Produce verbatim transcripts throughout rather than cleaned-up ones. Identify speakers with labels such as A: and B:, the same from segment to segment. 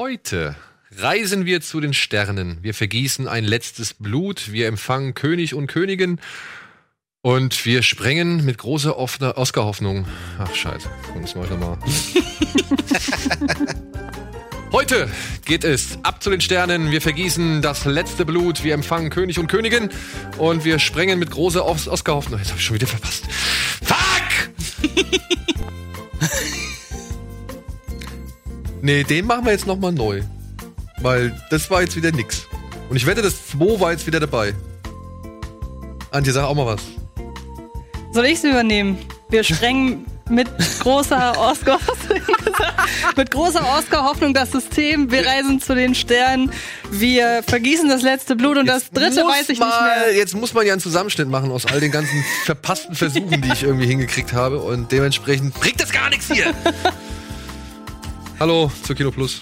A: Heute reisen wir zu den Sternen. Wir vergießen ein letztes Blut. Wir empfangen König und Königin. Und wir sprengen mit großer Oscar-Hoffnung. Ach, scheiße. Das mach ich nochmal. Heute geht es ab zu den Sternen. Wir vergießen das letzte Blut. Wir empfangen König und Königin. Und wir sprengen mit großer Os- Oscar-Hoffnung. Jetzt hab ich schon wieder verpasst. Fuck! Nee, den machen wir jetzt nochmal neu. Weil das war jetzt wieder nix. Und ich wette, das zwei war jetzt wieder dabei. Antje, sag auch mal was.
B: Soll ich es übernehmen? Wir sprengen mit großer Oscar mit großer Oscar-Hoffnung das System. Wir reisen zu den Sternen. Wir vergießen das letzte Blut. Und jetzt das dritte weiß ich
A: mal,
B: nicht mehr.
A: Jetzt muss man ja einen Zusammenschnitt machen aus all den ganzen verpassten Versuchen, die ich irgendwie hingekriegt habe. Und dementsprechend bringt das gar nichts hier. Hallo zur Kino Plus.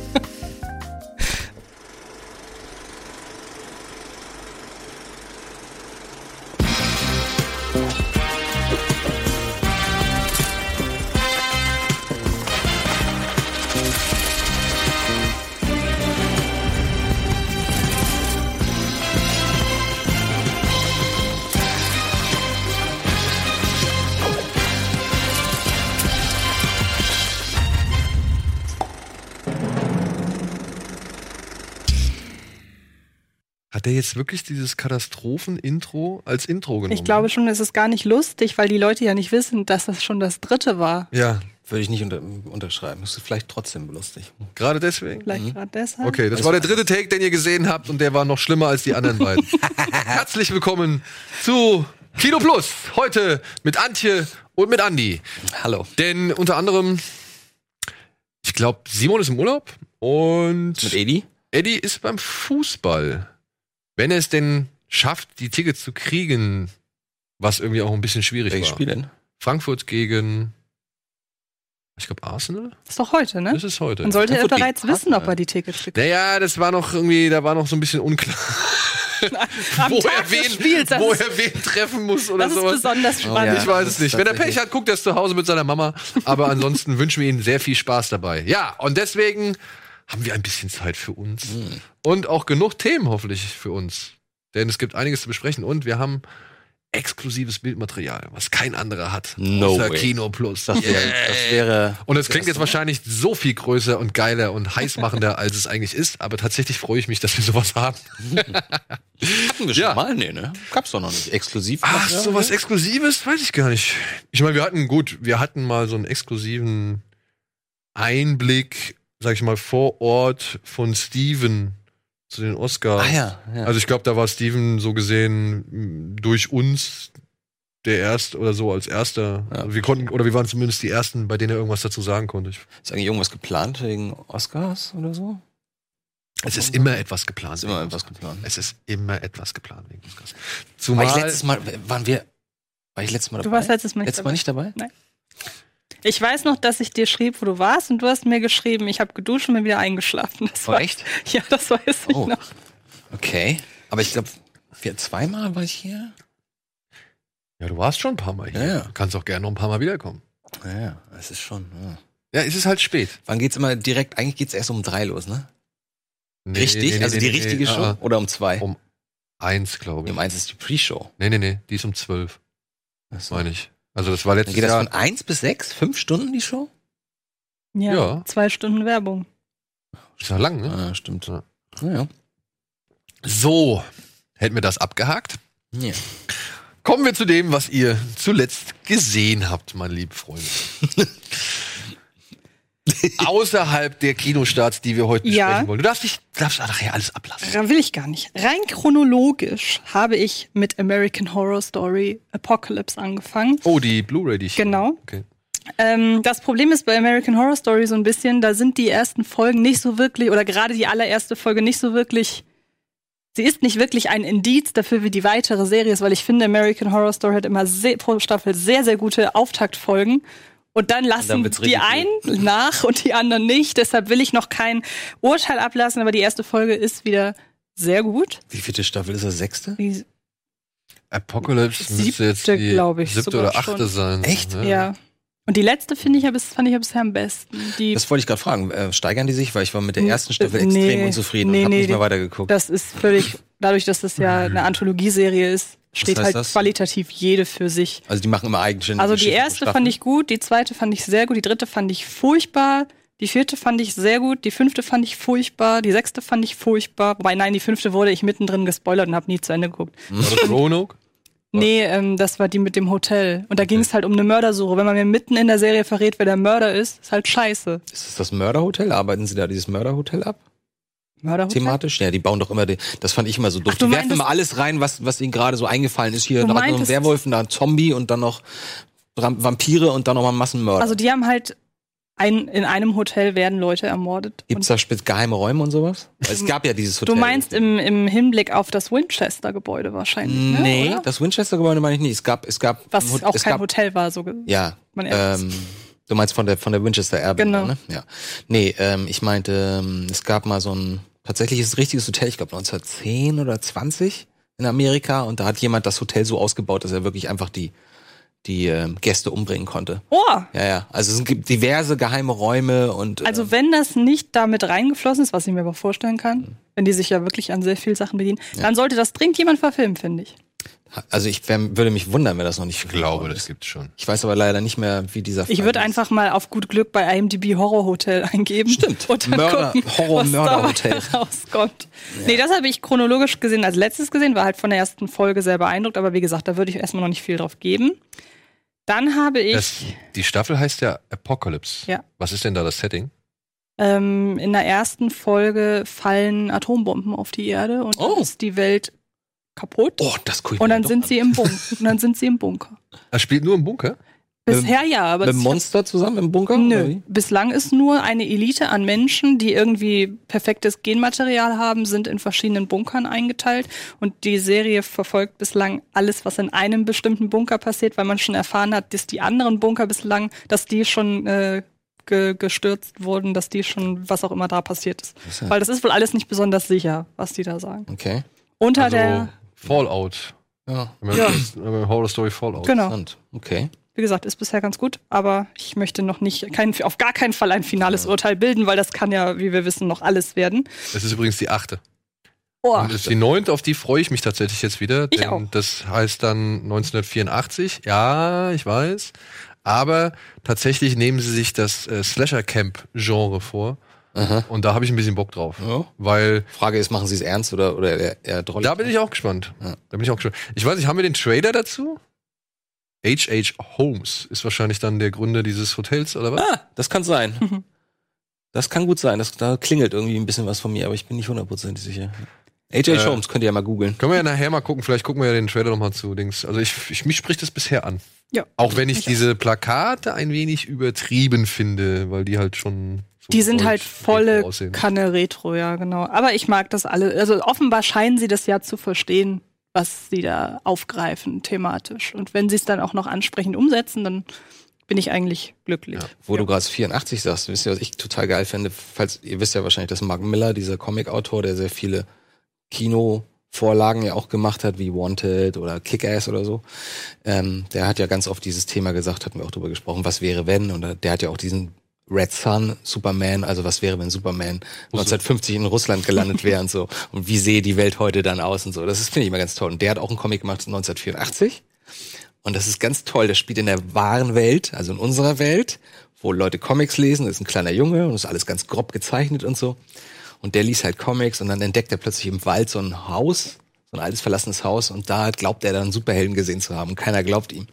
A: Hat der jetzt wirklich dieses Katastrophen-Intro als Intro genommen?
B: Ich glaube schon, es ist gar nicht lustig, weil die Leute ja nicht wissen, dass das schon das dritte war.
A: Ja.
C: Würde ich nicht unter, unterschreiben. Das ist vielleicht trotzdem lustig.
A: Gerade deswegen?
B: Vielleicht mhm. gerade deshalb.
A: Okay, das war der dritte Take, den ihr gesehen habt und der war noch schlimmer als die anderen beiden. Herzlich willkommen zu Kino Plus. Heute mit Antje und mit Andi.
C: Hallo.
A: Denn unter anderem, ich glaube, Simon ist im Urlaub und
C: mit Eddie?
A: Eddie ist beim Fußball. Wenn er es denn schafft, die Tickets zu kriegen, was irgendwie auch ein bisschen schwierig
C: Welches
A: war.
C: Spiel denn?
A: Frankfurt gegen, ich glaube, Arsenal?
B: Das ist doch heute, ne?
A: Das ist heute.
B: Dann sollte
C: Frankfurt
B: er bereits
C: gegen
B: wissen, ob
C: Arsenal.
B: er die Tickets kriegt.
A: Naja, das war noch irgendwie, da war noch so ein bisschen unklar.
B: Am
A: wo
B: Tag
A: er
B: des
A: wen,
B: Spiels, das
A: wo
B: ist-
A: er wen treffen muss oder
B: Das ist
A: sowas.
B: besonders
C: Oh,
B: spannend.
C: ja.
A: Ich weiß
C: das
A: es
C: ist
A: nicht. Wenn er Pech
C: tatsächlich-
A: hat, guckt er zu Hause mit seiner Mama. Aber ansonsten wünschen wir ihm sehr viel Spaß dabei. Ja, und deswegen haben wir ein bisschen Zeit für uns.
C: Mhm.
A: Und auch genug Themen hoffentlich für uns. Denn es gibt einiges zu besprechen. Und wir haben exklusives Bildmaterial, was kein anderer hat.
C: No
A: außer
C: way.
A: Kino Plus.
C: Das wäre. Das wäre
A: Und es klingt jetzt wahrscheinlich so viel größer und geiler und heißmachender, als es eigentlich ist. Aber tatsächlich freue ich mich, dass wir sowas haben.
C: hatten wir schon
A: Ja.
C: mal? Nee, ne? Gab's doch noch nicht. Exklusiv.
A: Ach,
C: ja,
A: sowas
C: ne?
A: Exklusives? Weiß ich gar nicht. Ich meine, wir hatten, gut, wir hatten mal so einen exklusiven Einblick, sag ich mal, vor Ort von Steven zu den Oscars.
C: Ah ja. ja.
A: Also ich glaube, da war Steven so gesehen m, durch uns der Erste oder so als Erster.
C: Ja.
A: Also wir konnten, oder wir waren zumindest die Ersten, bei denen er irgendwas dazu sagen konnte. Ich,
C: ist eigentlich irgendwas geplant wegen Oscars oder so?
A: es ist immer etwas geplant.
C: Ist immer
A: wegen
C: etwas
A: Oscars.
C: geplant.
A: Es ist immer etwas geplant wegen Oscars.
C: War
A: Zumal,
C: ich letztes Mal, waren wir, war ich letztes Mal dabei?
B: Du warst letztes Mal nicht
C: letztes Mal nicht dabei?
B: Ich weiß noch, dass ich dir schrieb, wo du warst, und du hast mir geschrieben, ich habe geduscht und bin wieder eingeschlafen. Das
C: Oh,
B: war
C: echt?
B: Ja, das weiß ich
C: Oh.
B: noch.
C: Okay. Aber ich glaube, wir zweimal war ich hier.
A: ja, du warst schon ein paar Mal hier.
C: Ja, ja.
A: Du kannst auch gerne noch ein paar Mal wiederkommen.
C: Ja, ja, es ist schon. Ja.
A: Ja, es ist halt spät.
C: Wann geht's immer direkt? Eigentlich geht's erst um drei los, ne?
A: Nee,
C: Richtig?
A: nee, nee,
C: also
A: nee,
C: die
A: nee,
C: richtige
A: nee,
C: Show?
A: ah,
C: Oder um zwei?
A: Um eins, glaube ich.
C: Um eins ist die Pre-Show.
A: Nee, nee, nee, die ist um zwölf,
C: Ach so.
A: meine ich. Also das war
C: Dann
A: letztes
C: geht das
A: Jahr.
C: von eins bis sechs? Fünf Stunden die Show?
B: Ja,
A: Ja.
B: zwei Stunden Werbung.
A: Ist ja lang, ne?
C: Ah, stimmt.
A: Ja.
C: Ja.
A: So, hätten wir das abgehakt.
C: ja.
A: Kommen wir zu dem, was ihr zuletzt gesehen habt, meine lieben Freunde. Außerhalb der Kinostarts, die wir heute
B: Ja.
A: besprechen wollen. Du darfst dich, darfst nachher alles ablassen.
B: Da will ich gar nicht. Rein chronologisch habe ich mit American Horror Story Apocalypse angefangen.
A: Oh, die Blu-ray, die ich...
B: Genau.
A: Okay.
B: Ähm, das Problem ist bei American Horror Story so ein bisschen, da sind die ersten Folgen nicht so wirklich, oder gerade die allererste Folge nicht so wirklich, sie ist nicht wirklich ein Indiz dafür, wie die weitere Serie ist, weil ich finde, American Horror Story hat immer sehr, pro Staffel sehr, sehr gute Auftaktfolgen. Und dann lassen
C: dann wird's
B: die
C: richtig
B: einen nach und die anderen nicht. Deshalb will ich noch kein Urteil ablassen, aber die erste Folge ist wieder sehr gut.
C: Wie viele Staffel ist das? Sechste?
B: Die,
A: Apocalypse
B: Siebte,
A: müsste jetzt die
B: glaub ich,
A: siebte
B: sogar
A: oder achte
B: schon.
A: sein.
C: Echt?
A: Ja.
B: ja. Und die letzte finde ich ja bis, fand ich ja bisher am besten. Die
C: Das wollte ich gerade fragen. Äh, steigern die sich? Weil ich war mit der ersten Staffel
B: Nee,
C: extrem unzufrieden
B: nee,
C: und habe
B: nee,
C: nicht mehr
B: die-
C: weitergeguckt.
B: Das ist völlig, dadurch, dass das ja eine Anthologieserie ist, steht
C: heißt
B: halt
C: das?
B: qualitativ jede für sich.
C: Also die machen immer eigenständige
B: Also die
C: Geschichten pro
B: erste
C: Staffel.
B: fand ich gut, die zweite fand ich sehr gut, die dritte fand ich furchtbar, die vierte fand ich sehr gut, die fünfte fand ich furchtbar, die sechste fand ich furchtbar. Wobei, nein, die fünfte wurde ich mittendrin gespoilert und habe nie zu Ende geguckt.
A: War das Roanoke?
B: Nee, ähm, das war die mit dem Hotel. Und da ging es halt um eine Mördersuche. Wenn man mir mitten in der Serie verrät, wer der Mörder ist, ist halt scheiße.
C: Ist das das Mörderhotel? Arbeiten sie da dieses Mörderhotel ab?
B: Mörderhotel?
C: Thematisch? Ja, die bauen doch immer, die, das fand ich immer so doof.
B: Ach, du
C: Die werfen
B: meintest-
C: immer alles rein, was, was ihnen gerade so eingefallen ist. Hier
B: Du
C: da noch ein
B: meintest-
C: Werwolf, da ein Zombie und dann noch Ram- Vampire und dann noch mal Massenmörder.
B: Also die haben halt ein, in einem Hotel werden Leute ermordet.
C: Gibt's da spitz geheime Räume und sowas? Weil es gab ja dieses Hotel.
B: Du meinst im, im Hinblick auf das Winchester-Gebäude wahrscheinlich, ne?
C: Nee,
B: Oder?
C: das Winchester-Gebäude meine ich nicht. Es gab, es gab,
B: Was
C: ein Hot-
B: auch
C: es
B: kein
C: gab,
B: Hotel war, so ge-
C: Ja,
B: man ehrlich
C: ähm, du meinst von der von der Winchester-Erbin,
B: Genau.
C: ne? Ja. Nee, ähm, ich meinte, ähm, es gab mal so ein tatsächliches richtiges Hotel, ich glaube neunzehnhundertzehn oder zwanzig in Amerika und da hat jemand das Hotel so ausgebaut, dass er wirklich einfach die die ähm, Gäste umbringen konnte.
B: Oh,
C: Ja, ja. Also es gibt diverse geheime Räume und
B: also
C: ähm,
B: wenn das nicht damit reingeflossen ist, was ich mir aber vorstellen kann, wenn die sich ja wirklich an sehr viel Sachen bedienen, dann sollte das dringend jemand verfilmen, finde ich.
C: also ich wär, würde mich wundern, wenn das noch nicht
A: Ich glaube,
C: geworden
A: das
C: ist.
A: gibt's schon.
C: Ich weiß aber leider nicht mehr, wie dieser
B: Ich
C: Fall
B: würde
C: ist.
B: einfach mal auf gut Glück bei I M D B Horror Hotel eingeben.
C: Stimmt.
B: Und dann
C: Mörder-
B: gucken,
C: Horror-
B: was
C: Mörder
B: dabei
C: Hotel.
B: rauskommt. Nee, das habe ich chronologisch gesehen als letztes gesehen, war halt von der ersten Folge sehr beeindruckt, aber wie gesagt, da würde ich erstmal noch nicht viel drauf geben. Dann habe ich
A: Das, die Staffel heißt ja Apocalypse.
B: Ja.
A: Was ist denn da das Setting?
B: ähm, in der ersten Folge fallen Atombomben auf die Erde und dann
C: Oh.
B: ist die Welt kaputt.
C: Oh, das guck ich
B: Und
C: mir
B: dann
C: doch
B: sind
C: an.
B: sie im Bunker. Und dann sind sie im Bunker.
A: Er spielt nur im Bunker?
B: Bisher ja, aber
C: Mit dem
B: das-
C: Monster zusammen im Bunker? oder
B: Nö.
C: wie?
B: Bislang ist nur eine Elite an Menschen, die irgendwie perfektes Genmaterial haben, sind in verschiedenen Bunkern eingeteilt. Und die Serie verfolgt bislang alles, was in einem bestimmten Bunker passiert, weil man schon erfahren hat, dass die anderen Bunker bislang, dass die schon äh, ge gestürzt wurden, dass die schon, was auch immer da passiert ist.
C: Ist ja-
B: Weil das ist wohl alles nicht besonders sicher, was die da sagen.
C: Okay.
B: Unter
A: Also
B: der,
A: Fallout.
C: Ja.
A: Wenn man
B: Ja.
A: das- wenn man Horror Story Fallout.
B: genau.
C: Interessant. Okay.
B: Wie gesagt, ist bisher ganz gut, aber ich möchte noch nicht, kein, auf gar keinen Fall ein finales Urteil bilden, weil das kann ja, wie wir wissen, noch alles werden.
A: Das ist übrigens die achte.
B: Oh,
A: Und das ist die neunte, auf die freue ich mich tatsächlich jetzt wieder.
B: Ich
A: denn
B: auch.
A: Das heißt dann neunzehnhundertvierundachtzig. Ja, ich weiß. Aber tatsächlich nehmen sie sich das äh, Slasher-Camp-Genre vor.
C: Aha.
A: Und da habe ich ein bisschen Bock drauf.
C: Ja.
A: Weil
C: Frage ist, machen sie es ernst oder, oder eher, eher drollig?
A: da bin ich auch gespannt.
C: Ja.
A: Da bin ich auch gespannt. Ich weiß nicht, haben wir den Trailer dazu? H H. Holmes ist wahrscheinlich dann der Gründer dieses Hotels, oder was?
C: Ah, das kann sein. Das kann gut sein. Das, da klingelt irgendwie ein bisschen was von mir, aber ich bin nicht hundertprozentig sicher. H H.
A: Äh,
C: Holmes könnt ihr ja mal googeln.
A: Können wir ja nachher mal gucken. Vielleicht gucken wir ja den Trailer noch mal zu. Dings. Also ich, ich, mich spricht das bisher an.
B: ja.
A: Auch wenn ich
B: Ich
A: diese Plakate ein wenig übertrieben finde, weil die halt schon so
B: Die sind
A: voll
B: halt volle
A: retro aussehen.
B: Kanne Retro, ja, genau. Aber ich mag das alle. Also offenbar scheinen sie das ja zu verstehen, was sie da aufgreifen, thematisch. Und wenn sie es dann auch noch ansprechend umsetzen, dann bin ich eigentlich glücklich.
A: Ja.
C: Wo du gerade vierundachtzig sagst, wisst ihr, was ich total geil finde? Falls, ihr wisst ja wahrscheinlich, dass Mark Miller, dieser Comic-Autor, der sehr viele Kinovorlagen ja auch gemacht hat, wie Wanted oder Kick-Ass oder so, ähm, der hat ja ganz oft dieses Thema gesagt, hatten wir auch drüber gesprochen, was wäre wenn? Und der hat ja auch diesen Red Sun, Superman, also was wäre, wenn Superman neunzehnhundertfünfzig in Russland gelandet wäre und so. Und wie sehe die Welt heute dann aus und so. Das ist, finde ich immer ganz toll. Und der hat auch einen Comic gemacht neunzehnhundertvierundachtzig. Und das ist ganz toll. Das spielt in der wahren Welt, also in unserer Welt, wo Leute Comics lesen. Das ist ein kleiner Junge und ist alles ganz grob gezeichnet und so. Und der liest halt Comics und dann entdeckt er plötzlich im Wald so ein Haus, so ein altes verlassenes Haus. Und da glaubt er dann einen Superhelden gesehen zu haben. Und keiner glaubt ihm.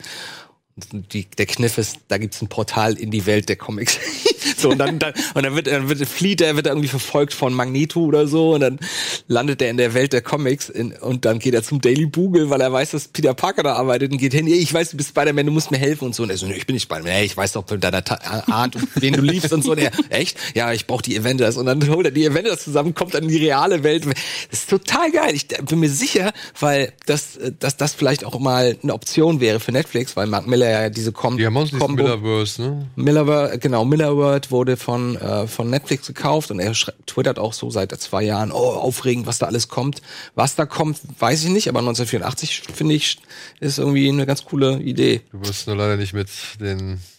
C: Und die, der Kniff ist, da gibt's ein Portal in die Welt der Comics. so, und dann, dann, und dann wird, dann wird, flieht er, wird er irgendwie verfolgt von Magneto oder so, und dann landet er in der Welt der Comics, in, und dann geht er zum Daily Bugle, weil er weiß, dass Peter Parker da arbeitet, und geht hin, ich weiß, du bist Spider-Man, du musst mir helfen und so. Und er so, nee, ich bin nicht Spider-Man, hey, ich weiß doch mit deiner Ta- Art, wen du liebst und so. Und er, echt? Ja, ich brauche die Avengers. Und dann holt er die Avengers zusammen, kommt dann in die reale Welt. Das ist total geil. Ich bin mir sicher, weil das, dass das vielleicht auch mal eine Option wäre für Netflix, weil Mark Miller ja diese Com-
A: Die haben auch diesen
C: Combo
A: Millerverse, ne?
C: Millerworld, genau, Millerworld wurde von äh, von Netflix gekauft, und er schre- twittert auch so seit zwei Jahren, oh, aufregend, was da alles kommt. Was da kommt, weiß ich nicht, aber neunzehnhundertvierundachtzig, finde ich, ist irgendwie eine ganz coole Idee.
A: Du wirst nur leider nicht mit den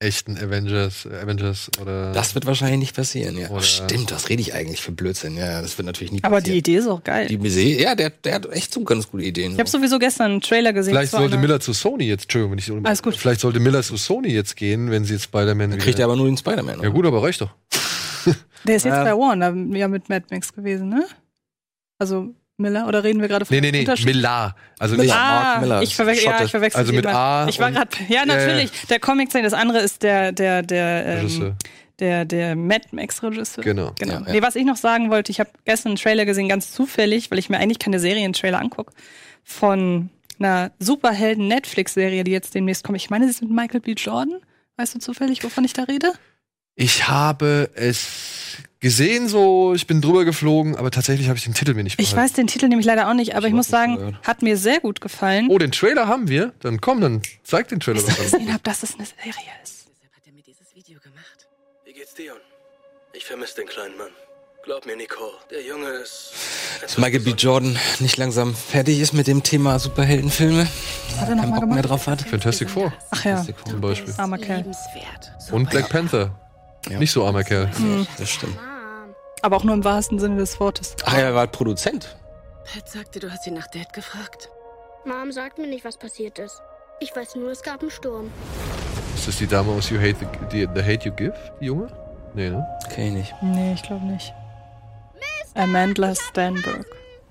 A: echten Avengers, äh, Avengers oder.
C: Das wird wahrscheinlich nicht passieren, ja.
A: Oder-
C: Ach, stimmt, was rede ich eigentlich für Blödsinn? Ja, das wird natürlich nie
B: Aber
C: passieren.
B: die Idee ist auch geil.
C: Die Idee, ja, der, der hat echt so ganz gute Ideen.
B: Ich habe sowieso gestern einen Trailer gesehen.
A: Vielleicht
B: zu
A: sollte
B: einer-
A: Miller zu Sony jetzt, Entschuldigung, wenn ich so-
B: Alles gut.
A: Vielleicht sollte Miller zu Sony jetzt gehen, wenn sie jetzt Spider-Man.
C: Dann kriegt er aber nur den Spider-Man.
A: Ja
C: oder?
A: gut, aber reicht doch.
B: Der ist jetzt
C: Ja.
B: bei Warner ja mit Mad Max gewesen, ne? Also Miller, oder reden wir gerade von
A: Nee, nee, nee,
B: Unterschied?
A: Miller. Also
C: Miller.
A: nicht.
B: Ah,
C: Mark Miller,
B: ich verwechsel, ja,
C: Schotte.
B: ich verwechsel
A: Also
B: die
A: mit
B: immer.
A: A
B: Ich war
A: und-
B: gerade, ja, natürlich, der Comic-Szene, das andere ist der, der, der, ähm,
A: Regisseur.
B: der, der Mad Max-Regisseur.
A: Genau.
B: Genau.
C: Ja, ja.
B: Nee, was ich noch sagen wollte, ich habe gestern einen Trailer gesehen, ganz zufällig, weil ich mir eigentlich keine Serientrailer angucke, von einer Superhelden-Netflix-Serie, die jetzt demnächst kommt. Ich meine, sie ist mit Michael B. Jordan. Weißt du zufällig, wovon ich da rede?
A: Ich habe es gesehen, so, ich bin drüber geflogen, aber tatsächlich habe ich den Titel mir nicht
B: Ich
A: behalten.
B: weiß den Titel nämlich leider auch nicht, aber
C: Ich
B: ich, muss
C: weiß nicht,
B: sagen,
C: gehört.
B: hat mir sehr gut gefallen.
A: Oh, den Trailer haben wir? Dann komm, dann zeig den Trailer
B: Bis ich
A: doch an.
B: gesehen habe, dass es eine Serie ist.
D: Deshalb hat er mir dieses Video gemacht.
E: Wie geht's Dion? Ich vermisse den kleinen Mann. Glaub mir, Nicole, der Junge ist...
C: Dass Michael B. Jordan nicht langsam fertig ist mit dem Thema Superheldenfilme.
B: Hat er noch
C: Keinen
B: mal
C: Bock mehr
B: gemacht?
C: drauf hat.
A: Fantastic Four
B: Ach ja,
A: zum Beispiel.
B: armer Kerl.
D: Liebenswert.
A: Und Black Panther.
C: Ja.
A: Nicht so armer Kerl.
C: Das stimmt.
B: Aber auch nur im wahrsten Sinne des Wortes.
C: Ach, er war Produzent.
D: Pat sagte, du hast ihn nach Dad gefragt.
F: Mom sagt mir nicht, was passiert ist. Ich weiß nur, es gab einen Sturm.
A: Ist das die Dame aus You Hate the, the, the Hate You Give, die Junge? Nee, ne?
C: Kenn ich nicht.
B: Nee, ich glaube nicht. Amanda Stanberg.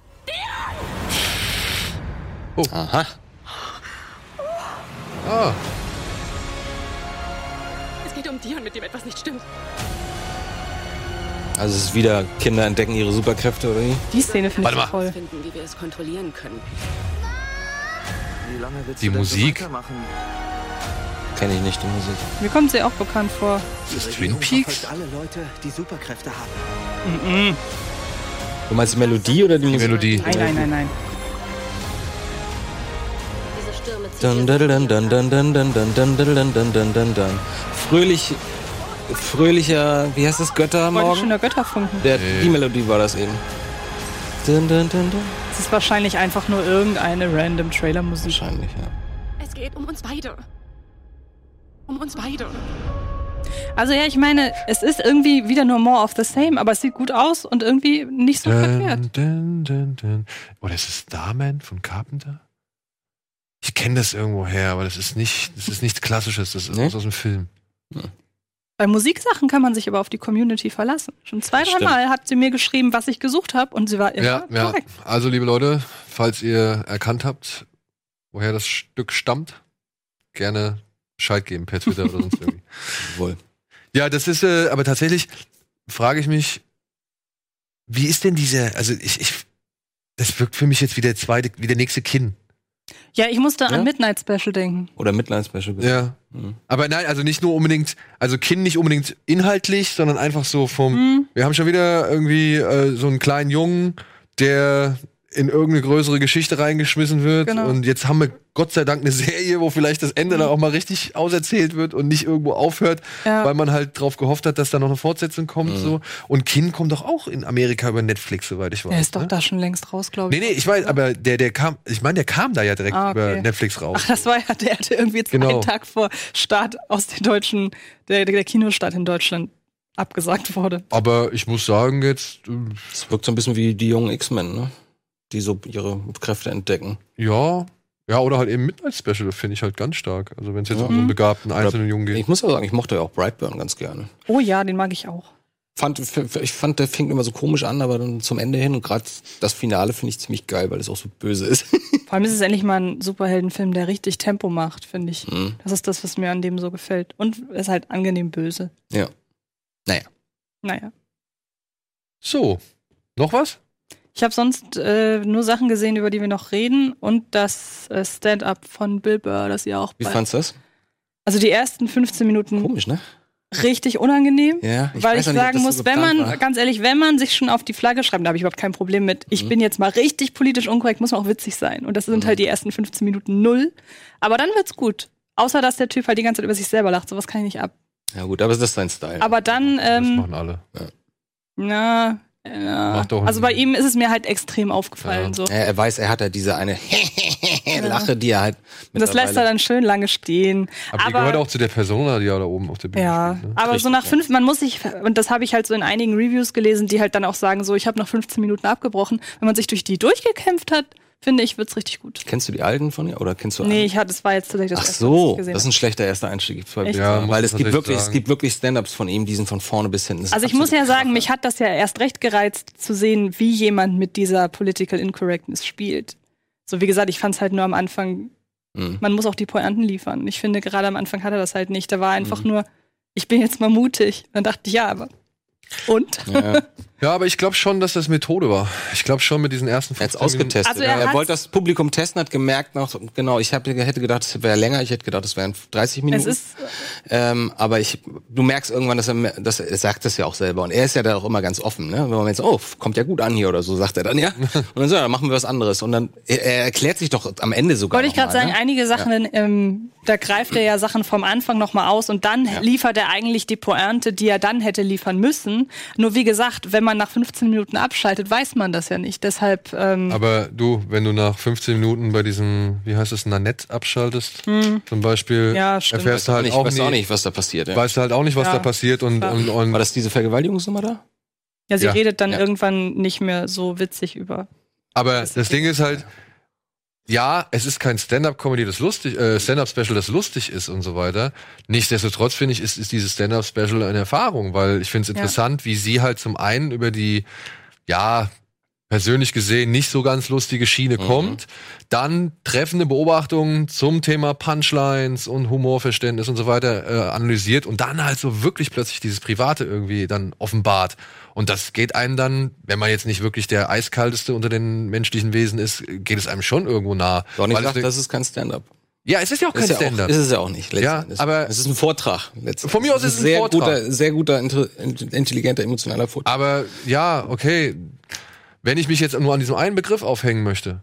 C: Aha.
A: Ah,
D: Es geht um Dion, mit dem etwas nicht stimmt.
C: Also es ist wieder, Kinder entdecken ihre Superkräfte, oder wie?
B: Die Szene finde ich
A: Warte
B: so
A: mal.
B: toll.
D: Finden, wie wir es kontrollieren können.
E: Wie lange willst
A: Die
E: du denn so
A: Musik?
E: weitermachen?
C: Kenn ich nicht, die Musik.
B: Mir kommt sie auch bekannt vor.
E: Die
A: das
E: Regierung
A: Twin Peaks?
E: verfolgt alle Leute, die Superkräfte haben.
C: Du meinst die Melodie oder die
A: die
C: Musik?
A: Melodie.
B: Nein, nein, nein, nein.
F: Diese Stürme ziehen
C: Dun, dun, dun, dun, dun, dun, dun, dun, dun, dun, dun, dun, dun, dun, dun. Fröhlich, fröhlicher, wie heißt das,
B: Wollte
C: Göttermorgen?
B: schon der Götterfunken.
C: Der,
A: Nee.
C: Die Melodie war das eben. Dun, dun, dun, dun.
B: Es ist wahrscheinlich einfach nur irgendeine random Trailer-Musik.
C: Wahrscheinlich, ja.
D: Es geht um uns beide. Um uns beide.
B: Also ja, ich meine, es ist irgendwie wieder nur more of the same, aber es sieht gut aus und irgendwie nicht so verkehrt.
A: Dun, dun, dun, dun. Oh, das ist Starman von Carpenter? Ich kenne das irgendwo her, aber das ist nicht, das ist nichts Klassisches, das ist
C: Nee?
A: aus dem Film.
B: Bei Musiksachen kann man sich aber auf die Community verlassen. Schon zwei,
C: Stimmt.
B: dreimal hat sie mir geschrieben, was ich gesucht habe und sie war immer
A: Ja, ja.
B: korrekt.
A: Also, liebe Leute, falls ihr erkannt habt, woher das Stück stammt, gerne Bescheid geben per Twitter oder sonst irgendwie.
C: Wohl.
A: Ja, das ist, äh, aber tatsächlich frage ich mich, wie ist denn diese, also ich, ich, das wirkt für mich jetzt wie der zweite, wie der nächste Kin.
B: Ja, ich musste
C: Ja?
B: an Midnight Special denken.
C: Oder Midnight Special.
A: Ja.
C: Mhm.
A: Aber nein, also nicht nur unbedingt, also Kin nicht unbedingt inhaltlich, sondern einfach so vom,
B: Hm.
A: wir haben schon wieder irgendwie äh, so einen kleinen Jungen, der in irgendeine größere Geschichte reingeschmissen wird.
B: Genau.
A: Und jetzt haben wir Gott sei Dank eine Serie, wo vielleicht das Ende dann auch mal richtig auserzählt wird und nicht irgendwo aufhört,
B: Ja.
A: weil man halt drauf gehofft hat, dass da noch eine Fortsetzung kommt.
C: Mhm.
A: So. Und Kin kommt doch auch in Amerika über Netflix, soweit ich weiß.
B: Der ist doch
A: ne?
B: da schon längst raus, glaube ich.
A: Nee, nee, ich weiß, aber der, der kam, ich meine, der kam da ja direkt
B: Ah, okay.
A: über Netflix raus.
B: Ach, das war ja, der hatte irgendwie jetzt
A: Genau.
B: einen Tag vor Start aus den deutschen, der, der Kinostart in Deutschland abgesagt wurde.
A: Aber ich muss sagen, jetzt, äh,
C: Es wirkt so ein bisschen wie die jungen X-Men, ne? Die so ihre Kräfte entdecken.
A: ja, ja, oder halt eben Midnight Special, finde ich halt ganz stark. Also wenn es jetzt
C: Ja.
A: um so einen begabten einzelnen Jungen geht.
C: Ich muss aber sagen, ich mochte ja auch Brightburn ganz gerne.
B: Oh ja, den mag ich auch.
C: Fand, ich fand, der fing immer so komisch an, aber dann zum Ende hin und gerade das Finale finde ich ziemlich geil, weil es auch so böse ist.
B: Vor allem ist es endlich mal ein Superheldenfilm, der richtig Tempo macht, finde ich.
C: Mhm.
B: Das ist das, was mir an dem so gefällt. Und er ist halt angenehm böse.
C: Ja. Naja.
B: Naja.
A: So, noch was?
B: Ich habe sonst äh, nur Sachen gesehen, über die wir noch reden und das äh, Stand-up von Bill Burr, das ihr auch
C: Wie
B: bei-
C: fandst du das?
B: Also die ersten fünfzehn Minuten
C: Komisch, ne?
B: richtig unangenehm.
C: Ja,
B: weil
C: weiß
B: ich
C: auch nicht, ob
B: sagen
C: das
B: muss,
C: so
B: wenn
C: geplant
B: man,
C: war.
B: ganz ehrlich, wenn man sich schon auf die Flagge schreibt, da habe ich überhaupt kein Problem mit, ich
C: Mhm.
B: bin jetzt mal richtig politisch unkorrekt, muss man auch witzig sein. Und das sind
C: Mhm.
B: halt die ersten fünfzehn Minuten null. Aber dann wird's gut. Außer, dass der Typ halt die ganze Zeit über sich selber lacht. Sowas kann ich nicht ab.
C: Ja gut, aber das ist dein Style.
B: Aber dann,
A: das
B: ähm,
A: machen alle.
B: na, Ja.
A: Macht doch
B: Also bei ihm ist es mir halt extrem aufgefallen.
A: Ja.
B: So.
C: Er, er weiß, er hat ja diese eine Lache, die er halt
B: Und das lässt er dann schön lange stehen.
A: Aber, die gehört auch zu der Persona, die ja da oben auf der Bühne
B: Ja,
A: spielt. Ne?
B: aber
C: Richtig,
B: so nach
C: ja.
B: fünf, man muss sich, und das habe ich halt so in einigen Reviews gelesen, die halt dann auch sagen, so, ich habe nach fünfzehn Minuten abgebrochen. Wenn man sich durch die durchgekämpft hat, finde ich, wird's richtig gut.
C: Kennst du die alten von ihr oder kennst du
B: Nee,
C: alle?
B: ich hatte, das war jetzt tatsächlich das
C: Ach
B: erste, was
C: so,
B: ich gesehen
C: das ist
B: habe.
C: ein schlechter erster Einstieg.
B: Echt?
A: Ja, muss
C: Weil
A: man
C: es gibt
A: tatsächlich
C: wirklich, es
A: sagen.
C: gibt wirklich Stand-ups von ihm, die sind von vorne bis hinten. Das ist
B: Also ich muss ja
C: absolute
B: sagen,
C: Kracher.
B: mich hat das ja erst recht gereizt, zu sehen, wie jemand mit dieser Political Incorrectness spielt. So wie gesagt, ich fand's halt nur am Anfang,
C: Mhm.
B: man muss auch die Pointen liefern. Ich finde, gerade am Anfang hat er das halt nicht. Da war einfach
C: Mhm.
B: nur, ich bin jetzt mal mutig. Dann dachte ich, ja, aber und?
C: Ja.
A: Ja, aber ich glaube schon, dass das Methode war. Ich glaube schon mit diesen ersten
C: Er hat's
A: fünfzehn Minuten-
C: ausgetestet.
B: Also er
C: er
B: hat's-
C: wollte das Publikum testen, hat gemerkt noch, genau, ich hab, hätte gedacht, es wäre länger, ich hätte gedacht, es wären dreißig Minuten.
B: Es ist,
C: Ähm, aber ich, du merkst irgendwann, dass er, mehr- dass er, er sagt das ja auch selber. Und er ist ja da auch immer ganz offen, ne? Wenn man jetzt, oh, kommt ja gut an hier oder so, sagt er dann, ja. Und dann so, ja, dann machen wir was anderes. Und dann, er, er erklärt sich doch am Ende sogar.
B: wollte ich gerade
C: noch mal,
B: sagen,
C: ne?
B: einige Sachen, ähm, da greift er ja Sachen vom Anfang nochmal aus und dann
C: Ja.
B: liefert er eigentlich die Pointe, die er dann hätte liefern müssen. Nur wie gesagt, wenn man nach fünfzehn Minuten abschaltet, weiß man das ja nicht. Deshalb, ähm,
A: Aber du, wenn du nach fünfzehn Minuten bei diesem, wie heißt es, Nanette abschaltest, zum Beispiel,
B: Ja, stimmt.
A: erfährst du
C: Weißt
A: halt
C: nicht,
A: auch,
C: weißt
A: nie,
C: auch nicht, was da passiert. Ja.
A: weißt du halt auch nicht, was
B: Ja.
A: da passiert und,
B: Klar.
A: und, und
C: War das diese Vergewaltigungsnummer da?
B: ja, sie
A: ja.
B: redet dann
C: Ja.
B: irgendwann nicht mehr so witzig über.
A: aber das Ding ist halt, ja, es ist kein Stand-up-Comedy, das lustig, äh, Stand-up-Special, das lustig ist und so weiter. Nichtsdestotrotz finde ich, ist, ist dieses Stand-up-Special eine Erfahrung, weil ich finde es
B: Ja.
A: interessant, wie sie halt zum einen über die, ja, persönlich gesehen nicht so ganz lustige Schiene
C: Mhm.
A: kommt, dann treffende Beobachtungen zum Thema Punchlines und Humorverständnis und so weiter äh, analysiert und dann halt so wirklich plötzlich dieses Private irgendwie dann offenbart. Und das geht einem dann, wenn man jetzt nicht wirklich der eiskalteste unter den menschlichen Wesen ist, geht es einem schon irgendwo nah.
C: Donny
A: Weil
C: sagt,
A: es-
C: das ist kein Stand-up.
A: ja, es ist ja auch kein
C: Ist, ja
A: Stand-up.
C: auch, ist es ja auch nicht. letzten
A: Ja,
C: Endes.
A: aber-
C: es ist ein Vortrag. letzten
A: Von mir
C: Endes.
A: aus ist es ein
C: sehr
A: Vortrag.
C: Guter, sehr guter, inter- intelligenter, emotionaler Vortrag.
A: Aber ja, okay, wenn ich mich jetzt nur an diesem einen Begriff aufhängen möchte,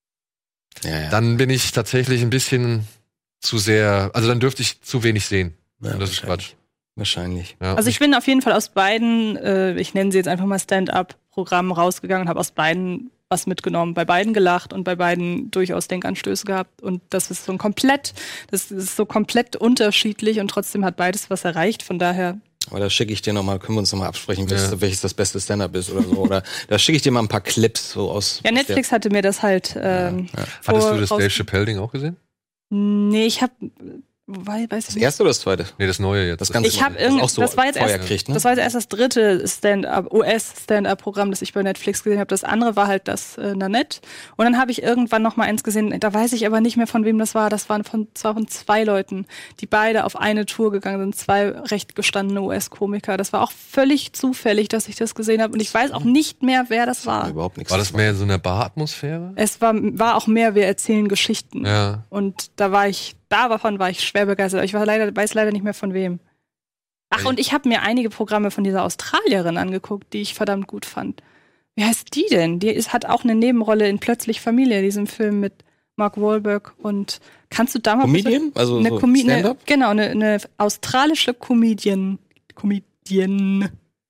C: Ja, ja.
A: dann bin ich tatsächlich ein bisschen zu sehr, also dann dürfte ich zu wenig sehen.
C: Ja,
A: Und das ist
C: wahrscheinlich.
A: Quatsch.
C: Wahrscheinlich.
A: Ja.
B: Also ich bin auf jeden Fall aus beiden, äh, ich nenne sie jetzt einfach mal Stand-up-Programmen rausgegangen und habe aus beiden was mitgenommen. Bei beiden gelacht und bei beiden durchaus Denkanstöße gehabt. Und das ist so ein komplett, das ist so komplett unterschiedlich und trotzdem hat beides was erreicht. Von daher,
C: Aber da schicke ich dir nochmal, können wir uns nochmal absprechen, welches,
A: Ja.
C: welches das beste Stand-up ist oder so. Oder da schicke ich dir mal ein paar Clips so aus.
B: ja,
C: aus
B: Netflix hatte mir das halt ähm,
A: Hattest du
B: vor-
A: das
B: raus-
A: Dave Chappelle-Ding auch gesehen?
B: Nee, ich habe, weiß
C: Das
B: ich nicht.
C: erste oder das zweite?
A: Nee, das neue jetzt.
C: Das ganze
B: Ich habe
C: das
B: irgend,
C: auch so
B: das war jetzt
C: Feuer
B: erst,
C: kriegt, ne?
B: das war jetzt erst das dritte Stand-up, U S-Stand-up-Programm, das ich bei Netflix gesehen habe. Das andere war halt das äh, Nanette. Und dann habe ich irgendwann noch mal eins gesehen. Da weiß ich aber nicht mehr, von wem das war. Das waren von, zwar von zwei Leuten, die beide auf eine Tour gegangen sind. Zwei recht gestandene U S-Komiker. Das war auch völlig zufällig, dass ich das gesehen habe. Und ich weiß auch nicht mehr, wer das war.
C: Überhaupt nichts.
A: War das mehr in so einer Bar-Atmosphäre?
B: Es war, war auch mehr, wir erzählen Geschichten.
A: Ja.
B: Und da war ich, davon war ich schwer begeistert. Aber ich war leider, weiß leider nicht mehr von wem. Ach, und ich habe mir einige Programme von dieser Australierin angeguckt, die ich verdammt gut fand. Wie heißt die denn? Die ist, hat auch eine Nebenrolle in Plötzlich Familie, diesem Film mit Mark Wahlberg. Und kannst du da mal
C: Comedian?
B: bitte-
C: Also
B: eine
C: so
B: Comi- eine,
C: Stand-up?
B: Genau, eine, eine australische Comedian. Comedian.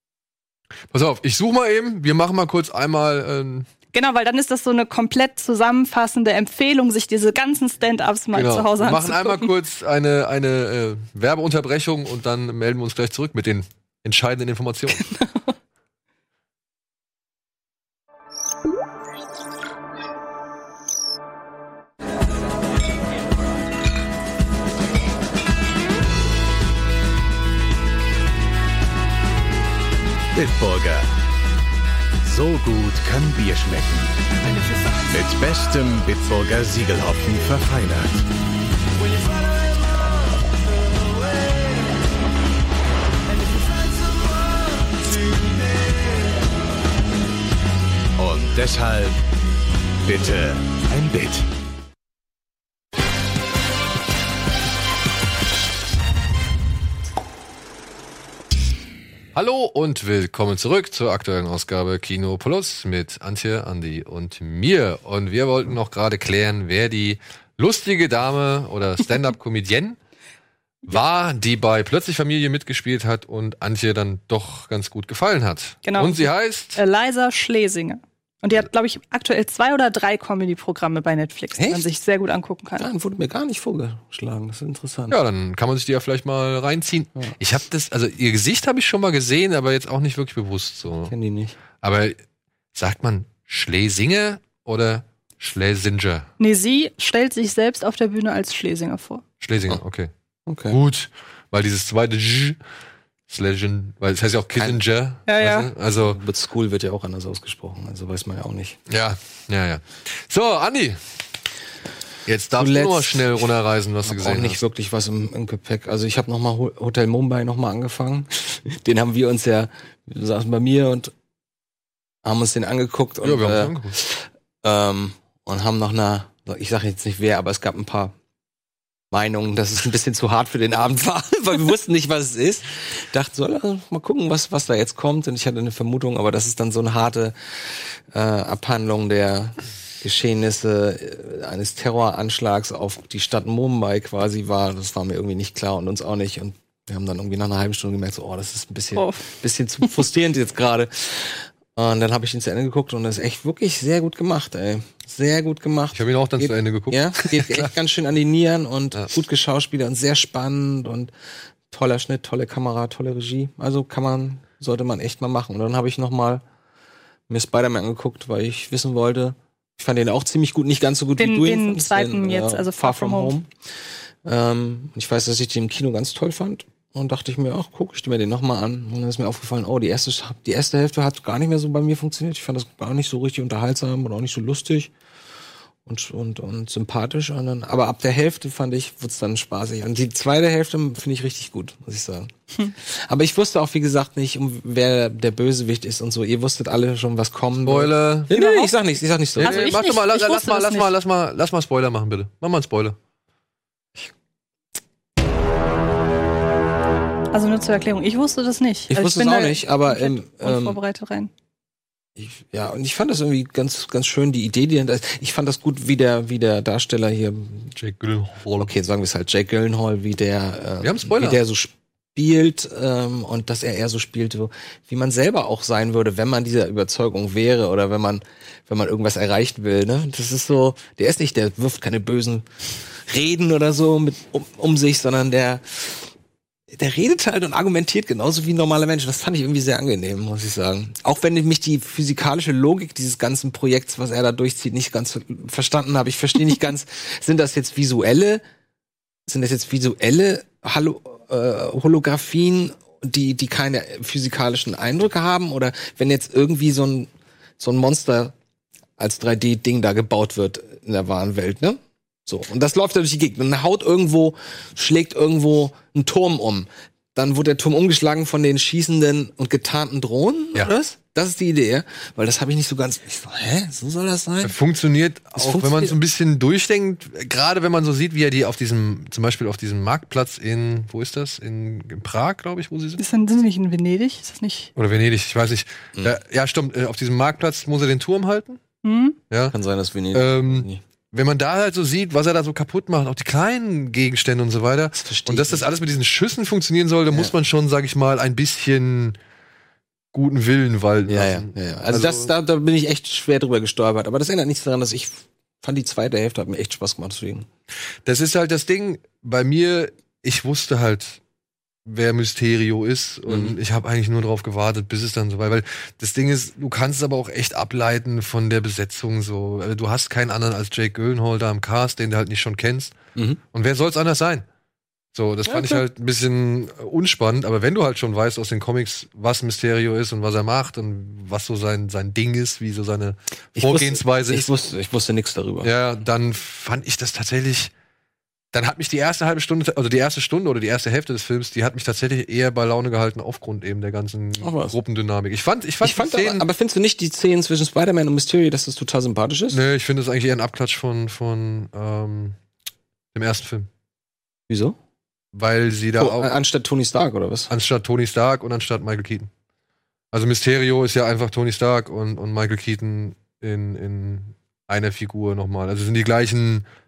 A: Pass auf, ich suche mal eben, wir machen mal kurz einmal, ähm,
B: Genau, weil dann ist das so eine komplett zusammenfassende Empfehlung, sich diese ganzen Stand-ups mal
A: genau.
B: zu Hause
A: Wir machen
B: anzugucken.
A: einmal kurz eine, eine äh, Werbeunterbrechung und dann melden wir uns gleich zurück mit den entscheidenden Informationen.
G: Bitburger. So gut kann Bier schmecken. Mit bestem Bitburger Siegelhopfen verfeinert. Und deshalb bitte ein Bit.
A: Hallo und willkommen zurück zur aktuellen Ausgabe Kino Plus mit Antje, Andi und mir. Und wir wollten noch gerade klären, wer die lustige Dame oder Stand-up-Comedienne war, die bei Plötzlich Familie mitgespielt hat und Antje dann doch ganz gut gefallen hat.
B: Genau.
A: Und sie heißt?
B: Eliza Schlesinger. Und die hat, glaube ich, aktuell zwei oder drei Comedy-Programme bei Netflix, die man sich sehr gut angucken kann.
C: Ja, wurde mir gar nicht vorgeschlagen. Das ist interessant.
A: Ja, dann kann man sich die ja vielleicht mal reinziehen.
C: Ja.
A: Ich habe das, also ihr Gesicht habe ich schon mal gesehen, aber jetzt auch nicht wirklich bewusst so.
C: Ich kenn die nicht.
A: Aber sagt man Schlesinger oder Schlesinger?
B: Nee, sie stellt sich selbst auf der Bühne als Schlesinger vor.
A: Schlesinger, okay.
C: Okay.
A: Gut, weil dieses zweite J, Schlesinger, weil es heißt ja auch Kissinger.
B: Ja, ja.
A: weißt du? Also,
C: But School wird ja auch anders ausgesprochen, also weiß man ja auch nicht.
A: ja, ja, ja. So, Andi. Jetzt darfst
C: Zuletzt
A: du noch mal schnell runterreisen, was du
C: Ich habe
A: gesehen
C: auch nicht
A: hast.
C: wirklich was im, im Gepäck. Also ich habe noch mal Ho- Hotel Mumbai noch mal angefangen. Den haben wir uns ja, wir saßen bei mir und haben uns den angeguckt und,
A: Ja, wir haben
C: äh,
A: uns angeguckt.
C: ähm, und haben noch eine, ich sage jetzt nicht wer, aber es gab ein paar Meinungen, dass es ein bisschen zu hart für den Abend war, weil wir wussten nicht, was es ist. Dachten so, lass uns mal gucken, was was da jetzt kommt. Und ich hatte eine Vermutung, aber das ist dann so eine harte äh, Abhandlung der Geschehnisse äh, eines Terroranschlags auf die Stadt Mumbai quasi war. Das war mir irgendwie nicht klar und uns auch nicht. Und wir haben dann irgendwie nach einer halben Stunde gemerkt, so, oh, das ist ein bisschen,
B: Oh.
C: bisschen zu frustrierend jetzt gerade. Und dann habe ich ihn zu Ende geguckt und das ist echt wirklich sehr gut gemacht, ey. Sehr gut gemacht.
A: Ich habe ihn auch dann
C: Geht-
A: zu Ende geguckt.
C: Ja, geht echt ganz schön an die Nieren und
A: Ja.
C: gut geschauspielert und sehr spannend und toller Schnitt, tolle Kamera, tolle Regie. Also kann man, sollte man echt mal machen. Und dann habe ich noch mal mir Spider-Man angeguckt, weil ich wissen wollte, ich fand den auch ziemlich gut, nicht ganz so gut
B: Den-
C: wie du ihn
B: den
C: fandst,
B: zweiten jetzt, also Far From Home.
C: Ähm, ich weiß, dass ich den im Kino ganz toll fand. Und dachte ich mir, ach, guck ich mir den noch mal an. Und dann ist mir aufgefallen, oh, die erste, die erste Hälfte hat gar nicht mehr so bei mir funktioniert. Ich fand das gar nicht so richtig unterhaltsam und auch nicht so lustig und, und, und sympathisch. Und dann, aber ab der Hälfte fand ich, wurde es dann spaßig. Und die zweite Hälfte finde ich richtig gut, muss ich sagen.
B: Hm.
C: Aber ich wusste auch, wie gesagt, nicht, um wer der Bösewicht ist und so. Ihr wusstet alle schon, was kommen wird.
A: Spoiler.
C: Nee, nee, ich sag nichts, ich sag nicht so.
B: Also
A: Nee,
B: ich
A: mach doch
B: nicht.
A: mal, lass,
B: Ich
A: lass
B: wusste
A: mal,
B: das
A: lass
B: nicht.
A: mal, lass mal, lass mal Spoiler machen, bitte. Mach mal einen Spoiler.
B: Also nur zur Erklärung, ich wusste das nicht.
C: Ich
B: Also
C: wusste
B: bin
C: es auch
B: da
C: nicht, aber
B: komplett
C: ähm, ähm,
B: unvorbereitet rein.
C: Ich, ja, und ich fand das irgendwie ganz, ganz schön, die Idee, die da ist. Ich fand das gut, wie der, wie der Darsteller hier,
A: Jake Gyllenhaal.
C: okay, sagen wir es halt, Jake Gyllenhaal, wie der, äh,
A: Wir haben Spoiler.
C: wie der so spielt, ähm, und dass er eher so spielt, so, wie man selber auch sein würde, wenn man dieser Überzeugung wäre oder wenn man, wenn man irgendwas erreichen will, ne? Das ist so, der ist nicht, der wirft keine bösen Reden oder so mit, um, um sich, sondern der, der redet halt und argumentiert genauso wie ein normaler Mensch. Das fand ich irgendwie sehr angenehm, muss ich sagen. Auch wenn ich mich die physikalische Logik dieses ganzen Projekts, was er da durchzieht, nicht ganz verstanden habe. Ich verstehe nicht ganz, sind das jetzt visuelle, sind das jetzt visuelle Hallo, äh, Holographien, die, die keine physikalischen Eindrücke haben? Oder wenn jetzt irgendwie so ein, so ein Monster als drei D-Ding da gebaut wird in der wahren Welt, ne? So, und das läuft da durch die Gegend. Und haut irgendwo, schlägt irgendwo einen Turm um. Dann wurde der Turm umgeschlagen von den schießenden und getarnten Drohnen,
A: Ja.
C: oder was? Das ist die Idee, weil das habe ich nicht so ganz. Ich so, hä? So soll das sein?
A: Funktioniert auch,
C: Es
A: wenn man
C: funktioniert.
A: so ein bisschen durchdenkt, gerade wenn man so sieht, wie er die auf diesem, zum Beispiel auf diesem Marktplatz in, wo ist das? In, in Prag, glaube ich, wo sie sind.
B: Ist dann, sind sie nicht in Venedig? Ist das nicht?
A: Oder Venedig, ich weiß nicht.
C: Mhm.
A: Da, ja, stimmt, äh, auf diesem Marktplatz muss er den Turm halten.
B: Hm?
A: Ja.
C: Kann sein, dass wir nicht.
A: Ähm, wenn man da halt so sieht, was er da so kaputt macht, auch die kleinen Gegenstände und so weiter,
C: Das verstehe
A: und dass
C: ich
A: das
C: nicht.
A: alles mit diesen Schüssen funktionieren soll, da
C: Ja.
A: muss man schon, sag ich mal, ein bisschen guten Willen walten
C: Ja, ja,
A: lassen.
C: ja, ja. Also, das, da, da bin ich echt schwer drüber gestolpert. Aber das ändert nichts daran, dass ich fand, die zweite Hälfte hat mir echt Spaß gemacht, deswegen.
A: Das ist halt das Ding, bei mir, ich wusste halt, wer Mysterio ist und
C: Mhm.
A: ich habe eigentlich nur darauf gewartet, bis es dann so war, weil das Ding ist, du kannst es aber auch echt ableiten von der Besetzung so. Also, du hast keinen anderen als Jake Gyllenhaal da im Cast, den du halt nicht schon kennst.
C: Mhm.
A: Und wer soll's anders sein? So, das
C: Ja,
A: fand ich
C: klar.
A: halt ein bisschen unspannend, aber wenn du halt schon weißt aus den Comics, was Mysterio ist und was er macht und was so sein, sein Ding ist, wie so seine
C: Ich
A: Vorgehensweise
C: wusste,
A: ist,
C: ich wusste, ich wusste nichts darüber.
A: ja, dann fand ich das tatsächlich. Dann hat mich die erste halbe Stunde, also die erste Stunde oder die erste Hälfte des Films, die hat mich tatsächlich eher bei Laune gehalten aufgrund eben der ganzen
C: Ach was.
A: Gruppendynamik. Ich fand, ich fand,
C: Ich fand
A: die Szenen,
C: aber, aber findest du nicht die Szenen zwischen Spider-Man und Mysterio, dass das total sympathisch ist?
A: nee, ich finde es eigentlich eher ein Abklatsch von, von ähm, dem ersten Film.
C: Wieso?
A: Weil sie da
C: Oh,
A: auch,
C: anstatt Tony Stark, oder was?
A: anstatt Tony Stark und anstatt Michael Keaton. Also Mysterio ist ja einfach Tony Stark und, und Michael Keaton in, in einer Figur nochmal. Also es sind die gleichen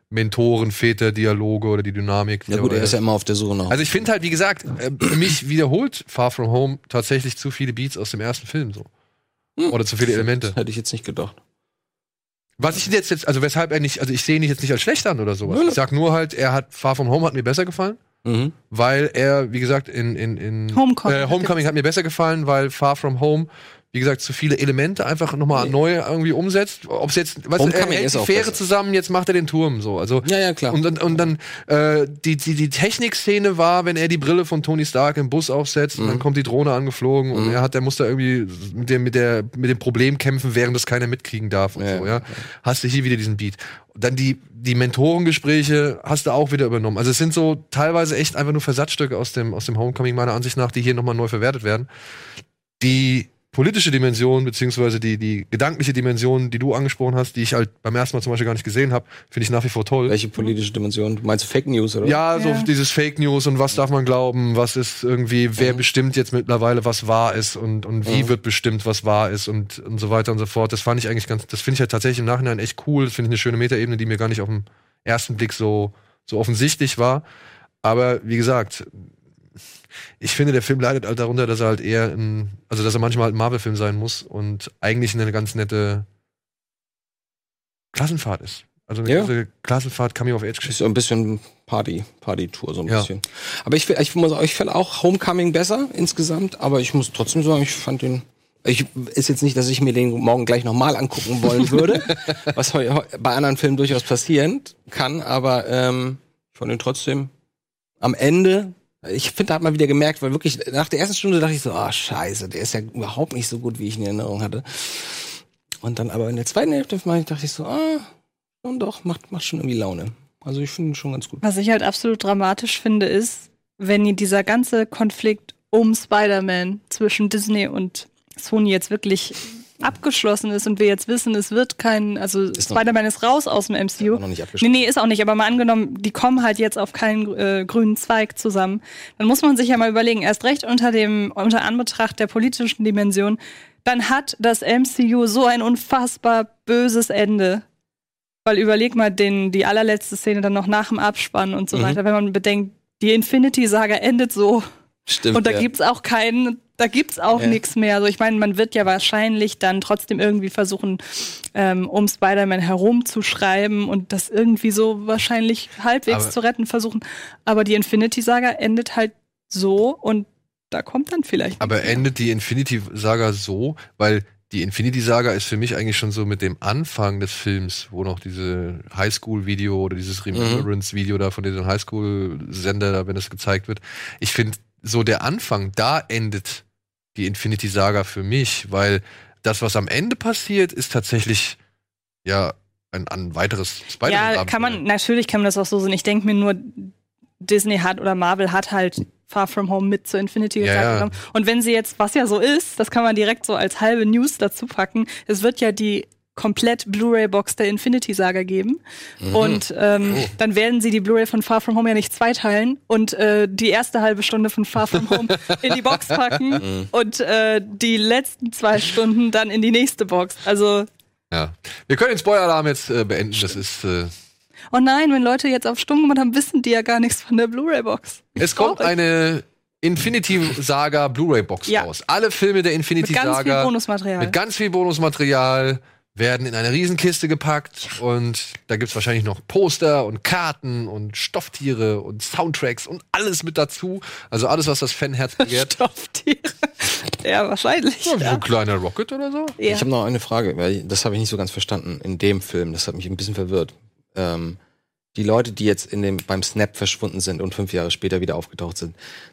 A: Mentoren-Väter-Dialoge oder die Dynamik.
C: Ja gut, er ist ja immer auf der Suche nach.
A: Also ich finde halt, wie gesagt, äh, mich wiederholt Far From Home tatsächlich zu viele Beats aus dem ersten Film so. Hm. Oder zu viele Elemente.
C: Das hätte ich jetzt nicht gedacht.
A: Was ich jetzt jetzt, also weshalb er nicht, also ich sehe ihn jetzt nicht als schlecht an oder sowas. Ich sag nur halt, er hat, Far From Home hat mir besser gefallen. Mhm. Weil er, wie gesagt, in, in, in
B: Homecoming,
A: äh, Homecoming hat mir besser gefallen, weil Far From Home, wie gesagt, zu viele Elemente einfach nochmal nee. neu irgendwie umsetzt. Ob es jetzt, weißt du, er hält die Fähre zusammen, jetzt macht er den Turm so. Also,
C: ja, ja, klar.
A: Und, und, und dann äh, die, die, die Technikszene war, wenn er die Brille von Tony Stark im Bus aufsetzt mhm. und dann kommt die Drohne angeflogen mhm. und er hat, der muss da irgendwie mit dem, mit der, mit dem Problem kämpfen, während das keiner mitkriegen darf und ja, so, ja. ja. Hast du hier wieder diesen Beat. Dann die, die Mentorengespräche hast du auch wieder übernommen. Also es sind so teilweise echt einfach nur Versatzstücke aus dem, aus dem Homecoming meiner Ansicht nach, die hier nochmal neu verwertet werden. Die politische Dimension, beziehungsweise die, die gedankliche Dimension, die du angesprochen hast, die ich halt beim ersten Mal zum Beispiel gar nicht gesehen habe, finde ich nach wie vor toll.
C: Welche politische Dimension? Du meinst Fake News, oder?
A: Ja, so ja. dieses Fake News und was darf man glauben, was ist irgendwie, wer mhm. bestimmt jetzt mittlerweile, was wahr ist und, und wie mhm. wird bestimmt, was wahr ist und, und so weiter und so fort. Das fand ich eigentlich ganz, das finde ich halt tatsächlich im Nachhinein echt cool. Das finde ich eine schöne Metaebene, die mir gar nicht auf den ersten Blick so, so offensichtlich war. Aber wie gesagt, ich finde, der Film leidet halt darunter, dass er halt eher ein, also dass er manchmal halt ein Marvel-Film sein muss und eigentlich eine ganz nette Klassenfahrt ist. Also eine ja. Klassenfahrt, Coming-of-Age-Geschichte.
C: Ist so ein bisschen Party, Party-Tour so ein ja. bisschen. Aber ich, ich muss ich finde auch Homecoming besser insgesamt, aber ich muss trotzdem sagen, ich fand den, ich, ist jetzt nicht, dass ich mir den morgen gleich nochmal angucken wollen würde, was heu, heu, bei anderen Filmen durchaus passieren kann, aber ähm, ich fand den trotzdem am Ende. Ich finde, da hat man wieder gemerkt, weil wirklich nach der ersten Stunde dachte ich so, ah, oh, scheiße, der ist ja überhaupt nicht so gut, wie ich ihn in Erinnerung hatte. Und dann aber in der zweiten Hälfte dachte ich so, ah, und doch, macht, macht schon irgendwie Laune. Also ich finde ihn schon ganz gut.
B: Was ich halt absolut dramatisch finde, ist, wenn dieser ganze Konflikt um Spider-Man zwischen Disney und Sony jetzt wirklich abgeschlossen ist und wir jetzt wissen, es wird kein, also ist Spider-Man ist raus aus dem M C U. Ist noch nicht abgeschlossen. Nee, nee, ist auch nicht, aber mal angenommen, die kommen halt jetzt auf keinen äh, grünen Zweig zusammen. Dann muss man sich ja mal überlegen, erst recht unter dem, unter Anbetracht der politischen Dimension, dann hat das M C U so ein unfassbar böses Ende. Weil überleg mal, den, die allerletzte Szene dann noch nach dem Abspann und so mhm. weiter, wenn man bedenkt, die Infinity-Saga endet so.
C: Stimmt,
B: und da
C: ja.
B: gibt's auch keinen, da gibt's auch ja. nichts mehr. Also ich meine, man wird ja wahrscheinlich dann trotzdem irgendwie versuchen, ähm, um Spider-Man herumzuschreiben und das irgendwie so wahrscheinlich halbwegs aber zu retten versuchen. Aber die Infinity-Saga endet halt so und da kommt dann vielleicht
A: Aber endet die Infinity-Saga so, weil die Infinity-Saga ist für mich eigentlich schon so mit dem Anfang des Films, wo noch diese Highschool-Video oder dieses Remembrance-Video da von diesem Highschool-Sender, da, wenn es gezeigt wird. Ich finde, so der Anfang, da endet die Infinity-Saga für mich, weil das, was am Ende passiert, ist tatsächlich ja ein, ein weiteres Spider-Man.
B: Ja, kann man, natürlich kann man das auch so sehen. Ich denke mir nur, Disney hat oder Marvel hat halt Far From Home mit zur Infinity gezeigt ja, ja. Und wenn sie jetzt, was ja so ist, das kann man direkt so als halbe News dazu packen, es wird ja die komplett Blu-ray-Box der Infinity-Saga geben. Mhm. Und ähm, oh. dann werden sie die Blu-ray von Far From Home ja nicht zweiteilen und äh, die erste halbe Stunde von Far From Home in die Box packen mhm. und äh, die letzten zwei Stunden dann in die nächste Box. Also
A: ja, wir können den Spoiler-Alarm jetzt äh, beenden. Das ist äh
B: oh nein, wenn Leute jetzt auf stumm gemacht haben, wissen die ja gar nichts von der Blu-ray-Box.
A: Es kommt eine Infinity-Saga Blu-ray-Box ja. raus. Alle Filme der Infinity-Saga
B: mit ganz viel Bonusmaterial.
A: Mit ganz viel Bonusmaterial werden in eine Riesenkiste gepackt ja. und da gibt's wahrscheinlich noch Poster und Karten und Stofftiere und Soundtracks und alles mit dazu. Also alles, was das Fanherz begehrt.
B: Stofftiere? Ja, wahrscheinlich. Ja,
A: wie ja. so ein kleiner Rocket oder so.
C: Ja. Ich habe noch eine Frage, weil das habe ich nicht so ganz verstanden in dem Film. Das hat mich ein bisschen verwirrt. Ähm, die Leute, die jetzt in dem, beim Snap verschwunden sind und fünf Jahre später wieder aufgetaucht sind,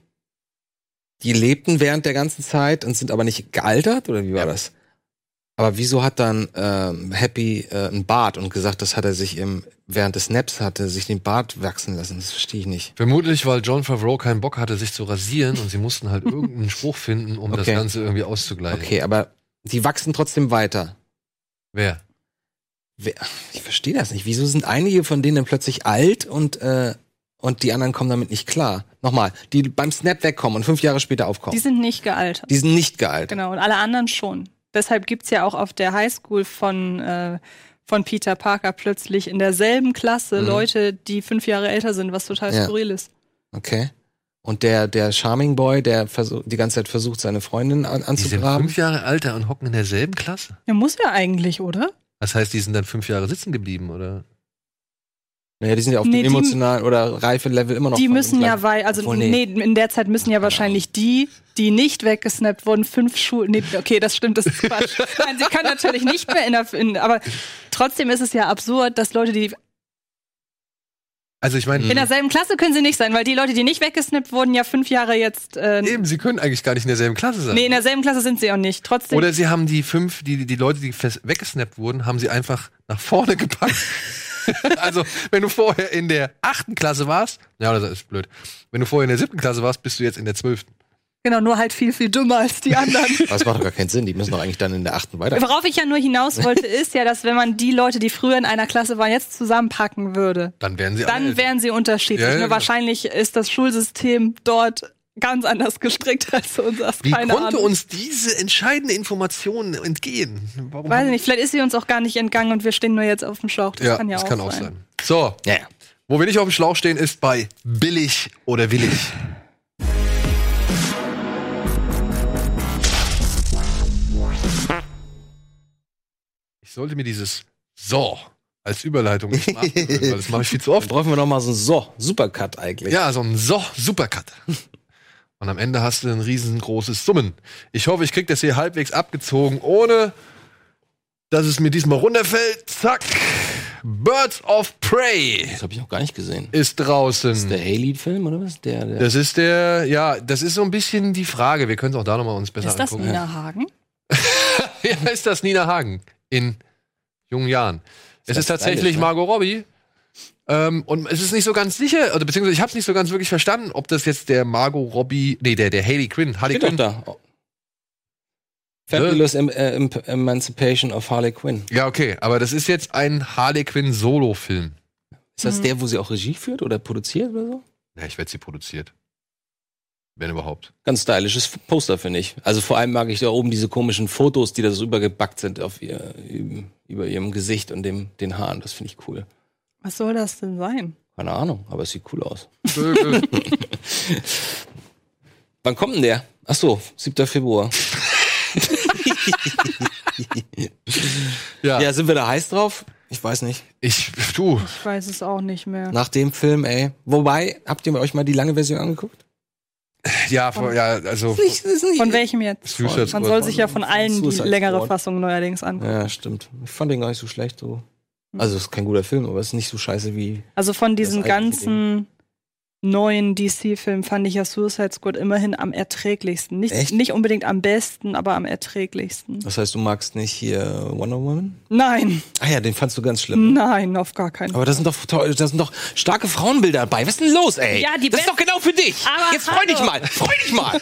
C: die lebten während der ganzen Zeit und sind aber nicht gealtert? Oder wie war ja. das? Aber wieso hat dann ähm, Happy äh, einen Bart und gesagt, das hat er sich im während des Snaps hatte sich den Bart wachsen lassen? Das verstehe ich nicht.
A: Vermutlich, weil Jon Favreau keinen Bock hatte, sich zu rasieren und sie mussten halt irgendeinen Spruch finden, um okay. das Ganze irgendwie auszugleichen.
C: Okay, aber sie wachsen trotzdem weiter.
A: Wer?
C: Wer? Ich verstehe das nicht. Wieso sind einige von denen dann plötzlich alt und äh, und die anderen kommen damit nicht klar? Nochmal, die beim Snap wegkommen und fünf Jahre später aufkommen.
B: Die sind nicht gealtert.
C: Die sind nicht gealtert.
B: Genau, und alle anderen schon. Deshalb gibt's ja auch auf der Highschool von, äh, von Peter Parker plötzlich in derselben Klasse
C: Mhm.
B: Leute, die fünf Jahre älter sind, was total
C: Ja.
B: skurril ist.
C: Okay. Und der, der Charming Boy, der versuch, die ganze Zeit versucht, seine Freundin an,
A: Die sind
C: anzugraben.
A: fünf Jahre älter und hocken in derselben Klasse.
B: Ja, muss ja eigentlich, oder?
A: Das heißt, die sind dann fünf Jahre sitzen geblieben, oder?
C: Naja, die sind ja auf
B: Nee,
C: dem
B: die-
C: emotionalen oder Reife-Level immer noch.
B: Die
C: von
B: müssen
C: dem
B: ja,
C: gleichen-
B: weil, also
C: Obwohl,
B: nee. in der Zeit müssen ja wahrscheinlich die, die nicht weggesnappt wurden, fünf Schulen. Nee, okay, das stimmt, das ist Quatsch. Nein, sie kann natürlich nicht mehr in der, in, aber trotzdem ist es ja absurd, dass Leute, die
A: Also ich meine,
B: in derselben Klasse können sie nicht sein, weil die Leute, die nicht weggesnappt wurden, ja fünf Jahre jetzt. Äh,
A: eben, sie können eigentlich gar nicht in derselben Klasse sein.
B: nee, in derselben Klasse sind sie auch nicht. Trotzdem.
A: Oder sie haben die fünf, die, die Leute, die fest weggesnappt wurden, haben sie einfach nach vorne gepackt. Also, wenn du vorher in der achten Klasse warst, ja, das ist blöd. Wenn du vorher in der siebten Klasse warst, bist du jetzt in der zwölften.
B: Genau, nur halt viel, viel dümmer als die anderen.
C: Aber das macht doch gar keinen Sinn. Die müssen doch eigentlich dann in der achten weiter.
B: Worauf ich ja nur hinaus wollte, ist ja, dass wenn man die Leute, die früher in einer Klasse waren, jetzt zusammenpacken würde,
A: Dann wären sie alle
B: dann
A: älter.
B: wären sie unterschiedlich.
A: Ja, ja,
B: Nur
A: genau.
B: wahrscheinlich ist das Schulsystem dort ganz anders gestrickt als unseres.
A: Wie
B: Keine
A: konnte
B: Ahnung.
A: uns diese entscheidende Information entgehen? Warum
B: Weiß
A: haben-
B: ich nicht, vielleicht ist sie uns auch gar nicht entgangen und wir stehen nur jetzt auf dem Schlauch. Das
A: Ja,
B: kann ja
A: das
B: auch
A: kann
B: sein.
A: auch sein. So,
C: Ja, ja.
A: wo wir nicht auf dem Schlauch stehen, ist bei billig oder willig. Ich sollte mir dieses So als Überleitung nicht machen, weil das mache ich viel zu
C: Dann
A: oft.
C: brauchen wir noch mal so einen so Supercut eigentlich.
A: Ja, so ein So Supercut. Und am Ende hast du ein riesengroßes Summen. Ich hoffe, ich krieg das hier halbwegs abgezogen, ohne dass es mir diesmal runterfällt. Zack. Birds of Prey
C: Das habe ich auch gar nicht gesehen.
A: ist draußen.
C: Ist der Haley-Film oder was? Der, der
A: Das ist der, ja, das ist so ein bisschen die Frage. Wir können es auch da nochmal uns besser
B: Ist das
A: angucken.
B: Nina Hagen?
A: Ja, ist das Nina Hagen in jungen Jahren. Es
C: Das
A: ist
C: ist
A: tatsächlich
C: stylisch, ne?
A: Margot Robbie. Ähm, und es ist nicht so ganz sicher, oder beziehungsweise ich habe es nicht so ganz wirklich verstanden, ob das jetzt der Margot Robbie, nee, der, der Haley Quinn, Harley
C: Steht doch
A: Quinn.
C: da. Fabulous em äh, em Emancipation of Harley Quinn.
A: Ja, okay, aber das ist jetzt ein Harley Quinn Solo-Film.
C: Ist das der, wo sie auch Regie führt oder produziert oder so?
A: Ja, ich wette, sie produziert. Wenn überhaupt.
C: Ganz stylisches Poster, finde ich. Also vor allem mag ich da oben diese komischen Fotos, die da so übergebackt sind auf ihr, über ihrem Gesicht und dem, den Haaren. Das finde ich cool.
B: Was soll das denn sein?
C: Keine Ahnung, aber es sieht cool aus.
A: Vögel.
C: Wann kommt denn der? Ach so, siebter Februar.
A: ja,
C: Ja, sind wir da heiß drauf? Ich weiß nicht.
A: ich, du,
B: Ich weiß es auch nicht mehr.
C: Nach dem Film, ey. Wobei, habt ihr euch mal die lange Version angeguckt?
A: ja, vor, ja, also.
C: Nicht, ist nicht.
B: Von welchem jetzt?
A: Suicide
B: Man
A: Squad.
B: soll sich ja von allen die
C: Suicide
B: längere
C: Squad.
B: Fassung neuerdings angucken.
C: Ja, stimmt. Ich fand den gar nicht so schlecht. So. Also, es ist kein guter Film, aber es ist nicht so scheiße wie.
B: Also von diesen
C: Das eigentliche
B: ganzen neuen D C-Filmen fand ich ja Suicide Squad immerhin am erträglichsten. Nicht,
C: Echt?
B: nicht unbedingt am besten, aber am erträglichsten.
C: Das heißt, du magst nicht hier Wonder Woman?
B: Nein,
C: Ah ja, den fandst du ganz schlimm.
B: nein, auf gar keinen Fall.
C: Aber da sind doch toll, da sind doch starke Frauenbilder dabei. Was ist denn los, ey?
B: Ja, die
C: das ist
B: Best-
C: doch genau für dich.
B: Aber
C: Jetzt freu dich
B: hallo.
C: mal, freu dich mal.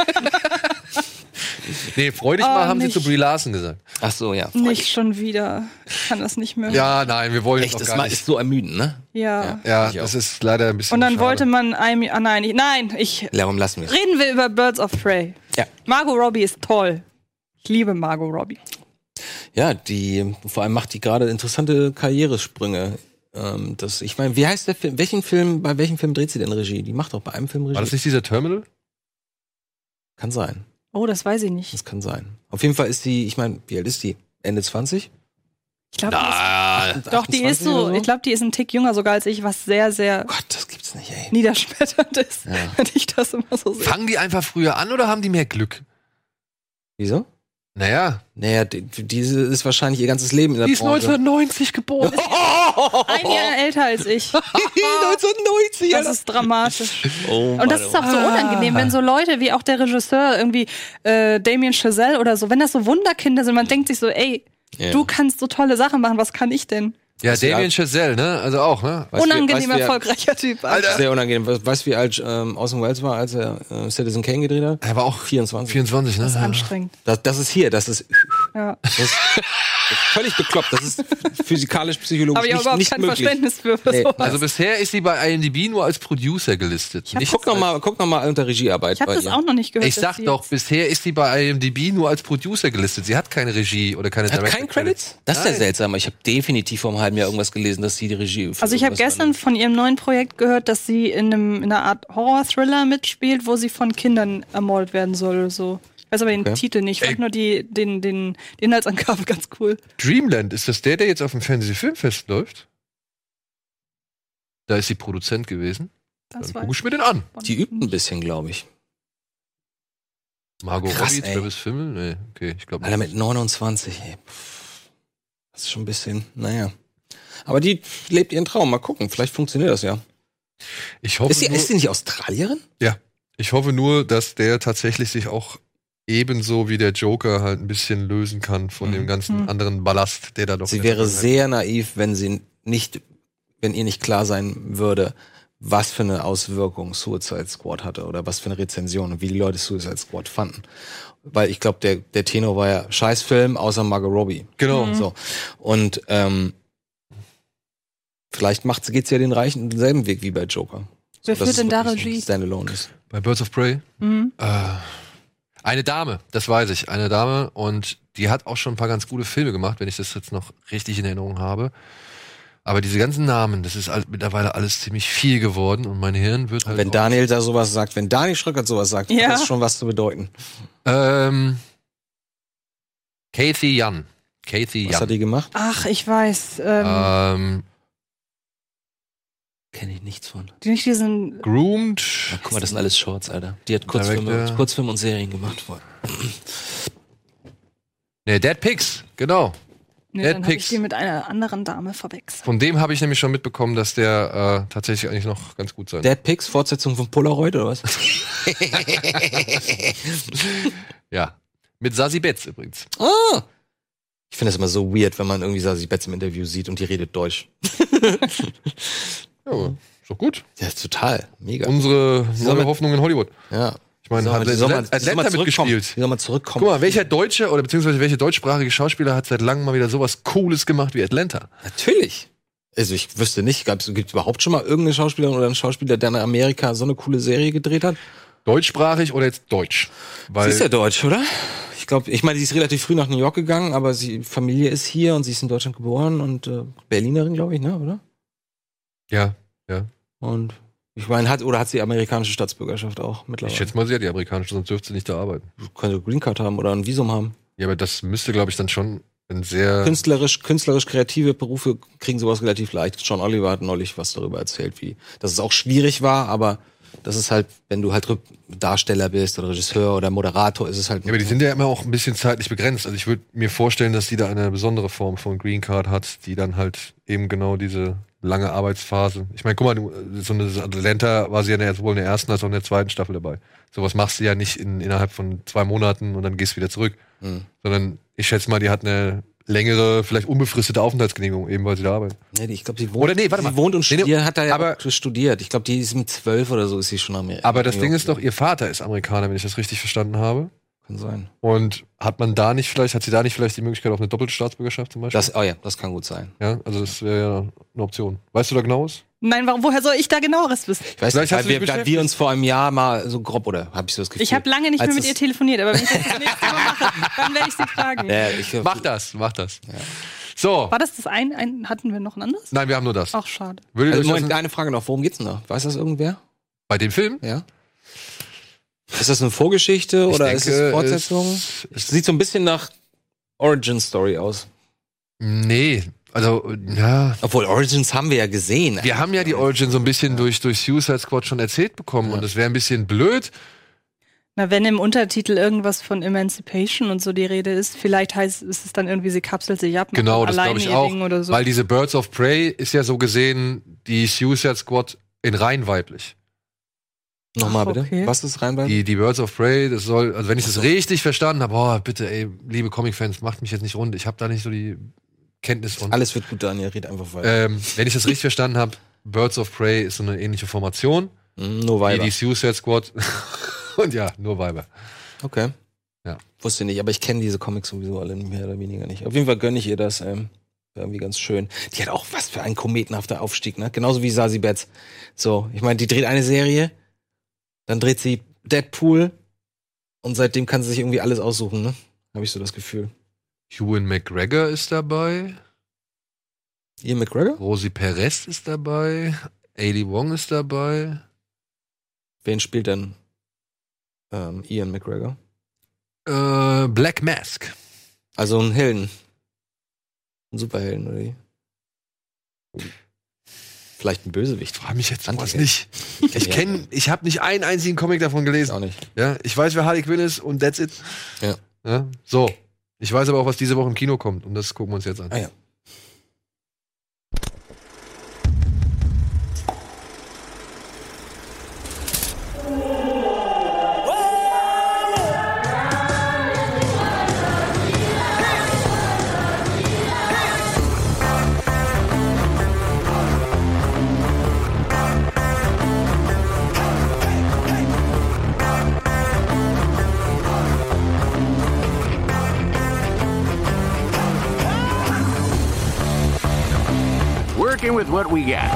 A: Nee, freu dich
B: Oh,
A: mal, haben sie
B: nicht.
A: zu Brie Larson gesagt.
C: Ach so, ja.
B: Nicht schon wieder. Ich kann das nicht mehr.
A: Ja, nein, wir wollen
C: Echt,
A: jetzt
C: das
A: noch
C: mal
A: gar
C: ist
A: nicht.
C: so ermüdend, ne?
B: Ja.
A: Ja,
C: Ich
A: das
C: auch.
A: ist leider ein bisschen
B: Und dann
A: schade.
B: wollte man einem. Ah nein, ich, nein, ich.
C: Darum lassen wir.
B: Reden wir über Birds of Prey.
C: Ja.
B: Margot Robbie ist toll. Ich liebe Margot Robbie.
C: Ja, die, vor allem macht die gerade interessante Karrieresprünge. Ähm, das, ich meine, wie heißt der Film? Welchen Film, bei welchem Film dreht sie denn Regie? Die macht doch bei einem Film Regie.
A: War das nicht dieser Terminal?
C: Kann sein.
B: Oh, das weiß ich nicht.
C: Das kann sein. Auf jeden Fall ist die, ich meine, wie alt ist die? Ende zwanzig?
B: Ich glaube, die
A: Ah,
B: ist, doch, die ist
C: achtundzwanzig oder
B: so, ich glaube, die ist ein Tick jünger sogar als ich, was sehr, sehr
C: Gott, das gibt's nicht, ey.
B: niederschmetternd ist,
C: Ja.
B: wenn ich das immer so sehe.
A: fangen die einfach früher an oder haben die mehr Glück?
C: Wieso?
A: Naja,
C: Naja, die, diese ist wahrscheinlich ihr ganzes Leben in der
A: die ist
C: Branche.
A: neunzehnhundertneunzig geboren.
B: Ein Jahr älter als ich.
C: neunzehnhundertneunzig,
B: Das ist dramatisch.
C: Oh,
B: Und das ist auch so unangenehm, wenn so Leute wie auch der Regisseur irgendwie äh, Damien Chazelle oder so, wenn das so Wunderkinder sind, man denkt sich so, ey,
C: Ja.
B: du kannst so tolle Sachen machen, was kann ich denn?
A: Ja,
C: Was wir-
A: Damien Chazelle, ne? Also auch, ne?
C: Weißt du,
B: Unangenehm
C: weißt du,
B: erfolgreicher Typ. Alter.
C: Sehr unangenehm. Weißt weißt du, wie alt ähm, Orson Welles war, als er äh, Citizen Kane gedreht hat?
A: Er war auch
C: vierundzwanzig.
A: vierundzwanzig, ne?
B: Das ist
A: Ja.
B: anstrengend.
C: Das, das ist hier, das ist
B: Ja.
C: Das ist, das ist völlig bekloppt. Das ist physikalisch, psychologisch
B: Habe ich auch
C: nicht,
B: überhaupt
C: nicht
B: kein
C: möglich.
B: Verständnis für, für
C: Nee.
B: sowas.
A: Also bisher ist sie bei I M D B nur als Producer gelistet.
C: Ich guck noch mal, guck noch mal unter Regiearbeit
B: ich habe
C: bei
B: das
C: ihr.
B: auch noch nicht gehört.
A: Ich
B: dass
A: sag
B: sie
A: doch,
B: jetzt-
A: bisher ist sie bei I M D B nur als Producer gelistet. Sie hat keine Regie oder keine
C: Hat
A: Director
C: keinen Credits? Das ist ja
A: Nein.
C: seltsam. Ich habe definitiv vor einem halben Jahr irgendwas gelesen, dass sie die Regie für
B: Also ich habe
C: irgendwas
B: gestern von ihrem neuen Projekt gehört, dass sie in, einem, in einer Art Horror-Thriller mitspielt, wo sie von Kindern ermordet werden soll oder so. Ich weiß aber den
C: Okay.
B: Titel nicht. Ich fand
A: Ey.
B: nur die, den, den, die Inhaltsangabe ganz cool.
A: Dreamland, ist das der, der jetzt auf dem Fantasy-Filmfest läuft? Da ist sie Produzent gewesen.
B: Das
A: Dann
B: war
A: guck ich mir den an.
C: Die übt ein bisschen, glaube ich.
A: Margot
C: Krass,
A: Robbie,
C: ey.
A: Travis Fimmel? Nee, okay, ich glaube
C: Alter, mit neunundzwanzig, ey. Pff, das ist schon ein bisschen, naja. Aber die lebt ihren Traum. Mal gucken, vielleicht funktioniert das ja.
A: Ich hoffe,
C: Ist sie,
A: nur,
C: ist sie nicht Australierin?
A: ich hoffe nur, dass der tatsächlich sich auch ebenso wie der Joker halt ein bisschen lösen kann von
C: Mhm.
A: dem ganzen
B: Mhm.
A: anderen Ballast, der da doch...
C: Sie
A: in der
C: wäre
A: Vergangenheit-
C: sehr naiv, wenn sie nicht, wenn ihr nicht klar sein würde, was für eine Auswirkung Suicide Squad hatte oder was für eine Rezension und wie die Leute Suicide Squad fanden. Weil ich glaube, der, der Tenor war ja Scheißfilm, außer Margot Robbie.
A: Genau.
B: Mhm.
C: So. Und ähm, vielleicht macht, geht's ja den Reichen denselben Weg wie bei Joker.
B: Wer
C: So, dass
B: führt denn
C: es
B: da
C: wirklich ein
B: Regie?
C: Standalone ist.
A: Bei Birds of Prey?
B: Mhm.
A: Äh, eine Dame, das weiß ich. Eine Dame und die hat auch schon ein paar ganz gute Filme gemacht, wenn ich das jetzt noch richtig in Erinnerung habe. Aber diese ganzen Namen, das ist all, mittlerweile alles ziemlich viel geworden und mein Hirn wird halt.
C: Wenn
A: auch-
C: Daniel da sowas sagt, wenn Daniel Schröckert sowas sagt,
B: Ja.
C: hat das schon was zu bedeuten.
A: Ähm, Kathy Jan. Kathy
C: Was
A: Jan.
C: hat die gemacht?
B: Ach, ich weiß. Ähm,
A: Ähm,
C: Kenne ich nichts von.
B: die nicht diesen.
A: Groomed.
C: Ja, guck mal, das sind alles Shorts, Alter. Die hat Kurzfilme,
A: Director.
C: Kurzfilme und Serien gemacht vorher.
A: Nee, Dead Pigs, genau.
B: Nee,
A: Dead
B: dann habe ich
A: Pigs.
B: die mit einer anderen Dame verwechselt.
A: Von dem habe ich nämlich schon mitbekommen, dass der äh, tatsächlich eigentlich noch ganz gut sein.
C: Dead Pigs, Fortsetzung von Polaroid oder was?
A: Ja. Mit Sassy Betts übrigens.
C: Ah! Ich finde das immer so weird, wenn man irgendwie Sassy Betts im Interview sieht und die redet Deutsch.
A: Ja, aber ist doch gut.
C: Ja, total. Mega.
A: Unsere
C: soll
A: neue
C: man-
A: Hoffnung in Hollywood.
C: ja.
A: Ich meine,
C: Soll
A: hat
C: man- die soll man-
A: Atlanta
C: die soll mal zurückkommen.
A: mitgespielt.
C: Die soll mal zurückkommen.
A: Guck mal, welcher deutsche oder beziehungsweise welche deutschsprachige Schauspieler hat seit langem mal wieder sowas Cooles gemacht wie Atlanta?
C: Natürlich. Also ich wüsste nicht, gibt es überhaupt schon mal irgendeine Schauspielerin oder einen Schauspieler, der in Amerika so eine coole Serie gedreht hat?
A: Deutschsprachig oder jetzt deutsch? Weil
C: Sie ist ja deutsch, oder? Ich glaube, ich meine, sie ist relativ früh nach New York gegangen, aber sie Familie ist hier und sie ist in Deutschland geboren und äh, Berlinerin, glaube ich, ne, oder?
A: ja,
C: Und ich meine, hat oder hat sie amerikanische Staatsbürgerschaft auch
A: ich
C: mittlerweile?
A: schätze mal, sie hat die amerikanische, sonst dürfte sie nicht da arbeiten.
C: Könnte Green Card haben oder ein Visum haben.
A: Ja, aber das müsste, glaube ich, dann schon ein sehr...
C: Künstlerisch, künstlerisch kreative Berufe kriegen sowas relativ leicht. John Oliver hat neulich was darüber erzählt, wie, dass es auch schwierig war, aber das ist halt, wenn du halt Darsteller bist oder Regisseur oder Moderator, ist es halt.
A: Ja, aber die sind ja immer auch ein bisschen zeitlich begrenzt. Also ich würde mir vorstellen, dass sie da eine besondere Form von Green Card hat, die dann halt eben genau diese lange Arbeitsphase. Ich meine, guck mal, du, so eine Atlanta war sie ja in der- sowohl in der ersten als auch in der zweiten Staffel dabei. Sowas machst du ja nicht in, innerhalb von zwei Monaten und dann gehst du wieder zurück.
C: Mhm.
A: Sondern ich schätze mal, die hat eine längere, vielleicht unbefristete Aufenthaltsgenehmigung, eben weil sie da arbeitet.
C: Nee, die- ich glaube, sie wohnt,
A: Oder nee, warte
C: sie
A: mal.
C: wohnt und
A: Nee, nee,
C: studiert, hat da ja
A: aber-
C: auch studiert. Ich glaube, die ist mit zwölf oder so, ist sie schon Amerikaner.
A: Aber das Ding ist doch, ihr Vater ist Amerikaner, wenn ich das richtig verstanden habe.
C: Kann sein.
A: Und hat man da nicht vielleicht, hat sie da nicht vielleicht die Möglichkeit auf eine doppelte Staatsbürgerschaft zum Beispiel?
C: Das, oh ja, das kann gut sein.
A: Ja, also das wäre ja eine Option. Weißt du da genaues?
B: Nein, warum, woher soll ich da genaueres wissen?
C: Ich weiß
A: Vielleicht
C: nicht,
A: hast
C: weil
A: du
C: wir,
A: dich
C: weil
A: beschäftigt.
C: wir uns vor einem Jahr mal so grob, oder habe ich so das Gefühl?
B: Ich habe lange nicht
C: als
B: mehr mit
C: es-
B: ihr telefoniert, aber wenn ich das das nächste Mal mache, dann werde ich sie fragen.
C: Ja, ich,
A: Mach das, mach das. So.
B: War das das ein, ein? Hatten wir noch ein anderes?
A: Nein, wir haben nur das.
B: Ach, schade.
A: Würdet
C: Also,
A: ihr euch
C: Moment,
A: das
C: eine Frage noch. Worum geht's denn da? Weiß das irgendwer?
A: bei dem Film?
C: Ja. Ist das eine Vorgeschichte
A: Ich
C: oder
A: denke,
C: ist es Fortsetzung?
A: es-
C: Es sieht so ein bisschen nach Origin Story aus.
A: Nee, also ja.
C: Obwohl Origins haben wir ja gesehen.
A: Wir haben ja die Origin so ein bisschen durch, durch Suicide Squad schon erzählt bekommen
C: Ja.
A: und es wäre ein bisschen blöd.
B: Na, wenn im Untertitel irgendwas von Emancipation und so die Rede ist, vielleicht heißt ist es dann irgendwie, sie kapselt sich ab, macht
A: Genau,
B: dann
A: das glaube
B: alleine
A: ich
B: ihr
A: auch.
B: Ding oder so.
A: Weil diese Birds of Prey ist ja so gesehen die Suicide Squad in rein weiblich.
C: Nochmal
B: Ach,
C: bitte.
B: okay.
C: Was ist rein bei?
A: Die, die Birds of Prey, das soll, also wenn ich das richtig verstanden habe, boah, bitte, ey, liebe Comic-Fans, macht mich jetzt nicht rund. Ich habe da nicht so die Kenntnis von.
C: Alles wird gut, Daniel, red einfach weiter.
A: Ähm, wenn ich das richtig verstanden habe, Birds of Prey ist so eine ähnliche Formation
C: Mm, nur
A: wie
C: Weiber.
A: die Suicide Squad. Und ja, nur Weiber.
C: Okay.
A: Ja.
C: Wusste nicht, aber ich kenne diese Comics sowieso alle mehr oder weniger nicht. Auf jeden Fall gönne ich ihr das. Ähm, irgendwie ganz schön. Die hat auch was für ein kometenhafter Aufstieg, ne? Genauso wie Sassy Betts. So, ich meine, die dreht eine Serie, dann dreht sie Deadpool und seitdem kann sie sich irgendwie alles aussuchen, ne? Habe ich so das Gefühl.
A: Ewan McGregor ist dabei.
C: Ian McGregor?
A: Rosie Perez ist dabei. Ali Wong ist dabei.
C: Wen spielt denn ähm, Ian McGregor?
A: Äh, Black Mask.
C: Also ein Helden. Ein Superhelden, oder wie? Vielleicht ein Bösewicht.
A: Frag mich jetzt was
C: Antiheld.
A: nicht. Ich kenne, ich habe nicht einen einzigen Comic davon gelesen.
C: Auch nicht.
A: Ja, ich weiß, wer Harley Quinn ist und that's it.
C: Ja.
A: Ja, so. Ich weiß aber auch, was diese Woche im Kino kommt und das gucken wir uns jetzt an.
C: Ah ja.
G: Working with what we got.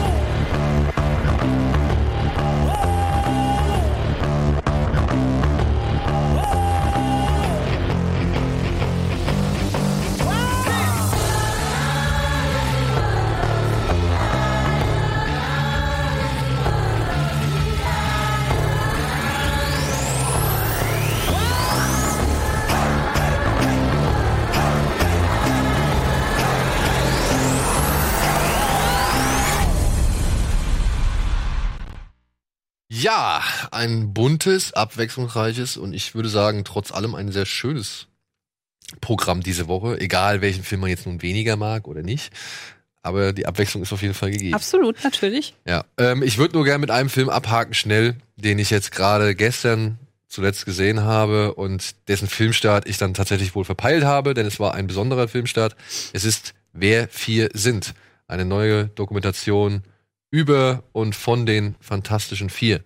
A: Ja, ein buntes, abwechslungsreiches und ich würde sagen, trotz allem ein sehr schönes Programm diese Woche. Egal, welchen Film man jetzt nun weniger mag oder nicht. Aber die Abwechslung ist auf jeden Fall gegeben.
B: Absolut, natürlich.
A: Ja, ähm, ich würde nur gerne mit einem Film abhaken, schnell, den ich jetzt gerade gestern zuletzt gesehen habe und dessen Filmstart ich dann tatsächlich wohl verpeilt habe, denn es war ein besonderer Filmstart. Es ist Wer vier sind. Eine neue Dokumentation über und von den Fantastischen Vier,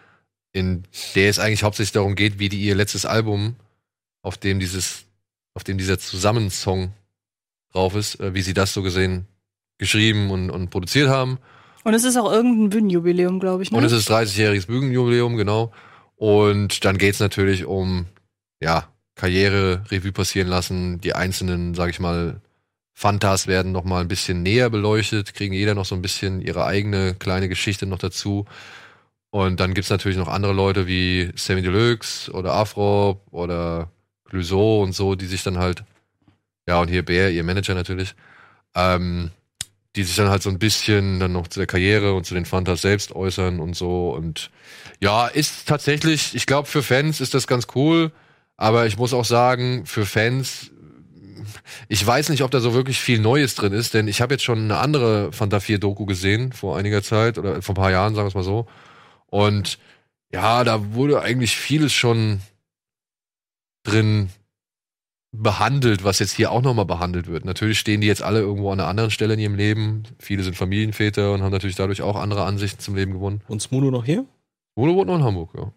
A: in der es eigentlich hauptsächlich darum geht, wie die ihr letztes Album, auf dem dieses, auf dem dieser Zusammensong drauf ist, äh, wie sie das so gesehen geschrieben und, und produziert haben.
B: Und es ist auch irgendein Bühnenjubiläum, glaube ich, ne?
A: Und es ist dreißigjähriges Bühnenjubiläum, genau. Und dann geht's natürlich um, ja, Karriere, Revue passieren lassen, die einzelnen, sag ich mal, Fantas werden noch mal ein bisschen näher beleuchtet, kriegen jeder noch so ein bisschen ihre eigene kleine Geschichte noch dazu. Und dann gibt's natürlich noch andere Leute wie Sammy Deluxe oder Afro oder Clouseau und so, die sich dann halt, ja, und hier Bär, ihr Manager natürlich, ähm, die sich dann halt so ein bisschen dann noch zu der Karriere und zu den Fantas selbst äußern und so. Und ja, ist tatsächlich, ich glaube, für Fans ist das ganz cool, aber ich muss auch sagen, für Fans, ich weiß nicht, ob da so wirklich viel Neues drin ist, denn ich habe jetzt schon eine andere Fanta vier Doku gesehen vor einiger Zeit oder vor ein paar Jahren, sagen wir es mal so. Und ja, da wurde eigentlich vieles schon drin behandelt, was jetzt hier auch nochmal behandelt wird. Natürlich stehen die jetzt alle irgendwo an einer anderen Stelle in ihrem Leben. Viele sind Familienväter und haben natürlich dadurch auch andere Ansichten zum Leben gewonnen.
C: Und Smudo noch hier?
A: Smudo wohnt noch in Hamburg, ja.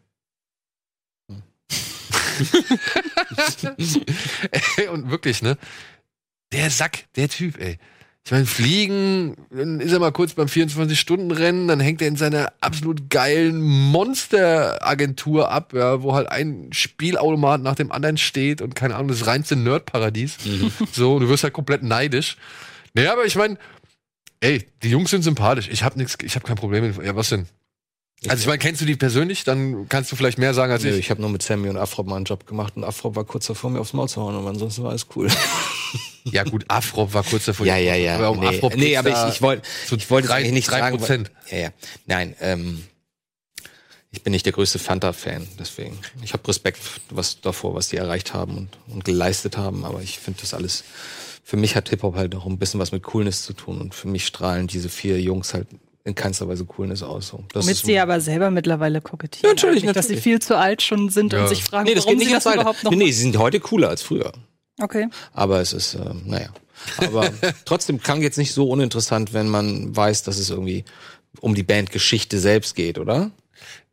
A: Ey, und wirklich, ne? Der Sack, der Typ, ey. Ich meine, fliegen, dann ist er mal kurz beim vierundzwanzig-Stunden-Rennen, dann hängt er in seiner absolut geilen Monster-Agentur ab, ja, wo halt ein Spielautomat nach dem anderen steht und keine Ahnung, das reinste Nerd-Paradies. Mhm. So, du wirst halt komplett neidisch. Naja, aber ich meine, ey, die Jungs sind sympathisch. Ich hab nichts, ich hab kein Problem mit, ja, was denn? Also ich meine, kennst du die persönlich? Dann kannst du vielleicht mehr sagen als
C: Nö,
A: ich.
C: Ich habe nur mit Sammy und Afrop mal einen Job gemacht und Afrop war kurz davor, mir aufs Maul zu hauen, aber ansonsten war alles cool.
A: Ja gut, Afrop war kurz davor.
C: Ja, ja, ja.
A: Aber um
C: nee,
A: Afrop
C: nee,
A: geht's
C: aber
A: da
C: ich, ich wollte
A: zu
C: ich wollte es
A: drei-
C: eigentlich nicht
A: drei
C: sagen.
A: Prozent.
C: Weil, ja, ja. Nein, ähm, ich bin nicht der größte Fanta-Fan, deswegen. Ich habe Respekt was davor, was die erreicht haben und, und geleistet haben, aber ich finde das alles, für mich hat Hip-Hop halt auch ein bisschen was mit Coolness zu tun und für mich strahlen diese vier Jungs halt in keinster Weise Coolness aus. So. Das
B: Womit
C: ist
B: sie aber selber mittlerweile kokettieren.
C: Ja, natürlich,
B: eigentlich, Dass sie
C: natürlich.
B: viel zu alt schon sind
A: Ja.
B: und sich fragen,
C: Nee, das
B: warum
C: geht nicht
B: sie
C: ins
B: das
C: Alter.
B: überhaupt noch
C: Nee, nee, sie sind heute cooler als früher.
B: Okay.
C: Aber es ist, äh, naja. Aber trotzdem klang jetzt nicht so uninteressant, wenn man weiß, dass es irgendwie um die Bandgeschichte selbst geht, oder?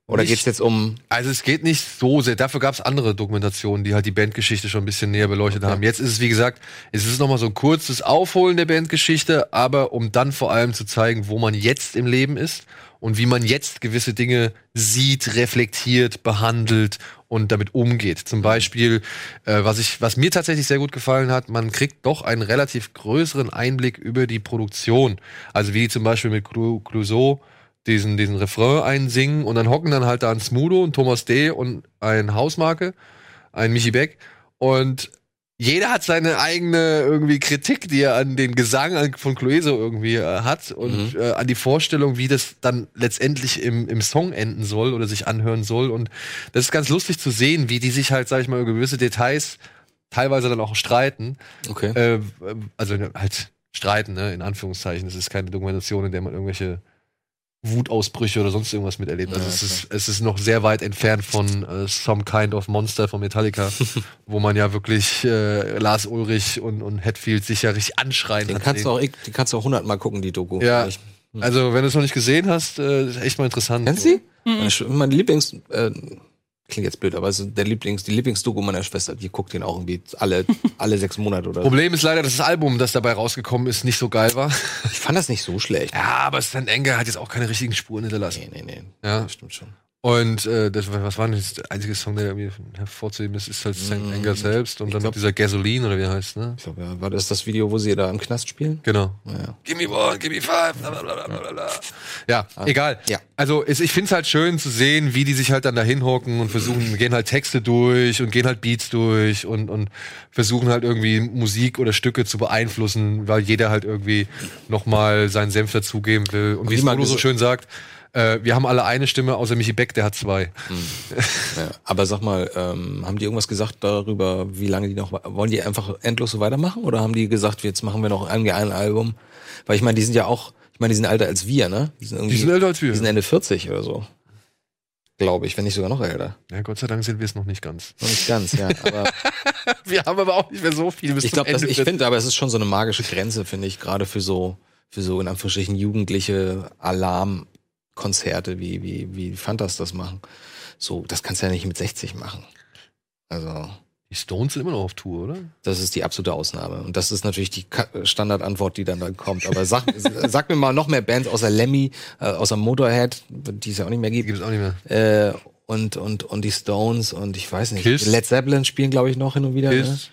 C: Oder
A: Nicht-
C: geht's jetzt um.
A: Also es geht nicht so sehr. Dafür gab es andere Dokumentationen, die halt die Bandgeschichte schon ein bisschen näher beleuchtet
C: Okay.
A: haben. Jetzt ist es, wie gesagt, es ist nochmal so ein kurzes Aufholen der Bandgeschichte, aber um dann vor allem zu zeigen, wo man jetzt im Leben ist und wie man jetzt gewisse Dinge sieht, reflektiert, behandelt und damit umgeht. Zum Beispiel, äh, was ich, was mir tatsächlich sehr gut gefallen hat, man kriegt doch einen relativ größeren Einblick über die Produktion. Also wie die zum Beispiel mit Clou- Clouseau diesen, diesen Refrain einsingen und dann hocken dann halt da ein Smudo, ein Thomas D. und ein Hausmarke, ein Michi Beck und jeder hat seine eigene irgendwie Kritik, die er an den Gesang an- von Clouseau irgendwie äh, hat und
C: Mhm.
A: äh, an die Vorstellung, wie das dann letztendlich im, im Song enden soll oder sich anhören soll und das ist ganz lustig zu sehen, wie die sich halt, sag ich mal, über gewisse Details teilweise dann auch streiten.
C: Okay.
A: Äh, also halt streiten, ne, in Anführungszeichen. Es ist keine Dokumentation, in der man irgendwelche Wutausbrüche oder sonst irgendwas miterlebt. Also
C: Ja,
A: es ist, es ist noch sehr weit entfernt von äh, Some Kind of Monster von Metallica, wo man ja wirklich äh, Lars Ulrich und, und Hatfield sich ja richtig anschreien
C: Den
A: hat
C: kannst du
A: sehen.
C: auch, die kannst du auch hundertmal gucken, die Doku.
A: Ja.
C: Ich,
A: Also wenn du es noch nicht gesehen hast, äh, ist echt mal interessant.
C: Kennst du die? Meine, Sch- meine Lieblings, äh, klingt jetzt blöd, aber es ist der Lieblings, die Lieblingsdoku meiner Schwester, die guckt den auch irgendwie alle, alle sechs Monate oder so.
A: Problem ist leider, dass das Album, das dabei rausgekommen ist, nicht so geil war.
C: Ich fand das nicht so schlecht.
A: Ja, aber Stan Enger hat jetzt auch keine richtigen Spuren hinterlassen.
C: Nee, nee, nee.
A: Ja.
C: Das stimmt schon.
A: Und äh, das, was war denn das? Der einzige Song, der irgendwie hervorzuheben ist, ist halt Sankt Anger selbst und
C: ich
A: dann
C: glaub-
A: noch dieser Gasoline oder wie er heißt, ne?
C: Ich glaube, ja, war das das Video, wo sie da im Knast spielen?
A: Genau.
C: Ja.
A: Gimme one, gimme five, bla bla bla bla bla. Ja, egal.
C: Ja.
A: Also es, ich find's halt schön zu sehen, wie die sich halt dann da hinhocken und versuchen, gehen halt Texte durch und gehen halt Beats durch und, und versuchen halt irgendwie Musik oder Stücke zu beeinflussen, weil jeder halt irgendwie nochmal seinen Senf dazugeben will. Und,
C: Und
A: wie
C: wie
A: es
C: man
A: Bodo so
C: ges-
A: schön sagt, äh, wir haben alle eine Stimme, außer Michi Beck, der hat zwei.
C: Ja. Aber sag mal, ähm, haben die irgendwas gesagt darüber, wie lange die noch, wollen die einfach endlos so weitermachen? Oder haben die gesagt, jetzt machen wir noch irgendwie ein Album? Weil ich meine, die sind ja auch, ich meine, die sind älter als wir, ne? Die sind irgendwie,
A: Die sind älter als wir.
C: die sind Ende vierzig oder so. Glaube ich, wenn nicht sogar noch älter.
A: Ja, Gott sei Dank sind wir es noch nicht ganz.
C: Noch nicht ganz, ja. Aber
A: Wir haben aber auch nicht mehr so viel bis
C: ich
A: zum
C: glaube,
A: Ende.
C: ich finde, aber es ist schon so eine magische Grenze, finde ich, gerade für so, für so in Anführungsstrichen jugendliche Alarmkonzerte, wie, wie, wie Fantas das machen. So, das kannst du ja nicht mit sechzig machen. Also,
A: Die Stones sind immer noch auf Tour, oder?
C: das ist die absolute Ausnahme. Und das ist natürlich die Ka- Standardantwort, die dann, dann kommt. Aber sag, sag mir mal noch mehr Bands außer Lemmy, äh, außer Motorhead, die es ja auch nicht mehr
A: Die
C: gibt.
A: gibt es auch nicht mehr.
C: Äh, und, und, und die Stones und ich weiß nicht.
A: Kiss.
C: Led Zeppelin spielen, glaube ich, noch hin und wieder. Ne?
A: Kiss,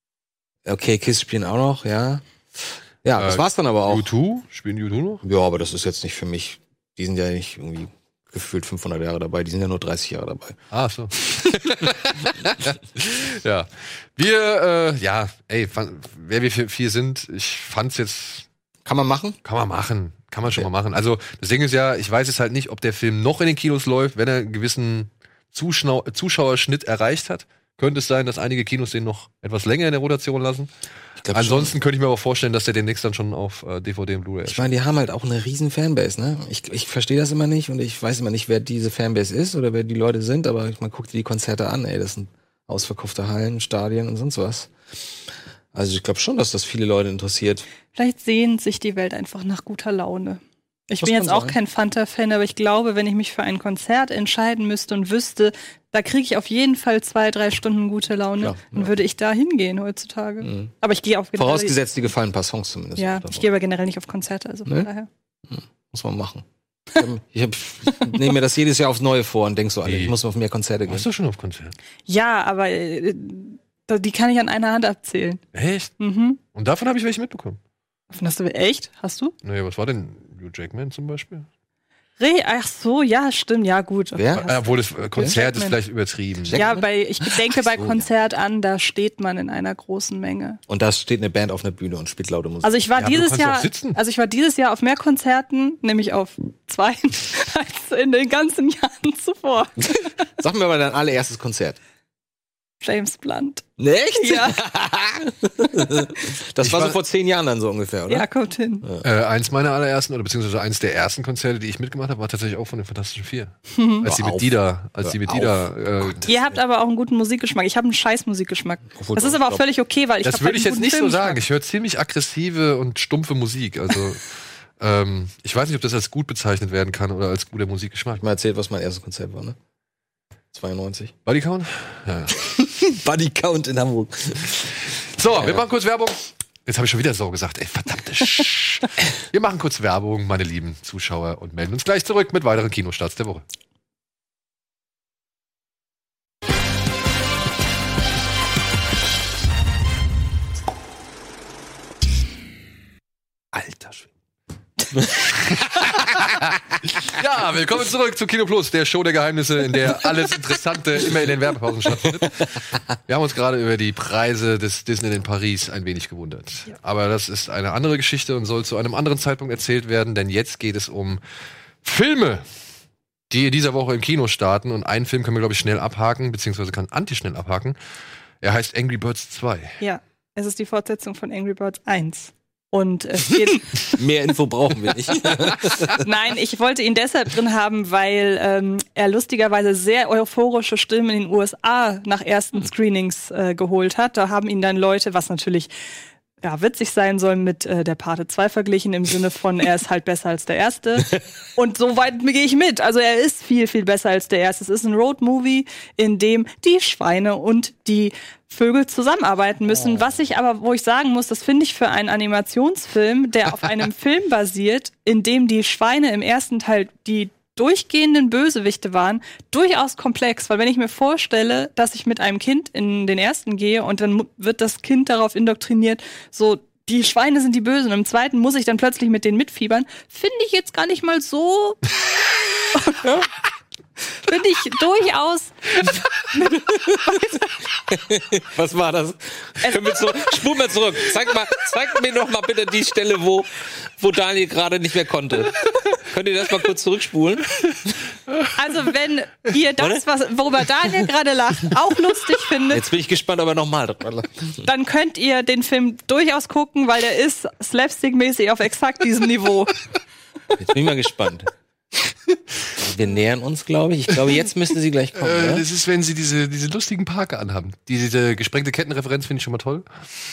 C: Okay, Kiss spielen auch noch, ja. Ja, das
A: Äh,
C: war's dann aber auch.
A: U zwei? Spielen U zwei noch?
C: Ja, aber das ist jetzt nicht für mich. Die sind ja nicht irgendwie gefühlt fünfhundert Jahre dabei. Die sind ja nur dreißig Jahre dabei.
A: Ah, so. Ja. Wir, äh, ja, ey, fand, wer wir vier sind, ich fand's jetzt,
C: Kann man machen?
A: kann man machen. Kann man schon
C: Okay.
A: mal machen. Also, das Ding ist ja, ich weiß jetzt halt nicht, ob der Film noch in den Kinos läuft, wenn er einen gewissen Zuschau Zuschauerschnitt erreicht hat. Könnte es sein, dass einige Kinos den noch etwas länger in der Rotation lassen.
C: Ich glaub
A: Ansonsten könnte ich mir aber vorstellen, dass der demnächst dann schon auf äh, D V D und Blu-ray
C: Ich
A: erscheint.
C: meine, die haben halt auch eine riesen Fanbase, ne? Ich, ich verstehe das immer nicht und ich weiß immer nicht, wer diese Fanbase ist oder wer die Leute sind, aber ich, man guckt dir die Konzerte an, ey, das sind ausverkaufte Hallen, Stadien und sonst was. Also ich glaube schon, dass das viele Leute interessiert.
B: Vielleicht sehnt sich die Welt einfach nach guter Laune. Ich
C: Das
B: bin
C: kann
B: jetzt auch
C: sein.
B: kein Fanta-Fan, aber ich glaube, wenn ich mich für ein Konzert entscheiden müsste und wüsste, da kriege ich auf jeden Fall zwei, drei Stunden gute Laune,
C: Klar,
B: dann
C: ja.
B: würde ich da hingehen heutzutage.
C: Mhm.
B: Aber ich gehe auch generell,
C: Vorausgesetzt, dir gefallen ein paar Songs zumindest.
B: ja,
C: davon.
B: ich gehe aber generell nicht auf Konzerte, also von
C: Ne?
B: daher.
C: Muss man machen. Ich, hab, ich, hab, ich nehme mir das jedes Jahr aufs Neue vor und denk so, Alter,
A: Wie?
C: ich muss auf mehr Konzerte gehen.
A: Warst du schon auf Konzert?
B: Ja, aber äh, da- die kann ich an einer Hand abzählen.
A: Echt?
B: Mhm.
A: Und davon habe ich welche mitbekommen.
B: Davon hast du echt? Hast du?
A: Naja, was war denn Hugh Jackman zum Beispiel?
B: Re, ach so, ja, stimmt, ja, gut.
C: Wer?
A: Äh, obwohl das äh, Konzert ist
B: Jackman.
A: vielleicht übertrieben.
C: Jack-
B: Ja, bei, ich denke
C: Ach
B: bei
C: so,
B: Konzert an, da steht man in einer großen Menge.
C: Und da steht eine Band auf einer Bühne und spielt laute Musik.
B: Also ich war
A: Ja, aber du
B: dieses
A: kannst auch
B: Jahr,
A: sitzen.
B: also ich war dieses Jahr auf mehr Konzerten, nämlich auf zwei, als in den ganzen Jahren zuvor.
C: Sag mir mal dein allererstes Konzert.
B: James Blunt.
C: Echt?
B: Ja,
C: Das
A: Ich
C: war so
A: war-
C: vor zehn Jahren dann so ungefähr, oder?
B: ja, kommt hin.
A: Äh, eins meiner allerersten, oder beziehungsweise eins der ersten Konzerte, die ich mitgemacht habe, war tatsächlich auch von den Fantastischen Vier. Als die
C: Hör
A: mit
C: auf.
A: Dida, als
C: Hör
A: die mit
C: auf.
A: Dida, äh,
B: Ihr habt aber auch einen guten Musikgeschmack. Ich habe einen scheiß Musikgeschmack.
C: Obwohl,
B: Das ist
C: ich
B: aber auch
C: glaub-
B: völlig okay, weil ich
A: das
B: hab
A: würde
B: halt
A: ich
B: einen
A: jetzt
B: guten
A: nicht so
B: Filmgeschmack.
A: sagen. Ich höre ziemlich aggressive und stumpfe Musik. Also Ähm, ich weiß nicht, ob das als gut bezeichnet werden kann oder als guter Musikgeschmack.
C: Ich mal erzählt, was mein erstes Konzert war, ne? zweiundneunzig.
A: Bodycount? Ja, ja.
C: Bodycount in Hamburg.
A: So,
C: Ja.
A: wir machen kurz Werbung. Jetzt habe ich schon wieder so gesagt, ey, verdammte Sch. Wir machen kurz Werbung, meine lieben Zuschauer, und melden uns gleich zurück mit weiteren Kinostarts der Woche.
C: Alter Schwede.
A: Ja, willkommen zurück zu Kino Plus, der Show der Geheimnisse, in der alles Interessante immer in den Werbepausen stattfindet. Wir haben uns gerade über die Preise des Disney in Paris ein wenig gewundert. Ja. Aber das ist eine andere Geschichte und soll zu einem anderen Zeitpunkt erzählt werden, denn jetzt geht es um Filme, die in dieser Woche im Kino starten. Und einen Film können wir, glaube ich, schnell abhaken, beziehungsweise kann Anti schnell abhaken. Er heißt Angry Birds zwei.
B: Ja, es ist die Fortsetzung von Angry Birds eins. Und es geht
C: Mehr Info brauchen wir nicht.
B: Nein, ich wollte ihn deshalb drin haben, weil ähm, er lustigerweise sehr euphorische Stimmen in den U S A nach ersten Screenings äh, geholt hat. Da haben ihn dann Leute, was natürlich ja, witzig sein soll, mit äh, der Pate zwei verglichen, im Sinne von, er ist halt besser als der Erste. Und so weit gehe ich mit. Also er ist viel, viel besser als der Erste. Es ist ein Roadmovie, in dem die Schweine und die Vögel zusammenarbeiten müssen. Oh. Was ich aber, wo ich sagen muss, das finde ich für einen Animationsfilm, der auf einem Film basiert, in dem die Schweine im ersten Teil die durchgehenden Bösewichte waren, durchaus komplex. Weil wenn ich mir vorstelle, dass ich mit einem Kind in den ersten gehe und dann wird das Kind darauf indoktriniert, so, die Schweine sind die Bösen. Und im zweiten muss ich dann plötzlich mit denen mitfiebern. Finde ich jetzt gar nicht mal so... Finde ich durchaus...
C: Was war das? Können wir zurück, spul mal zurück. Zeig, mal, zeig mir noch mal bitte die Stelle, wo, wo Daniel gerade nicht mehr konnte. Könnt ihr das mal kurz zurückspulen?
B: Also wenn ihr das, was, worüber Daniel gerade lacht, auch lustig findet...
C: Jetzt bin ich gespannt, ob er nochmal lacht.
B: Dann könnt ihr den Film durchaus gucken, weil der ist slapstick-mäßig auf exakt diesem Niveau.
C: Jetzt bin ich mal gespannt. Wir nähern uns, glaube ich. Ich glaube, jetzt müsste sie gleich kommen.
A: Äh,
C: oder?
A: das ist, wenn sie diese, diese lustigen Parker anhaben. Diese gesprengte Kettenreferenz finde ich schon mal toll.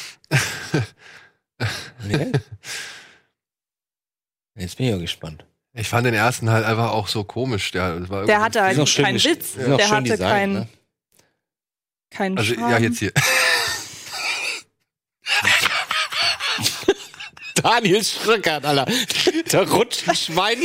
C: Nee. Jetzt bin ich ja gespannt.
A: Ich fand den ersten halt einfach auch so komisch. Der, das war
B: Der hatte halt
C: noch schön
B: keinen
C: gesch-
B: Witz.
C: ist noch
B: Der
C: schön
B: hatte
C: designt,
B: keinen
C: ne?
B: keinen
A: Also,
B: Charme.
A: ja, jetzt hier.
C: Daniel Schröckert, Alter. Da rutscht ein Schwein.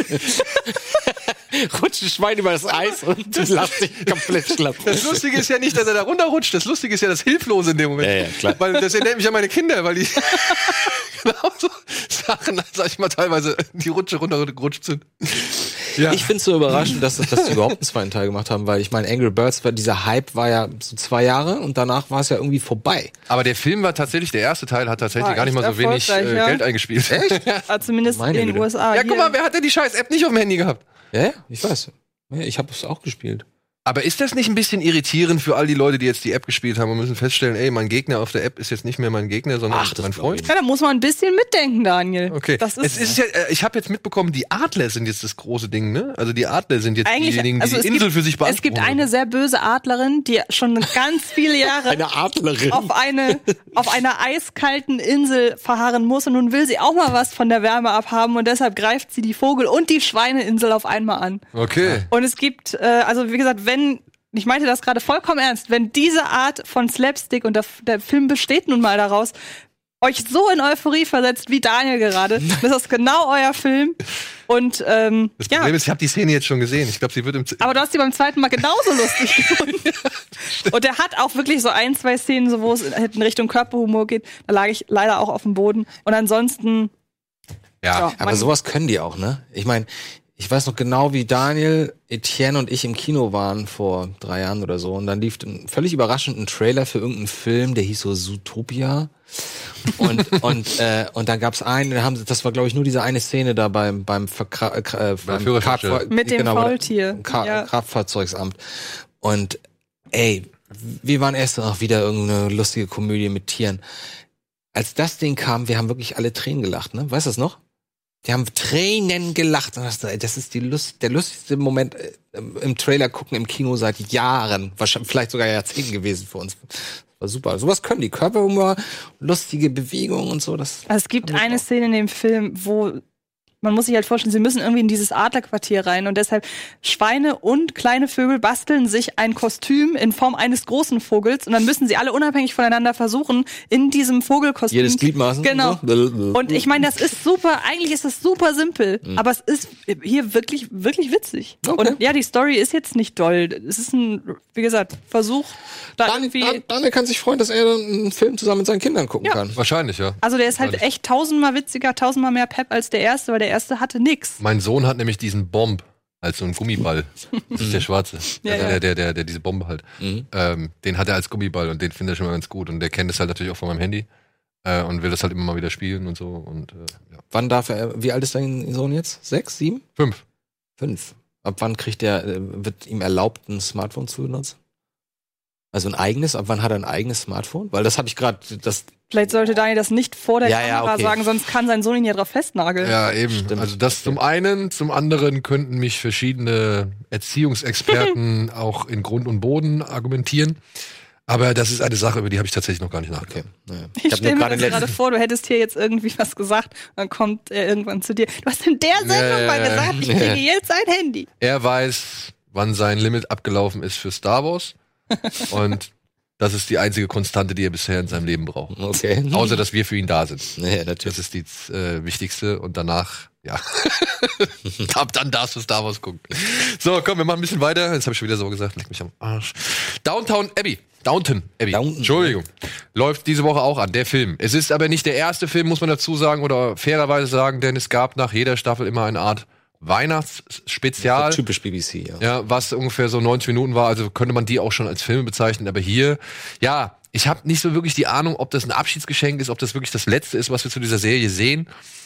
C: rutscht ein Schwein über das Eis und du lachst dich komplett schlapp.
A: Das Lustige ist ja nicht, dass er da runterrutscht. Das Lustige ist ja das Hilflose in dem Moment.
C: Ja, ja, klar.
A: Weil das erinnert mich an meine Kinder, weil die genau so Sachen, sag ich mal, teilweise die Rutsche runtergerutscht sind. Ja.
C: Ich finde es so überraschend, dass, dass die überhaupt einen zweiten Teil gemacht haben, weil ich meine, Angry Birds, war, dieser Hype war ja so zwei Jahre und danach war es ja irgendwie vorbei.
A: Aber der Film war tatsächlich, der erste Teil hat tatsächlich
B: War
A: gar nicht
B: echt
A: mal so wenig äh,
B: erfolgreich, ja.
A: Geld eingespielt. Echt?
B: Ah, zumindest
C: Meine
B: in den
C: Güte.
B: U S A.
A: Ja, guck mal, wer hat denn die scheiß App nicht auf dem Handy gehabt?
C: Ja, ja, ich weiß. Ja, ich habe es auch gespielt.
A: Aber ist das nicht ein bisschen irritierend für all die Leute, die jetzt die App gespielt haben und müssen feststellen, ey, mein Gegner auf der App ist jetzt nicht mehr mein Gegner, sondern
C: Ach, das
A: mein
C: glaub ich
A: Freund?
B: Ja, da muss man ein bisschen mitdenken, Daniel.
A: Okay.
B: Das ist,
A: es ist ja, äh, ich habe jetzt mitbekommen, die Adler sind jetzt das große Ding, ne? Also die Adler sind jetzt
B: eigentlich,
A: diejenigen, die
B: also
A: die
B: es
A: Insel
B: gibt,
A: für sich beanspruchen.
B: Es gibt eine sehr böse Adlerin, die schon ganz viele Jahre
C: Eine Adlerin.
B: auf eine auf einer eiskalten Insel verharren muss und nun will sie auch mal was von der Wärme abhaben und deshalb greift sie die Vogel- und die Schweineinsel auf einmal an.
A: Okay.
B: Und es gibt, äh, also wie gesagt, wenn, ich meinte das gerade vollkommen ernst, wenn diese Art von Slapstick, und der, der Film besteht nun mal daraus, euch so in Euphorie versetzt wie Daniel gerade, das ist genau euer Film. Und ähm,
A: Das
B: ja,
A: Problem ist, ich habe die Szene jetzt schon gesehen. Ich glaube, sie wird im Z
B: aber du hast die beim zweiten Mal genauso lustig gefunden. Und er hat auch wirklich so ein, zwei Szenen, so, wo es in Richtung Körperhumor geht. Da lag ich leider auch auf dem Boden. Und ansonsten,
A: ja.
B: ja,
C: Aber
B: man-
C: sowas können die auch, ne? Ich meine, ich weiß noch genau, wie Daniel, Etienne und ich im Kino waren vor drei Jahren oder so. Und dann lief ein völlig überraschend ein Trailer für irgendeinen Film, der hieß so Zootopia. Und, und, äh, und dann gab's einen, da haben sie, das war, glaube ich, nur diese eine Szene da beim, beim, Verkra äh, beim
A: Führerscheinstelle.
C: Kraftfahr-
B: Mit dem
C: genau, bei der-
B: Faultier.
C: Ka
B: Ja.
C: Kraftfahrzeugsamt. Und ey, wir waren erst noch wieder irgendeine lustige Komödie mit Tieren. Als das Ding kam, wir haben wirklich alle Tränen gelacht, ne? Weißt du das noch? Die haben Tränen gelacht. Und das, das ist die Lust, der lustigste Moment äh, im Trailer gucken im Kino seit Jahren, wahrscheinlich vielleicht sogar Jahrzehnten gewesen für uns. War super. Sowas können die. Körperhumor, lustige Bewegungen und so. Das
B: also es gibt
C: haben wir
B: eine
C: auch.
B: Szene in dem Film, wo man muss sich halt vorstellen, sie müssen irgendwie in dieses Adlerquartier rein und deshalb Schweine und kleine Vögel basteln sich ein Kostüm in Form eines großen Vogels und dann müssen sie alle unabhängig voneinander versuchen, in diesem Vogelkostüm.
C: Jedes Gliedmaßen.
B: Genau.
C: Und, so.
B: Und ich meine, das ist super, eigentlich ist das super simpel, mhm. aber es ist hier wirklich, wirklich witzig.
C: Okay.
B: Und ja, die Story ist jetzt nicht doll. Es ist ein, wie gesagt, Versuch, da
C: Dan,
B: irgendwie...
C: Dan, Daniel kann sich freuen, dass er einen Film zusammen mit seinen Kindern gucken
B: Ja.
C: kann.
A: Wahrscheinlich, ja.
B: Also der ist halt
A: Wahrscheinlich.
B: echt tausendmal witziger, tausendmal mehr Pep als der erste, weil der erste hatte nix.
A: Mein Sohn hat nämlich diesen Bomb als so ein Gummiball. Das ist der schwarze.
B: Ja,
A: also
B: ja.
A: Der, der, der, der diese Bombe halt.
C: Mhm.
A: Ähm, den hat er als Gummiball und den findet er schon mal ganz gut. Und der kennt es halt natürlich auch von meinem Handy. Äh, und will das halt immer mal wieder spielen und so. Und, äh, ja.
C: Wann darf er, wie alt ist dein Sohn jetzt? Sechs, sieben?
A: Fünf.
C: Fünf. Ab wann kriegt der, äh, wird ihm erlaubt, ein Smartphone zu benutzen? Also ein eigenes? Ab wann hat er ein eigenes Smartphone? Weil das habe ich gerade, das
B: Vielleicht sollte Daniel das nicht vor der
C: Ja, ja,
B: Kamera
C: okay.
B: sagen, sonst kann sein Sohn ihn ja drauf festnageln.
A: Ja, eben.
C: Stimmt.
A: Also das zum einen. Zum anderen könnten mich verschiedene Erziehungsexperten auch in Grund und Boden argumentieren. Aber das ist eine Sache, über die habe ich tatsächlich noch gar nicht nachgedacht.
C: okay. Naja.
B: Ich,
C: hab
B: stelle
C: nur
B: mir
C: gerade
B: das gerade
C: letzten-
B: vor, du hättest hier jetzt irgendwie was gesagt, dann kommt er irgendwann zu dir. Du hast in der Sendung
A: Ja,
B: mal
A: ja,
B: gesagt, ich kriege jetzt ein Handy.
A: Er weiß, wann sein Limit abgelaufen ist für Star Wars. Und das ist die einzige Konstante, die er bisher in seinem Leben braucht.
C: Okay.
A: Außer, dass wir für ihn da sind.
C: Nee,
A: Das
C: natürlich.
A: ist die äh, wichtigste. Und danach, ja. Ab dann darfst du Star Wars gucken. So, komm, wir machen ein bisschen weiter. Jetzt habe ich schon wieder so gesagt, leg mich am Arsch. Downtown Abbey. Downton Abbey.
C: Downton.
A: Entschuldigung. Läuft diese Woche auch an, der Film. Es ist aber nicht der erste Film, muss man dazu sagen, oder fairerweise sagen, denn es gab nach jeder Staffel immer eine Art Weihnachtsspezial.
C: Typisch B B C, ja.
A: Ja, was ungefähr so neunzig Minuten war, also könnte man die auch schon als Filme bezeichnen, aber hier, ja, ich habe nicht so wirklich die Ahnung, ob das ein Abschiedsgeschenk ist, ob das wirklich das Letzte ist, was wir zu dieser Serie sehen.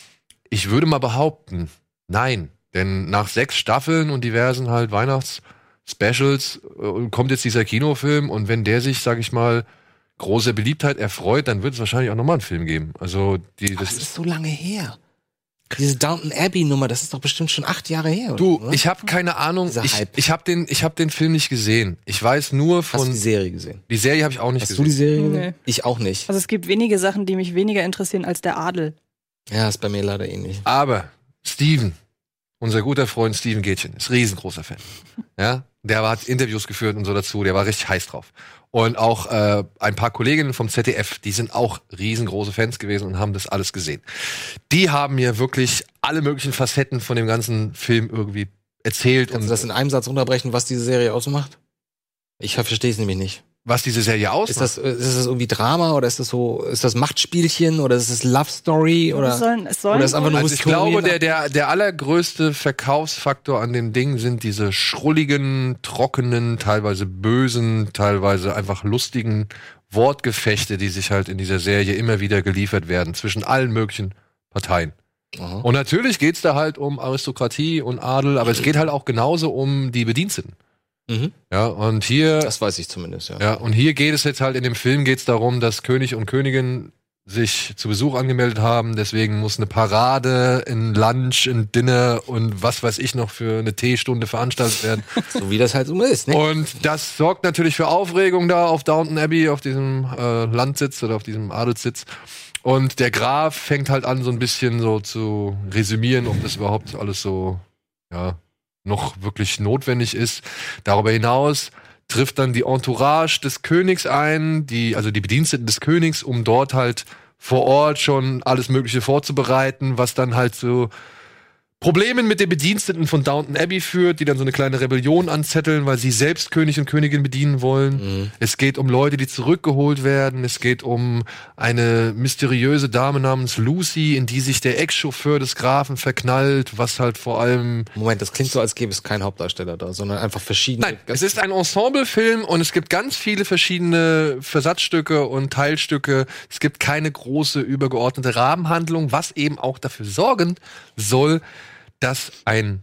A: Ich würde mal behaupten, nein, denn nach sechs Staffeln und diversen halt Weihnachts-Specials äh, kommt jetzt dieser Kinofilm und wenn der sich, sag ich mal, großer Beliebtheit erfreut, dann wird es wahrscheinlich auch nochmal einen Film geben. Also die,
C: Aber
A: das
C: das
A: ist
C: ist so lange her. Diese Downton Abbey Nummer, das ist doch bestimmt schon acht Jahre her.
A: Du,
C: oder?
A: ich habe keine Ahnung.
C: Dieser
A: Ich,
C: Hype.
A: ich habe den, ich habe den Film nicht gesehen. Ich weiß nur
C: Hast du
A: von
C: die Serie gesehen?
A: die Serie habe ich auch nicht
C: Hast du
A: gesehen.
C: die Serie gesehen?
B: Nee.
C: Ich auch nicht.
B: Also es gibt wenige Sachen, die mich weniger interessieren als der Adel.
C: Ja, ist bei mir leider ähnlich.
A: Aber Steven, unser guter Freund Steven Gätchen, ist riesengroßer Fan. Ja, der hat Interviews geführt und so dazu. Der war richtig heiß drauf. Und auch äh, ein paar Kolleginnen vom Z D F, die sind auch riesengroße Fans gewesen und haben das alles gesehen. Die haben mir wirklich alle möglichen Facetten von dem ganzen Film irgendwie erzählt
C: Kannst
A: und
C: du das in einem Satz unterbrechen, was diese Serie ausmacht? Ich verstehe es nämlich nicht.
A: was diese Serie ausmacht.
C: Ist das, ist das irgendwie Drama oder ist das so, ist das Machtspielchen oder ist das Love Story oder?
B: es sollen, es sollen
C: oder ist einfach nur
A: Also ich
C: Historien-
A: glaube, der, der, der allergrößte Verkaufsfaktor an dem Ding sind diese schrulligen, trockenen, teilweise bösen, teilweise einfach lustigen Wortgefechte, die sich halt in dieser Serie immer wieder geliefert werden zwischen allen möglichen Parteien.
C: Aha.
A: Und natürlich geht's da halt um Aristokratie und Adel, aber es geht halt auch genauso um die Bediensteten.
C: Mhm.
A: Ja, und hier
C: Das weiß ich zumindest, ja.
A: ja, und hier geht es jetzt halt in dem Film geht's darum, dass König und Königin sich zu Besuch angemeldet haben. Deswegen muss eine Parade, ein Lunch, ein Dinner und was weiß ich noch für eine Teestunde veranstaltet werden.
C: So wie das halt so ist, ne?
A: Und das sorgt natürlich für Aufregung da auf Downton Abbey, auf diesem äh, Landsitz oder auf diesem Adelssitz. Und der Graf fängt halt an, so ein bisschen so zu resümieren, ob das überhaupt alles so, ja, noch wirklich notwendig ist. Darüber hinaus trifft dann die Entourage des Königs ein, die, also die Bediensteten des Königs, um dort halt vor Ort schon alles Mögliche vorzubereiten, was dann halt so Problemen mit den Bediensteten von Downton Abbey führt, die dann so eine kleine Rebellion anzetteln, weil sie selbst König und Königin bedienen wollen.
C: Mhm.
A: Es geht um Leute, die zurückgeholt werden. Es geht um eine mysteriöse Dame namens Lucy, in die sich der Ex-Chauffeur des Grafen verknallt, was halt vor allem...
C: Moment, das klingt so, als gäbe es keinen Hauptdarsteller da, sondern einfach verschiedene.
A: Nein, es ist ein Ensemblefilm und es gibt ganz viele verschiedene Versatzstücke und Teilstücke. Es gibt keine große übergeordnete Rahmenhandlung, was eben auch dafür sorgen soll, dass ein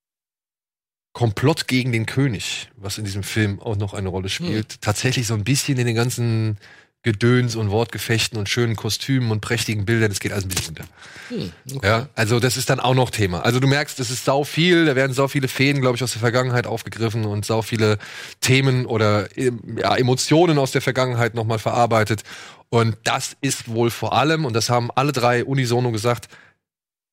A: Komplott gegen den König, was in diesem Film auch noch eine Rolle spielt, hm. tatsächlich so ein bisschen in den ganzen Gedöns und Wortgefechten und schönen Kostümen und prächtigen Bildern, das geht alles ein bisschen unter.
C: Hm, okay.
A: Ja, also das ist dann auch noch Thema. Also du merkst, es ist sau viel, da werden sau viele Fäden, glaube ich, aus der Vergangenheit aufgegriffen und sau viele Themen oder ja, Emotionen aus der Vergangenheit nochmal verarbeitet. Und das ist wohl vor allem, und das haben alle drei unisono gesagt,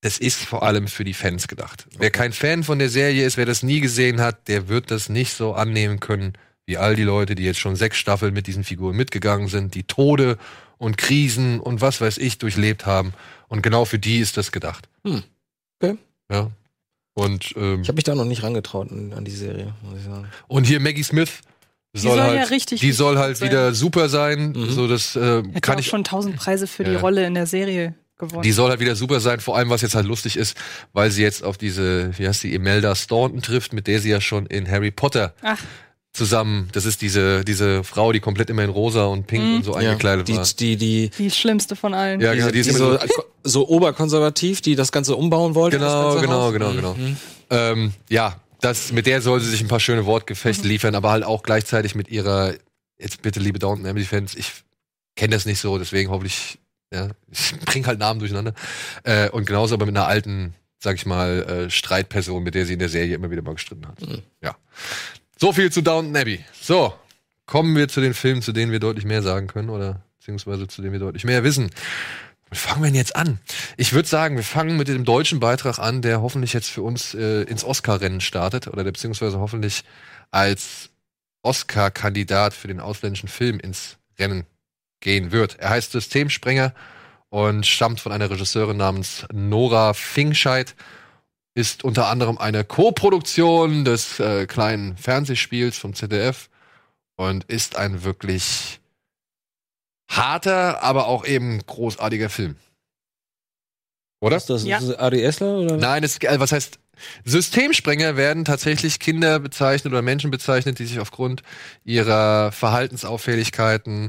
A: das ist vor allem für die Fans gedacht. Okay. Wer kein Fan von der Serie ist, wer das nie gesehen hat, der wird das nicht so annehmen können, wie all die Leute, die jetzt schon sechs Staffeln mit diesen Figuren mitgegangen sind, die Tode und Krisen und was weiß ich durchlebt haben. Und genau für die ist das gedacht.
C: Hm. Okay.
A: Ja. Und, ähm,
C: ich habe mich da noch nicht rangetraut an, an die Serie, muss ich sagen.
A: Und hier Maggie Smith.
B: Die
A: soll,
B: soll
A: halt,
B: ja richtig
A: die soll halt
B: sein.
A: wieder super sein.
C: Mhm.
A: So, das äh,
B: Hätte
A: kann
B: auch
A: ich
B: schon tausend Preise für die
A: Ja.
B: Rolle in der Serie gewonnen.
A: Die soll halt wieder super sein, vor allem was jetzt halt lustig ist, weil sie jetzt auf diese, wie heißt die, Imelda Staunton trifft, mit der sie ja schon in Harry Potter
B: Ach.
A: zusammen, das ist diese diese Frau, die komplett immer in rosa und pink
B: Mhm.
A: und so
C: Ja,
A: eingekleidet
C: die,
A: war.
C: die, die,
B: Die schlimmste von allen.
A: Ja, genau,
C: die,
A: die ist
C: die
A: immer
C: so, so oberkonservativ, die das Ganze umbauen wollte.
A: Genau,
C: das ganze
A: genau,
C: Haus.
A: genau,
C: Mhm.
A: genau. Ähm, ja, das, mit der soll sie sich ein paar schöne Wortgefechte liefern, aber halt auch gleichzeitig mit ihrer, jetzt bitte liebe Downton Abbey Fans, ich kenne das nicht so, deswegen hoffentlich, ja, ich bring halt Namen durcheinander. Äh, und genauso aber mit einer alten, sag ich mal, äh, Streitperson, mit der sie in der Serie immer wieder mal gestritten hat.
C: Mhm.
A: Ja. So viel zu Downton Abbey. So, kommen wir zu den Filmen, zu denen wir deutlich mehr sagen können oder beziehungsweise zu denen wir deutlich mehr wissen. Wie fangen wir denn jetzt an? Ich würde sagen, wir fangen mit dem deutschen Beitrag an, der hoffentlich jetzt für uns äh, ins Oscar-Rennen startet oder der beziehungsweise hoffentlich als Oscar-Kandidat für den ausländischen Film ins Rennen gehen wird. Er heißt Systemsprenger und stammt von einer Regisseurin namens Nora Fingscheid, ist unter anderem eine Co-Produktion des äh, kleinen Fernsehspiels vom Z D F und ist ein wirklich harter, aber auch eben großartiger Film. Oder?
C: Ist das
B: Ja.
C: ist das ADSler oder?
A: Nein, es, äh, was heißt, Systemsprenger werden tatsächlich Kinder bezeichnet oder Menschen bezeichnet, die sich aufgrund ihrer Verhaltensauffälligkeiten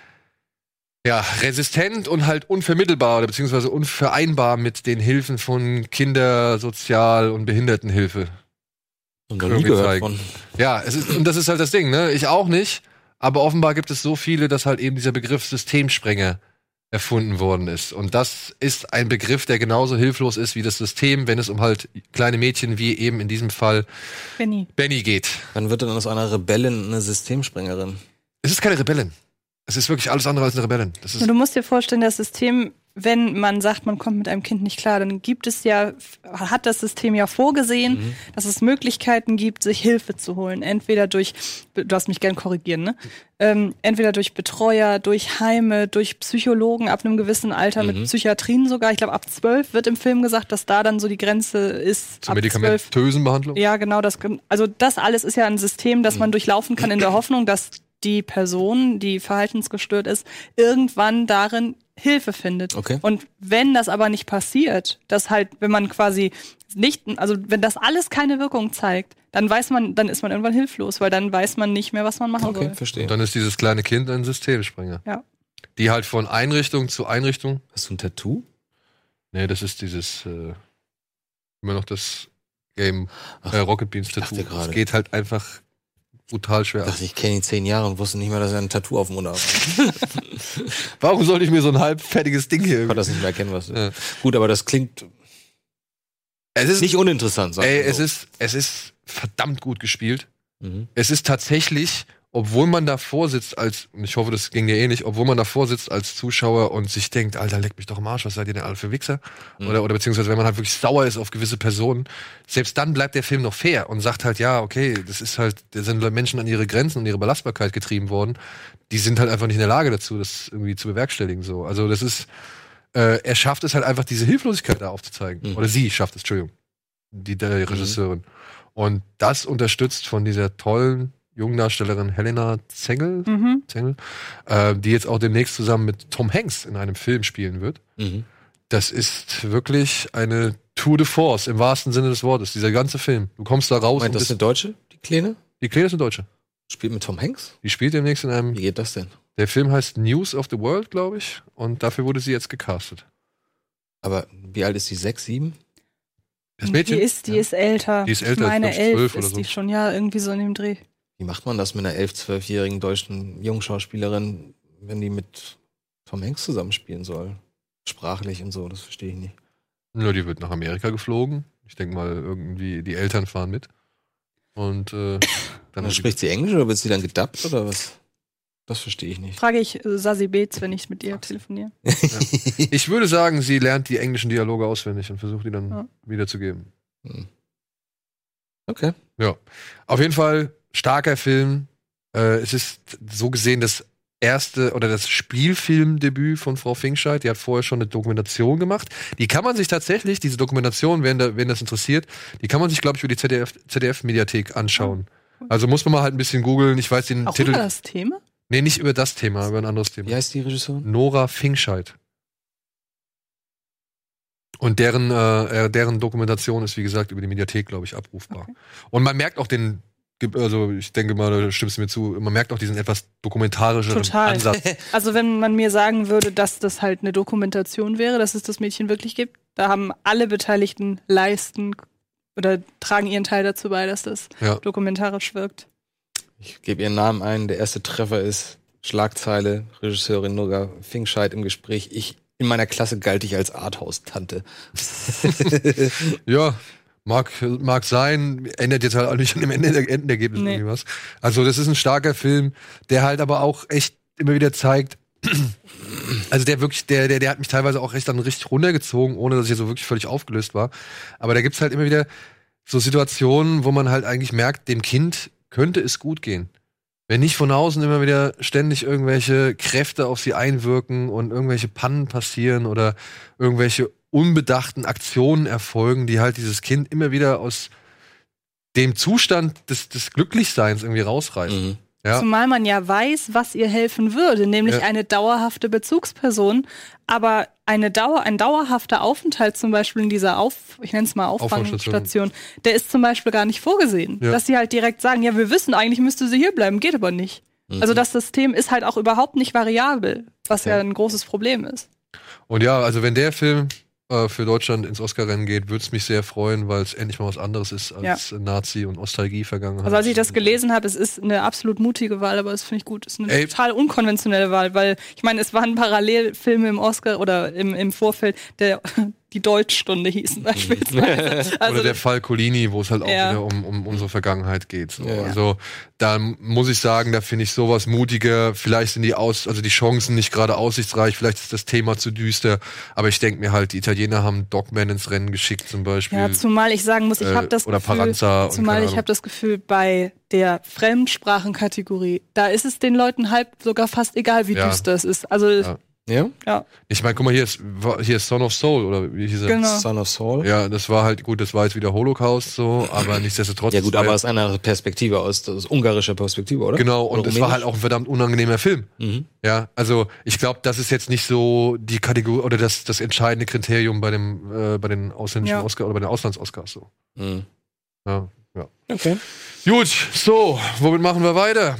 A: ja, resistent und halt unvermittelbar oder beziehungsweise unvereinbar mit den Hilfen von Kinder-, Sozial- und Behindertenhilfe.
C: Und noch nie gehört von.
A: Ja, es ist, und das ist halt das Ding, ne? Ich auch nicht, aber offenbar gibt es so viele, dass halt eben dieser Begriff Systemsprenger erfunden worden ist. Und das ist ein Begriff, der genauso hilflos ist wie das System, wenn es um halt kleine Mädchen wie eben in diesem Fall
B: Benny.
A: Benny geht.
C: Dann wird dann aus einer Rebellin eine Systemsprengerin.
A: Es ist keine Rebellin. Es ist wirklich alles andere als eine Rebellin. Das ist
B: Und du musst dir vorstellen, das System, wenn man sagt, man kommt mit einem Kind nicht klar, dann gibt es ja, hat das System ja vorgesehen,
C: Mhm.
B: dass es Möglichkeiten gibt, sich Hilfe zu holen. Entweder durch, du hast mich gern korrigieren, ne? Ähm, entweder durch Betreuer, durch Heime, durch Psychologen ab einem gewissen Alter,
C: Mhm.
B: mit Psychiatrien sogar. Ich glaube, ab zwölf wird im Film gesagt, dass da dann so die Grenze ist.
A: zur
B: ab zwölf.
A: medikamentösen Behandlung.
B: Ja, genau. Das, also das alles ist ja ein System, das man durchlaufen kann in der Hoffnung, dass die Person, die verhaltensgestört ist, irgendwann darin Hilfe findet.
C: Okay.
B: Und wenn das aber nicht passiert, dass halt, wenn man quasi nicht, also wenn das alles keine Wirkung zeigt, dann weiß man, dann ist man irgendwann hilflos, weil dann weiß man nicht mehr, was man machen
C: Okay,
B: soll.
C: verstehe.
A: Und dann ist dieses kleine Kind ein Systemsprenger.
B: Ja.
A: Die halt von Einrichtung zu Einrichtung.
C: Hast du ein Tattoo?
A: Nee, das ist dieses äh, immer noch das Game
C: Ach,
A: äh, Rocket Beans
C: ich
A: Tattoo.
C: dachte gerade.
A: Es geht halt einfach brutal schwer
C: Ich
A: ab.
C: dachte, ich kenne ihn zehn Jahre und wusste nicht mehr, dass er ein Tattoo auf dem Mund hat.
A: Warum sollte ich mir so ein halbfertiges Ding hier
C: Ich konnte das nicht mehr erkennen, was
A: Ja.
C: Gut, aber das klingt
A: Es ist
C: nicht uninteressant. Sagen
A: Ey,
C: wir
A: es
C: so.
A: ist, es ist verdammt gut gespielt.
C: Mhm.
A: Es ist tatsächlich, obwohl man davor sitzt als, und ich hoffe, das ging dir eh nicht, obwohl man davor sitzt als Zuschauer und sich denkt, Alter, leck mich doch am Arsch, was seid ihr denn alle für Wichser?
C: Mhm.
A: Oder, oder beziehungsweise, wenn man halt wirklich sauer ist auf gewisse Personen, selbst dann bleibt der Film noch fair und sagt halt, ja, okay, das ist halt, da sind Menschen an ihre Grenzen und ihre Belastbarkeit getrieben worden. Die sind halt einfach nicht in der Lage dazu, das irgendwie zu bewerkstelligen, so. Also, das ist, äh, er schafft es halt einfach, diese Hilflosigkeit da aufzuzeigen.
C: Mhm.
A: Oder sie schafft es, Entschuldigung. Die, der Regisseurin. Und das unterstützt von dieser tollen jungen Darstellerin Helena Zengel,
B: Mhm.
A: Zengel äh, die jetzt auch demnächst zusammen mit Tom Hanks in einem Film spielen wird.
C: Mhm.
A: Das ist wirklich eine Tour de Force im wahrsten Sinne des Wortes, dieser ganze Film. Du kommst da raus
C: Meint
A: und
C: das
A: bist,
C: eine Deutsche, die Kleine?
A: die Kleine ist eine Deutsche.
C: Spielt mit Tom Hanks?
A: Die spielt demnächst in einem,
C: Wie geht das denn?
A: der Film heißt News of the World, glaube ich, und dafür wurde sie jetzt gecastet.
C: Aber wie alt ist die? Sechs, sieben?
A: Das Mädchen?
B: Die ist, die
A: Ja.
B: ist älter.
A: Die ist älter,
B: Ich meine,
A: ich glaub,
B: elf
A: zwölf oder
B: ist
A: so.
B: die schon, ja, irgendwie so in dem Dreh.
C: Wie macht man das mit einer elf-, zwölfjährigen deutschen Jungschauspielerin, wenn die mit Tom Hanks zusammenspielen soll? Sprachlich und so, das verstehe ich nicht.
A: Ja, die wird nach Amerika geflogen. Ich denke mal, irgendwie die Eltern fahren mit. Und äh, dann
C: Dann spricht sie Englisch oder wird sie dann gedubbt oder was? Das verstehe ich nicht.
B: Frage ich äh, Sassy Beetz, wenn ich mit ihr telefoniere.
A: Ja. Ich würde sagen, sie lernt die englischen Dialoge auswendig und versucht die dann ja. wiederzugeben.
C: Okay.
A: Ja. Auf jeden Fall starker Film. Äh, es ist so gesehen das erste oder das Spielfilmdebüt von Frau Finkscheid. Die hat vorher schon eine Dokumentation gemacht. Die kann man sich tatsächlich, diese Dokumentation, wenn, da, wenn das interessiert, die kann man sich, glaube ich, über die Z D F, Z D F-Mediathek anschauen. Oh. Also muss man mal halt ein bisschen googeln. Ich weiß den
B: Auch
A: Titel.
B: Über das Thema?
A: Nee, nicht über das Thema, über ein anderes Thema.
C: Wie heißt die Regisseurin?
A: Nora Finkscheid. Und deren, äh, deren Dokumentation ist, wie gesagt, über die Mediathek, glaube ich, abrufbar. Okay. Und man merkt auch den, also ich denke mal, da stimmst du mir zu, man merkt auch diesen etwas dokumentarischeren
B: Total.
A: Ansatz.
B: Also wenn man mir sagen würde, dass das halt eine Dokumentation wäre, dass es das Mädchen wirklich gibt, da haben alle Beteiligten leisten oder tragen ihren Teil dazu bei, dass das ja. dokumentarisch wirkt.
C: Ich gebe ihren Namen ein. Der erste Treffer ist Schlagzeile, Regisseurin Nora Finkscheid im Gespräch. Ich, in meiner Klasse galt ich als Arthouse-Tante.
A: Ja, mag, mag sein. Ändert jetzt halt auch nicht an dem Ende, Endergebnis nee. irgendwie was. Also das ist ein starker Film, der halt aber auch echt immer wieder zeigt, also der wirklich, der, der, der hat mich teilweise auch echt dann richtig runtergezogen, ohne dass ich so wirklich völlig aufgelöst war. Aber da gibt's halt immer wieder so Situationen, wo man halt eigentlich merkt, dem Kind könnte es gut gehen. Wenn nicht von außen immer wieder ständig irgendwelche Kräfte auf sie einwirken und irgendwelche Pannen passieren oder irgendwelche unbedachten Aktionen erfolgen, die halt dieses Kind immer wieder aus dem Zustand des, des Glücklichseins irgendwie rausreißen. Mhm. Ja.
B: Zumal man ja weiß, was ihr helfen würde, nämlich ja. eine dauerhafte Bezugsperson. Aber eine Dauer, ein dauerhafter Aufenthalt zum Beispiel in dieser Auf, ich nenne es mal Auffangstation, der ist zum Beispiel gar nicht vorgesehen. Ja. Dass sie halt direkt sagen, ja, wir wissen, eigentlich müsste sie hier bleiben, geht aber nicht. Mhm. Also das System ist halt auch überhaupt nicht variabel, was ja, ja ein großes Problem ist.
A: Und ja, also wenn der Film äh, für Deutschland ins Oscar-Rennen geht, würde es mich sehr freuen, weil es endlich mal was anderes ist als ja. Nazi- und Nostalgie-Vergangenheit.
B: Also als ich das gelesen habe, es ist eine absolut mutige Wahl, aber das finde ich gut. Es ist eine Ey. total unkonventionelle Wahl, weil ich meine, es waren Parallelfilme im Oscar oder im, im Vorfeld, der die Deutschstunde hießen beispielsweise. Also
A: oder der Fall Colini, wo es halt auch ja. wieder um, um unsere Vergangenheit geht. So. Ja. Also da muss ich sagen, da finde ich sowas mutiger. Vielleicht sind die Aus, also die Chancen nicht gerade aussichtsreich, vielleicht ist das Thema zu düster. Aber ich denke mir halt, die Italiener haben Dogman ins Rennen geschickt zum Beispiel.
B: Ja, zumal ich sagen muss, ich habe das
A: oder
B: Gefühl,
A: Paranza
B: zumal ich habe das Gefühl, bei der Fremdsprachenkategorie, da ist es den Leuten halb sogar fast egal, wie ja. düster es ist. Also
A: ja.
C: Ja?
B: Ja.
A: Ich meine, guck mal, hier ist, hier ist Son of Soul, oder wie hieß er?
B: Genau.
C: Son of Soul.
A: Ja, das war halt, gut, das war jetzt wieder Holocaust so, aber nichtsdestotrotz.
C: Ja gut, aber aus einer Perspektive, aus, aus ungarischer Perspektive, oder?
A: Genau, und
C: oder
A: es war halt auch ein verdammt unangenehmer Film.
C: Mhm.
A: Ja, also ich glaube, das ist jetzt nicht so die Kategorie, oder das, das entscheidende Kriterium bei dem, äh, bei den ausländischen
B: ja.
A: Oscar oder bei den Auslands-Oscars so.
C: Mhm.
A: Ja, ja.
C: Okay.
A: Gut, so, womit machen wir weiter?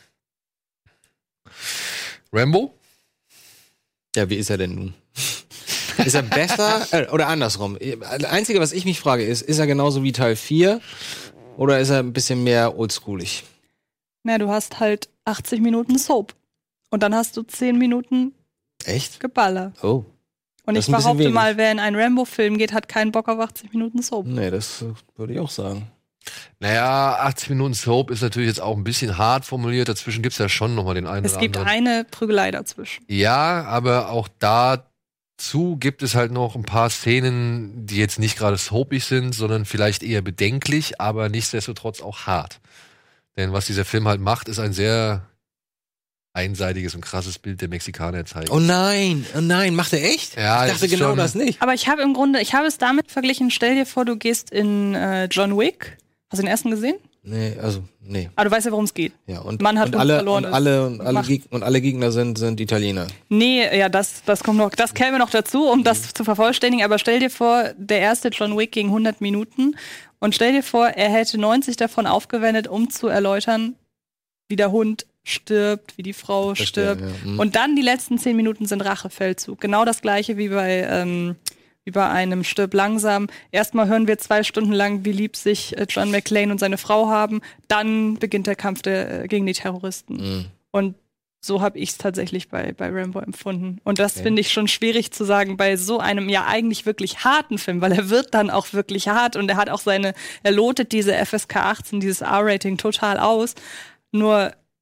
A: Rambo?
C: Ja, wie ist er denn nun? Ist er besser äh, oder andersrum? Das Einzige, was ich mich frage, ist, ist er genauso wie Teil vier oder ist er ein bisschen mehr oldschoolig?
B: Na, du hast halt achtzig Minuten Soap und dann hast du zehn Minuten
C: Echt?
B: Geballer.
C: Oh.
B: Und ich behaupte mal, wer in einen Rambo-Film geht, hat keinen Bock auf achtzig Minuten Soap.
C: Nee, das äh, würde ich auch sagen.
A: Naja, achtzig Minuten Soap ist natürlich jetzt auch ein bisschen hart formuliert. Dazwischen gibt's ja schon nochmal den einen
B: es
A: oder anderen.
B: Es gibt eine Prügelei dazwischen.
A: Ja, aber auch dazu gibt es halt noch ein paar Szenen, die jetzt nicht gerade soapig sind, sondern vielleicht eher bedenklich, aber nichtsdestotrotz auch hart. Denn was dieser Film halt macht, ist ein sehr einseitiges und krasses Bild der Mexikaner zeigen.
C: Oh nein, oh nein, macht er echt?
A: Ja,
C: ich dachte genau das nicht.
B: Aber ich habe im Grunde, ich habe es damit verglichen, stell dir vor, du gehst in äh, John Wick. Hast du den ersten gesehen?
C: Nee, also, nee.
B: Aber du weißt ja, worum es geht.
C: Ja, und,
B: Mann hat
C: und alle,
B: verloren.
C: Und alle, und, alle Geg- und alle Gegner sind, sind Italiener.
B: Nee, ja, das, das kommt noch, das käme noch dazu, um mhm. das zu vervollständigen. Aber stell dir vor, der erste John Wick ging hundert Minuten. Und stell dir vor, er hätte neunzig davon aufgewendet, um zu erläutern, wie der Hund stirbt, wie die Frau
C: Verstehe,
B: stirbt.
C: Ja. Mhm.
B: Und dann die letzten zehn Minuten sind Rachefeldzug. Genau das gleiche wie bei, ähm, wie bei einem Stirb langsam. Erstmal hören wir zwei Stunden lang, wie lieb sich John McClane und seine Frau haben. Dann beginnt der Kampf der, gegen die Terroristen.
C: Mhm.
B: Und so habe ich es tatsächlich bei, bei Rambo empfunden. Und das
C: okay.
B: finde ich schon schwierig zu sagen bei so einem ja eigentlich wirklich harten Film, weil er wird dann auch wirklich hart und er hat auch seine, er lotet diese F S K achtzehn, dieses R-Rating total aus. Nur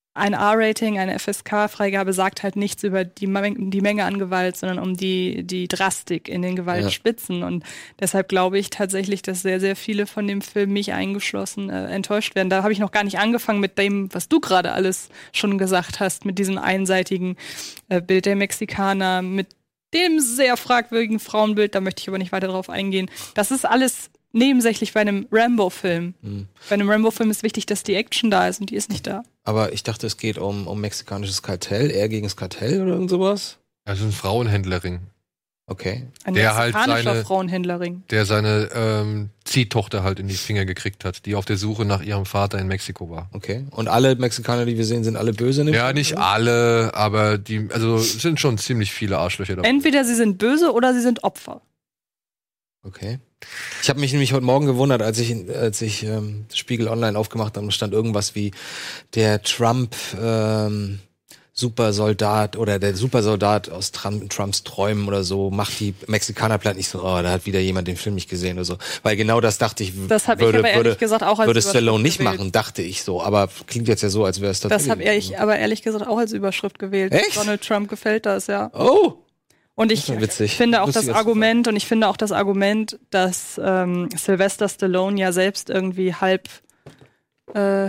B: ein R-Rating, eine F S K-Freigabe sagt halt nichts über die, Meng- die Menge an Gewalt, sondern um die, die Drastik in den Gewaltspitzen. Ja. Und deshalb glaube ich tatsächlich, dass sehr, sehr viele von dem Film, mich eingeschlossen, äh, enttäuscht werden. Da habe ich noch gar nicht angefangen mit dem, was du gerade alles schon gesagt hast, mit diesem einseitigen äh, Bild der Mexikaner, mit dem sehr fragwürdigen Frauenbild. Da möchte ich aber nicht weiter drauf eingehen. Das ist alles nebensächlich bei einem Rambo-Film. Mhm. Bei einem Rambo-Film ist wichtig, dass die Action da ist und die ist nicht da.
C: Aber ich dachte, es geht um, um mexikanisches Kartell, eher gegen das Kartell oder irgend sowas?
A: Also ein Frauenhändlerring.
C: Okay.
B: Ein
A: der halt seine,
B: Frauenhändlerring.
A: Der seine ähm, Ziehtochter halt in die Finger gekriegt hat, die auf der Suche nach ihrem Vater in Mexiko war.
C: Okay. Und alle Mexikaner, die wir sehen, sind alle böse?
A: Ja, Film, nicht oder? alle, aber die, also es sind schon ziemlich viele Arschlöcher dabei.
B: Entweder sie sind böse oder sie sind Opfer.
C: Okay. Ich habe mich nämlich heute Morgen gewundert, als ich als ich ähm, Spiegel Online aufgemacht habe, stand irgendwas wie der Trump ähm, Supersoldat oder der Supersoldat aus Trump, Trumps Träumen oder so macht die Mexikaner platt. Nicht so, oh, da hat wieder jemand den Film nicht gesehen oder so. Weil genau das dachte ich,
B: das hab
C: würde,
B: ich aber ehrlich
C: würde,
B: gesagt auch als
C: würde Stallone nicht
B: gewählt.
C: machen, dachte ich so. Aber klingt jetzt ja so, als wäre es tatsächlich.
B: Das habe ich aber ehrlich gesagt auch als Überschrift gewählt.
C: Echt?
B: Donald Trump gefällt das, ja.
C: Oh!
B: Und ich finde auch das Argument, und ich finde auch das Argument, dass ähm, Sylvester Stallone ja selbst irgendwie halb äh,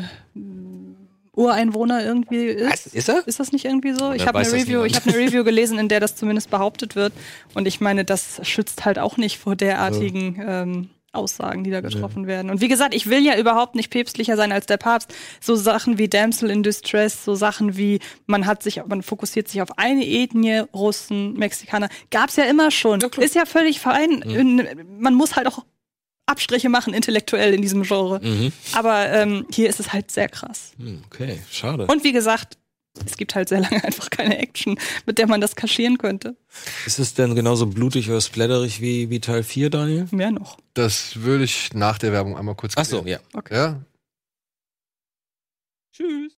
B: Ureinwohner irgendwie ist.
C: Was? Ist er?
B: Ist das nicht irgendwie so?
C: Oder
B: ich habe eine
C: weiß das
B: Review,
C: niemand?
B: ich habe eine Review gelesen, in der das zumindest behauptet wird. Und ich meine, das schützt halt auch nicht vor derartigen ähm, Aussagen, die da getroffen ja. werden. Und wie gesagt, ich will ja überhaupt nicht päpstlicher sein als der Papst. So Sachen wie Damsel in Distress, so Sachen wie man hat sich, man fokussiert sich auf eine Ethnie, Russen, Mexikaner, gab's ja immer schon. Ja, ist ja völlig fein. Mhm. Man muss halt auch Abstriche machen, intellektuell in diesem Genre. Mhm. Aber ähm, hier ist es halt sehr krass.
C: Okay, schade.
B: Und wie gesagt, es gibt halt sehr lange einfach keine Action, mit der man das kaschieren könnte.
C: Ist es denn genauso blutig oder splatterig wie, wie Teil vier, Daniel?
B: Mehr noch.
A: Das würde ich nach der Werbung einmal kurz
C: Ach so, ja.
B: Okay.
A: Ja.
B: Tschüss.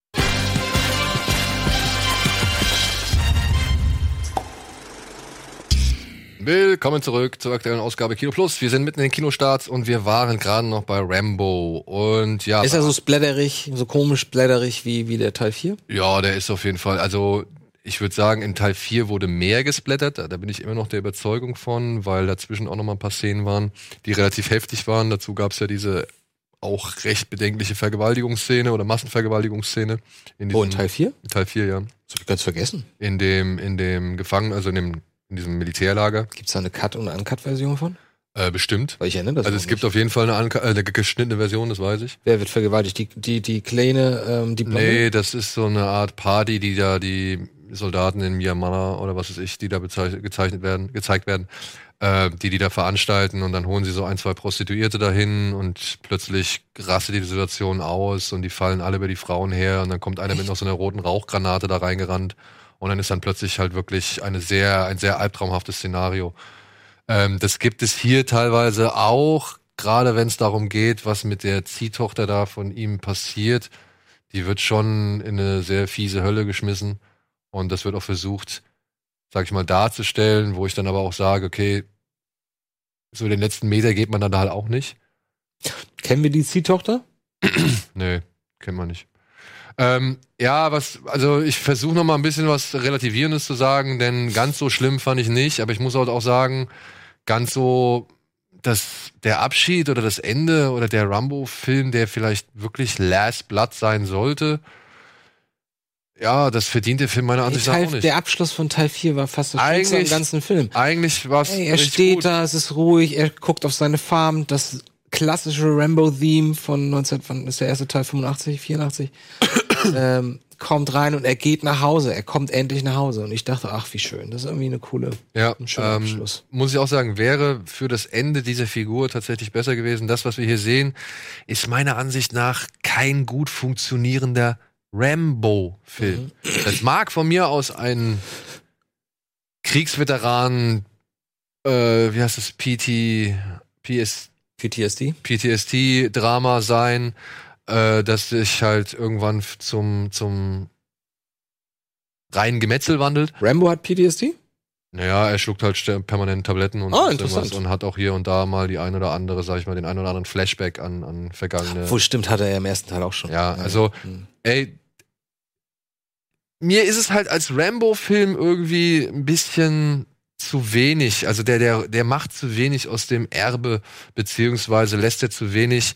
A: Willkommen zurück zur aktuellen Ausgabe Kino Plus. Wir sind mitten in den Kinostarts und wir waren gerade noch bei Rambo. Und ja.
C: Ist er so splatterig, so komisch splatterig wie, wie der Teil vier?
A: Ja, der ist auf jeden Fall. Also, ich würde sagen, in Teil vier wurde mehr gesplattert. Da bin ich immer noch der Überzeugung von, weil dazwischen auch noch mal ein paar Szenen waren, die relativ heftig waren. Dazu gab es ja diese auch recht bedenkliche Vergewaltigungsszene oder Massenvergewaltigungsszene. In diesem,
C: oh, in Teil vier?
A: In Teil vier, ja.
C: Das hab ich ganz vergessen. In
A: dem, in dem Gefangenen, also in dem in diesem Militärlager.
C: Gibt's da eine Cut- und Uncut-Version von?
A: Äh, bestimmt.
C: Weil ich erinnere das
A: Also es
C: nicht.
A: gibt auf jeden Fall eine, Uncut, äh, eine geschnittene Version, das weiß ich.
C: Wer wird vergewaltigt? Die, die, die Kleine, ähm, die Blonde?
A: Nee, das ist so eine Art Party, die da die Soldaten in Myanmar oder was weiß ich, die da bezeichnet, gezeichnet werden, gezeigt werden, äh, die die da veranstalten und dann holen sie so ein, zwei Prostituierte dahin und plötzlich rastet die Situation aus und die fallen alle über die Frauen her und dann kommt einer mit noch so einer roten Rauchgranate da reingerannt. Und dann ist dann plötzlich halt wirklich eine sehr, ein sehr albtraumhaftes Szenario. Ähm, das gibt es hier teilweise auch, gerade wenn es darum geht, was mit der Ziehtochter da von ihm passiert. Die wird schon in eine sehr fiese Hölle geschmissen. Und das wird auch versucht, sag ich mal, darzustellen, wo ich dann aber auch sage, okay, so den letzten Meter geht man dann da halt auch nicht.
C: Kennen wir die Ziehtochter?
A: Nee, kennt man nicht. Ähm, ja, was, also ich versuche noch mal ein bisschen was Relativierendes zu sagen, denn ganz so schlimm fand ich nicht, aber ich muss halt auch sagen, ganz so, dass der Abschied oder das Ende oder der Rambo-Film, der vielleicht wirklich Last Blood sein sollte, ja, das verdient der Film meiner Ansicht nach auch nicht.
C: Der Abschluss von Teil vier war fast das Schönste am ganzen Film.
A: Eigentlich war es
C: Er steht
A: gut.
C: da, es ist ruhig, er guckt auf seine Farm, das klassische Rambo-Theme von neunzehn, von, ist der erste Teil fünfundachtzig, vierundachtzig, ähm, kommt rein und er geht nach Hause. Er kommt endlich nach Hause. Und ich dachte, ach, wie schön. Das ist irgendwie eine coole,
A: ja,
C: ein schöner
A: ähm,
C: Abschluss.
A: Muss ich auch sagen, wäre für das Ende dieser Figur tatsächlich besser gewesen. Das, was wir hier sehen, ist meiner Ansicht nach kein gut funktionierender Rambo-Film. Mhm. Das mag von mir aus ein Kriegsveteran, äh, wie heißt das, P T, P S
C: P T S D?
A: P T S D-Drama sein, äh, das sich halt irgendwann zum, zum reinen Gemetzel wandelt.
C: Rambo hat P T S D?
A: Naja, er schluckt halt st- permanent Tabletten und
C: oh,
A: sowas und hat auch hier und da mal die ein oder andere, sag ich mal, den ein oder anderen Flashback an, an vergangene.
C: Wohl stimmt, hat er ja im ersten Teil auch schon.
A: Ja, also,
C: mhm.
A: ey, mir ist es halt als Rambo-Film irgendwie ein bisschen zu wenig. Also der, der, der macht zu wenig aus dem Erbe, beziehungsweise lässt er zu wenig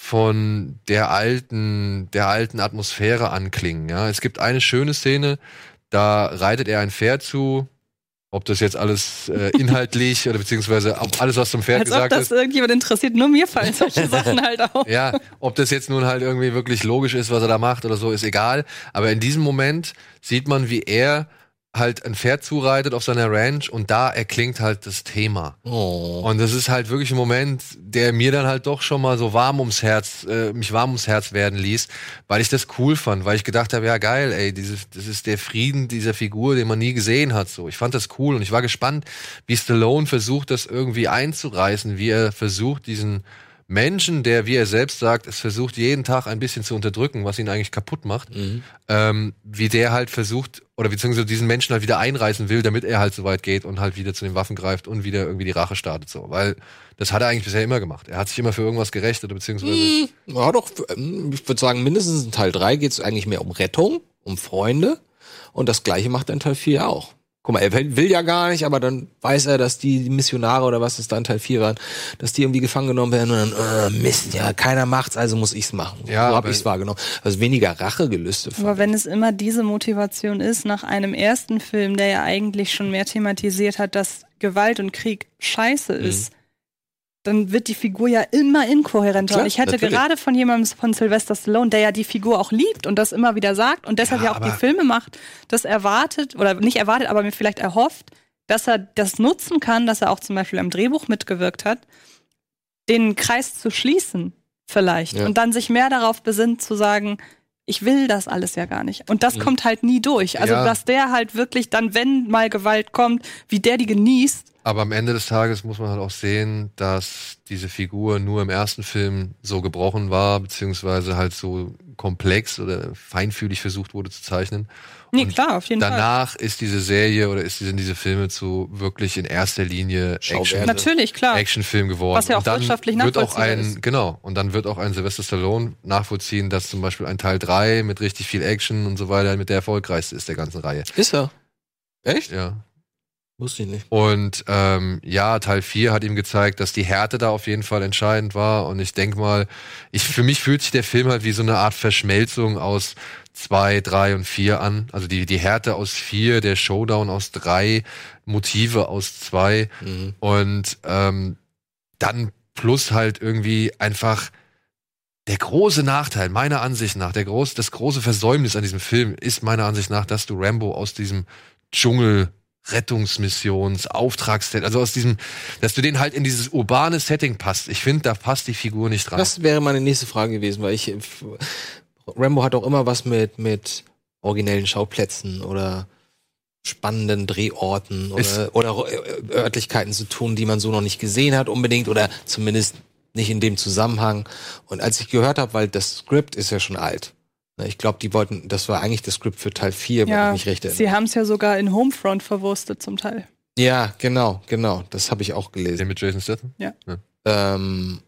A: von der alten, der alten Atmosphäre anklingen. Ja, es gibt eine schöne Szene, da reitet er ein Pferd zu. Ob das jetzt alles äh, inhaltlich oder beziehungsweise auch alles, was zum Pferd
B: Als
A: gesagt
B: ob das
A: ist.
B: irgendjemand interessiert. Nur mir fallen solche Sachen halt auf.
A: Ja, ob das jetzt nun halt irgendwie wirklich logisch ist, was er da macht oder so, ist egal. Aber in diesem Moment sieht man, wie er halt ein Pferd zureitet auf seiner Ranch und da erklingt halt das Thema.
C: Oh.
A: Und das ist halt wirklich ein Moment, der mir dann halt doch schon mal so warm ums Herz, äh, mich warm ums Herz werden ließ, weil ich das cool fand, weil ich gedacht habe, ja geil, ey, dieses, das ist der Frieden dieser Figur, den man nie gesehen hat, so. Ich fand das cool und ich war gespannt, wie Stallone versucht, das irgendwie einzureißen, wie er versucht, diesen Menschen, der, wie er selbst sagt, es versucht, jeden Tag ein bisschen zu unterdrücken, was ihn eigentlich kaputt macht,
C: Mhm.
A: ähm, wie der halt versucht, oder beziehungsweise diesen Menschen halt wieder einreißen will, damit er halt so weit geht und halt wieder zu den Waffen greift und wieder irgendwie die Rache startet, so. Weil das hat er eigentlich bisher immer gemacht. Er hat sich immer für irgendwas gerecht oder beziehungsweise...
C: Ja, doch, ähm, ich würde sagen, mindestens in Teil drei geht es eigentlich mehr um Rettung, um Freunde. Und das Gleiche macht er in Teil vier auch. Guck mal, er will will ja gar nicht, aber dann weiß er, dass die, die Missionare oder was es da in Teil vier waren, dass die irgendwie gefangen genommen werden und dann, äh, Mist, ja, keiner macht's, also muss ich's machen.
A: Ja,
C: so hab
A: aber-
C: ich's wahrgenommen. Also weniger Rachegelüste.
B: Aber wenn es immer diese Motivation ist, nach einem ersten Film, der ja eigentlich schon mehr thematisiert hat, dass Gewalt und Krieg scheiße ist, dann wird die Figur ja immer inkohärenter.
C: Klar,
B: und ich hätte
C: natürlich.
B: gerade von jemandem von Sylvester Stallone, der ja die Figur auch liebt und das immer wieder sagt und deshalb
A: Ja,
B: ja, auch die
A: aber-
B: Filme macht, das erwartet, oder nicht erwartet, aber mir vielleicht erhofft, dass er das nutzen kann, dass er auch zum Beispiel am Drehbuch mitgewirkt hat, den Kreis zu schließen vielleicht.
C: Ja.
B: Und dann sich mehr darauf besinnt zu sagen, ich will das alles ja gar nicht. Und das
C: Mhm.
B: kommt halt nie durch. Also,
A: Ja.
B: dass der halt wirklich dann, wenn mal Gewalt kommt, wie der die genießt.
A: Aber am Ende des Tages muss man halt auch sehen, dass diese Figur nur im ersten Film so gebrochen war, beziehungsweise halt so komplex oder feinfühlig versucht wurde zu zeichnen.
B: Nee,
A: Und
B: klar, auf jeden Fall.
A: Danach ist diese Serie oder ist diese, diese Filme zu wirklich in erster Linie Action,
C: Schauwerte.
B: Natürlich, klar.
A: Actionfilm geworden.
B: Was ja auch
A: und dann
B: wirtschaftlich
A: wird auch
B: nachvollziehbar
A: ein,
B: ist.
A: Genau, und dann wird auch ein Sylvester Stallone nachvollziehen, dass zum Beispiel ein Teil drei mit richtig viel Action und so weiter mit der erfolgreichste ist der ganzen Reihe.
C: Ist er? Echt?
A: Ja.
C: Wusste ich nicht.
A: Und ähm, ja, Teil vier hat ihm gezeigt, dass die Härte da auf jeden Fall entscheidend war. Und ich denke mal, ich, für mich fühlt sich der Film halt wie so eine Art Verschmelzung aus zwei, drei und vier an. Also die, die Härte aus vier, der Showdown aus drei, Motive aus zwei.
C: Mhm.
A: Und ähm, dann plus halt irgendwie einfach der große Nachteil, meiner Ansicht nach, der groß, das große Versäumnis an diesem Film ist meiner Ansicht nach, dass du Rambo aus diesem Dschungel Rettungsmissions, Auftrags, also aus diesem, dass du den halt in dieses urbane Setting passt. Ich finde, da passt die Figur nicht rein.
C: Das wäre meine nächste Frage gewesen, weil ich Rambo hat auch immer was mit mit originellen Schauplätzen oder spannenden Drehorten
A: Ist-
C: oder, oder äh, Örtlichkeiten zu tun, die man so noch nicht gesehen hat unbedingt oder zumindest nicht in dem Zusammenhang. Und als ich gehört habe, weil das Skript ist ja schon alt. Ne, ich glaube, die wollten, das war eigentlich das Skript für Teil vier, wenn ich
B: Ja,
C: mich recht erinnere.
B: sie haben es ja sogar in Homefront verwurstet zum Teil.
C: Ja, genau, genau. Das habe ich auch gelesen.
A: Den mit Jason Statham?
C: Ähm,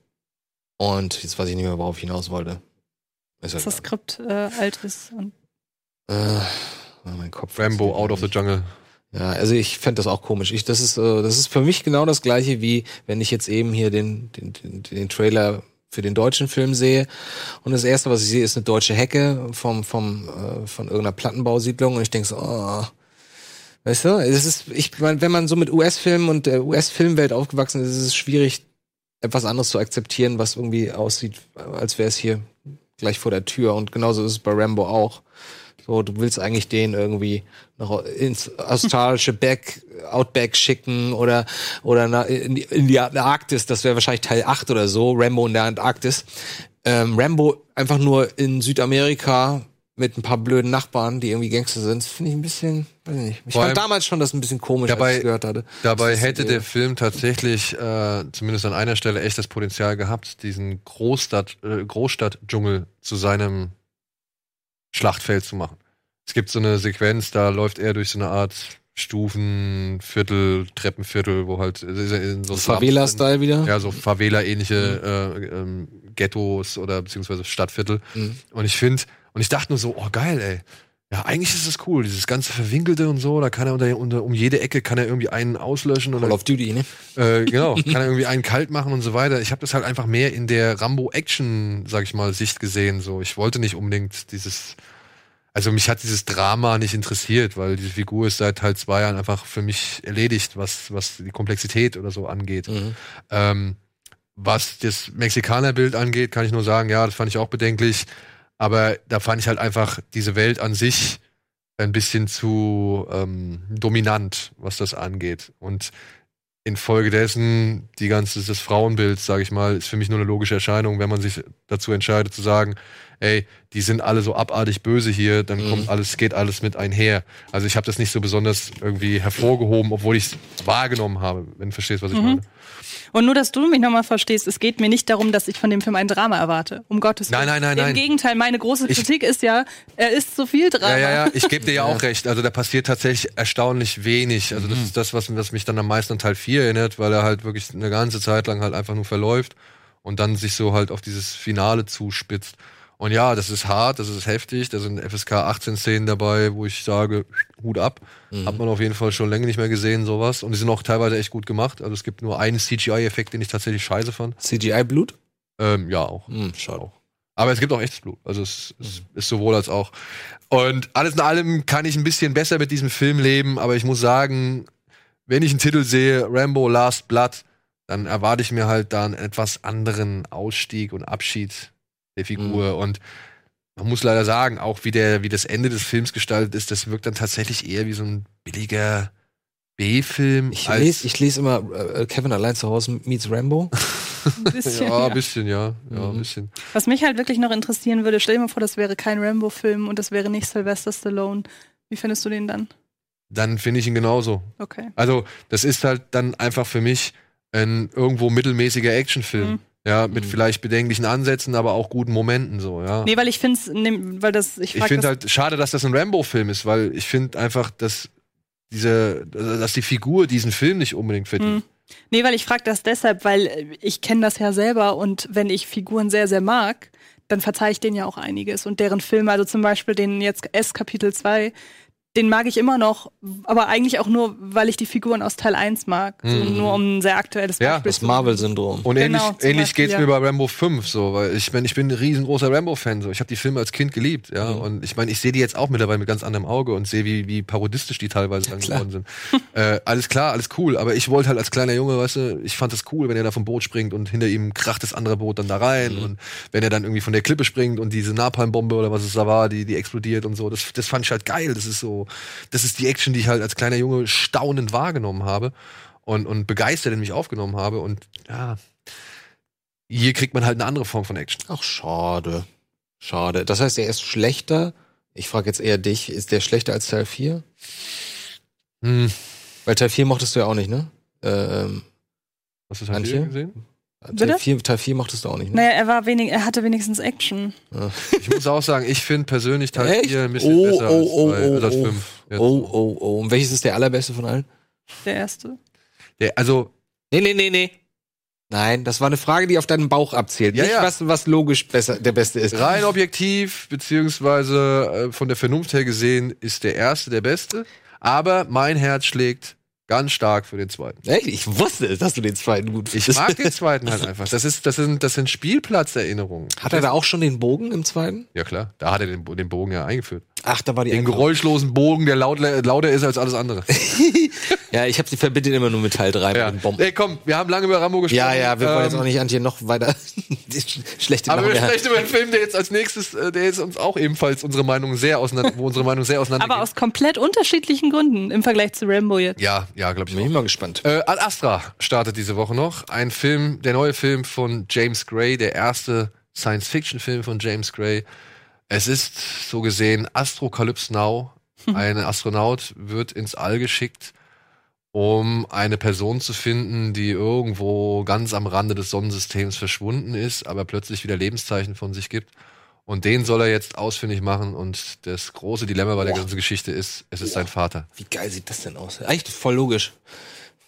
C: und jetzt weiß ich nicht mehr, worauf ich hinaus wollte. Ist
B: Dass
C: ja
B: das Skript äh, alt ist. Und
C: Äh, mein Kopf.
A: Rambo Out of the Jungle.
C: Ja, also ich fände das auch komisch. Ich, das ist, äh, das ist für mich genau das Gleiche, wie wenn ich jetzt eben hier den, den, den, den Trailer für den deutschen Film sehe. Und das erste, was ich sehe, ist eine deutsche Hecke vom, vom, äh, von irgendeiner Plattenbausiedlung. Und ich denke so, oh, weißt du, es ist, ich meine, wenn man so mit U S-Filmen und der U S-Filmwelt aufgewachsen ist, ist es schwierig, etwas anderes zu akzeptieren, was irgendwie aussieht, als wäre es hier gleich vor der Tür. Und genauso ist es bei Rambo auch. So, du willst eigentlich den irgendwie noch ins australische Back, Outback schicken oder, oder na, in, die, in die Arktis. Das wäre wahrscheinlich Teil acht oder so. Rambo in der Antarktis. Ähm, Rambo einfach nur in Südamerika mit ein paar blöden Nachbarn, die irgendwie Gangster sind. Finde ich ein bisschen, weiß ich nicht. Ich
A: Vor
C: fand
A: allem-
C: damals schon das ein bisschen komisch,
A: Dabei-
C: als ich gehört hatte.
A: Dabei
C: Das ist
A: hätte
C: so-
A: der Film tatsächlich, äh, zumindest an einer Stelle, echt das Potenzial gehabt, diesen Großstadt, äh, Großstadtdschungel zu seinem Schlachtfeld zu machen. Es gibt so eine Sequenz, da läuft er durch so eine Art Stufenviertel, Treppenviertel, wo halt äh, in so Slums sind.
C: Favela-Style wieder.
A: Ja, so Favela-ähnliche äh, ähm, Ghettos oder beziehungsweise Stadtviertel.
C: Mhm.
A: Und ich finde, und ich dachte nur so, oh geil, ey. Ja, eigentlich ist es cool, dieses ganze Verwinkelte und so, da kann er unter, unter um jede Ecke kann er irgendwie einen auslöschen
C: Call of Duty, ne?
A: Äh, genau, kann er irgendwie einen kalt machen und so weiter. Ich habe das halt einfach mehr in der Rambo-Action, sag ich mal, Sicht gesehen. So, ich wollte nicht unbedingt dieses, also mich hat dieses Drama nicht interessiert, weil diese Figur ist seit Teil zwei Jahren einfach für mich erledigt, was was die Komplexität oder so angeht.
C: Mhm.
A: Ähm, was das Mexikanerbild angeht, kann ich nur sagen, ja, das fand ich auch bedenklich. Aber da fand ich halt einfach diese Welt an sich ein bisschen zu ähm, dominant, was das angeht. Und infolgedessen, die ganze, das Frauenbild, sage ich mal, ist für mich nur eine logische Erscheinung, wenn man sich dazu entscheidet zu sagen, ey, die sind alle so abartig böse hier, dann
C: Mhm.
A: kommt alles, geht alles mit einher. Also ich habe das nicht so besonders irgendwie hervorgehoben, obwohl ich es wahrgenommen habe, wenn du verstehst, was ich
B: Mhm.
A: meine.
B: Und nur, dass du mich nochmal verstehst, es geht mir nicht darum, dass ich von dem Film ein Drama erwarte. Um Gottes Willen.
A: Nein, nein, nein,
B: Im
A: nein.
B: Gegenteil, meine große
A: Ich-
B: Kritik ist ja, er ist zu viel Drama.
A: Ja, ja, ja, ich gebe dir ja auch recht. Also da passiert tatsächlich erstaunlich wenig. Also das ist das, was, was mich dann am meisten an Teil vier erinnert, weil er halt wirklich eine ganze Zeit lang halt einfach nur verläuft und dann sich so halt auf dieses Finale zuspitzt. Und ja, das ist hart, das ist heftig, da sind F S K achtzehn Szenen dabei, wo ich sage, Hut ab.
C: Mhm.
A: Hat man auf jeden Fall schon länger nicht mehr gesehen, sowas. Und die sind auch teilweise echt gut gemacht. Also es gibt nur einen C G I-Effekt, den ich tatsächlich scheiße fand.
C: C G I-Blut?
A: Ähm, ja, auch.
C: Hm, schade.
A: Aber es gibt auch echtes Blut. Also es, es ist sowohl als auch. Und alles in allem kann ich ein bisschen besser mit diesem Film leben, aber ich muss sagen, wenn ich einen Titel sehe, Rambo Last Blood, dann erwarte ich mir halt da einen etwas anderen Ausstieg und Abschied der Figur. Und man muss leider sagen, auch wie, der, wie das Ende des Films gestaltet ist, das wirkt dann tatsächlich eher wie so ein billiger B-Film.
C: Ich
A: als-
C: lese ich les immer äh, Kevin allein zu Hause meets Rambo.
B: Ein bisschen,
A: ja,
B: ja.
A: ein bisschen, ja. ja ein
C: Mhm.
A: bisschen.
B: Was mich halt wirklich noch interessieren würde, stell dir mal vor, das wäre kein Rambo-Film und das wäre nicht Sylvester Stallone. Wie findest du den dann?
A: Dann finde ich ihn genauso.
B: Okay.
A: Also, das ist halt dann einfach für mich ein irgendwo mittelmäßiger Actionfilm.
B: Mhm.
A: Ja, mit
C: Mhm.
A: vielleicht bedenklichen Ansätzen, aber auch guten Momenten so, ja.
B: Nee, weil ich finde es, weil das, ich
A: ich
B: frag
A: finde
B: das,
A: halt schade, dass das ein Rambo-Film ist, weil ich finde einfach, dass diese, dass die Figur diesen Film nicht unbedingt verdient.
B: Hm. Nee, weil ich frage das deshalb, weil äh, ich kenne das ja selber und wenn ich Figuren sehr, sehr mag, dann verzeihe ich denen ja auch einiges. Und deren Filme, also zum Beispiel den jetzt S Kapitel zwei, den mag ich immer noch, aber eigentlich auch nur, weil ich die Figuren aus Teil eins mag. So,
A: Mhm.
B: nur um ein sehr aktuelles
A: Ja,
B: Beispiel
C: Das
B: zu
C: Marvel-Syndrom.
A: Und
B: Genau,
A: ähnlich,
B: zum
A: ähnlich
B: Beispiel,
A: geht's
B: ja.
A: mir bei Rambo fünf so, weil ich meine, ich bin ein riesengroßer Rambo-Fan so. Ich habe die Filme als Kind geliebt, ja.
C: Mhm.
A: Und ich meine, ich sehe die jetzt auch mittlerweile mit ganz anderem Auge und sehe, wie, wie parodistisch die teilweise dann
C: klar.
A: geworden sind. äh, alles klar, alles cool, aber ich wollte halt als kleiner Junge, weißt du, ich fand das cool, wenn er da vom Boot springt und hinter ihm kracht das andere Boot dann da rein
C: Mhm.
A: und wenn er dann irgendwie von der Klippe springt und diese Napalmbombe oder was es da war, die, die explodiert und so, das, das fand ich halt geil. Das ist so, das ist die Action, die ich halt als kleiner Junge staunend wahrgenommen habe und, und begeistert in mich aufgenommen habe und ja, hier kriegt man halt eine andere Form von Action.
C: Ach, schade. Schade. Das heißt, er ist schlechter. Ich frage jetzt eher dich, ist der schlechter als Teil vier?
A: Hm.
C: Weil Teil vier mochtest du ja auch nicht, ne? Ähm,
A: Hast du das
C: Manche?
A: hier gesehen?
C: Teil
B: Bitte?
C: vier, Teil vier mochtest du auch nicht, ne?
B: Naja, er war wenig, er hatte wenigstens Action.
A: Ich muss auch sagen, ich finde persönlich Teil
C: Echt?
A: vier ein bisschen
C: Oh,
A: besser
C: oh, oh,
A: als, bei,
C: oh,
A: als
C: oh.
A: fünf. Jetzt.
C: Oh, oh, oh. Und welches ist der allerbeste von allen?
B: Der erste.
A: Der, also,
C: Nee, nee, nee, nee. Nein, das war eine Frage, die auf deinen Bauch abzielt.
A: Ja,
C: Nicht,
A: ja.
C: Was, was logisch besser, der beste ist.
A: rein objektiv, beziehungsweise äh, von der Vernunft her gesehen, ist der erste der beste. Aber mein Herz schlägt ganz stark für den zweiten.
C: Ey, ich wusste es, dass du den zweiten gut
A: Ich
C: findest.
A: mag den zweiten halt einfach. Das, ist, das, sind, das sind Spielplatzerinnerungen.
C: Hat er da auch schon den Bogen im zweiten?
A: Ja klar, da hat er den, den Bogen ja eingeführt.
C: Ach, da war die
A: Den
C: Einkauf-
A: geräuschlosen Bogen, der laut, lauter ist als alles andere.
C: Ja, ich habe sie verbindet immer nur mit Teil drei
A: Ja.
C: mit den Bomben.
A: Ey, komm, wir haben lange über Rambo gesprochen.
C: Ja, ja, wir wollen
A: Ähm,
C: jetzt auch nicht Antje noch weiter die sch- schlechte
A: Aber wir
C: Laune
A: sprechen über einen Film, der jetzt als nächstes, äh, der jetzt uns auch ebenfalls unsere Meinung sehr auseinander, wo unsere Meinung sehr auseinander
B: Aber aus komplett unterschiedlichen Gründen im Vergleich zu Rambo jetzt.
A: Ja, ja, glaube ich
C: Bin ich
A: auch.
C: mal gespannt.
A: Äh, Ad Astra startet diese Woche noch. Ein Film, der neue Film von James Gray, der erste Science-Fiction-Film von James Gray. Es ist so gesehen Astrocalypse Now. Ein Astronaut wird ins All geschickt, um eine Person zu finden, die irgendwo ganz am Rande des Sonnensystems verschwunden ist, aber plötzlich wieder Lebenszeichen von sich gibt. Und den soll er jetzt ausfindig machen. Und das große Dilemma bei der
C: Boah.
A: ganzen Geschichte ist, es ist sein Vater.
C: Wie geil sieht das denn aus? Eigentlich voll logisch.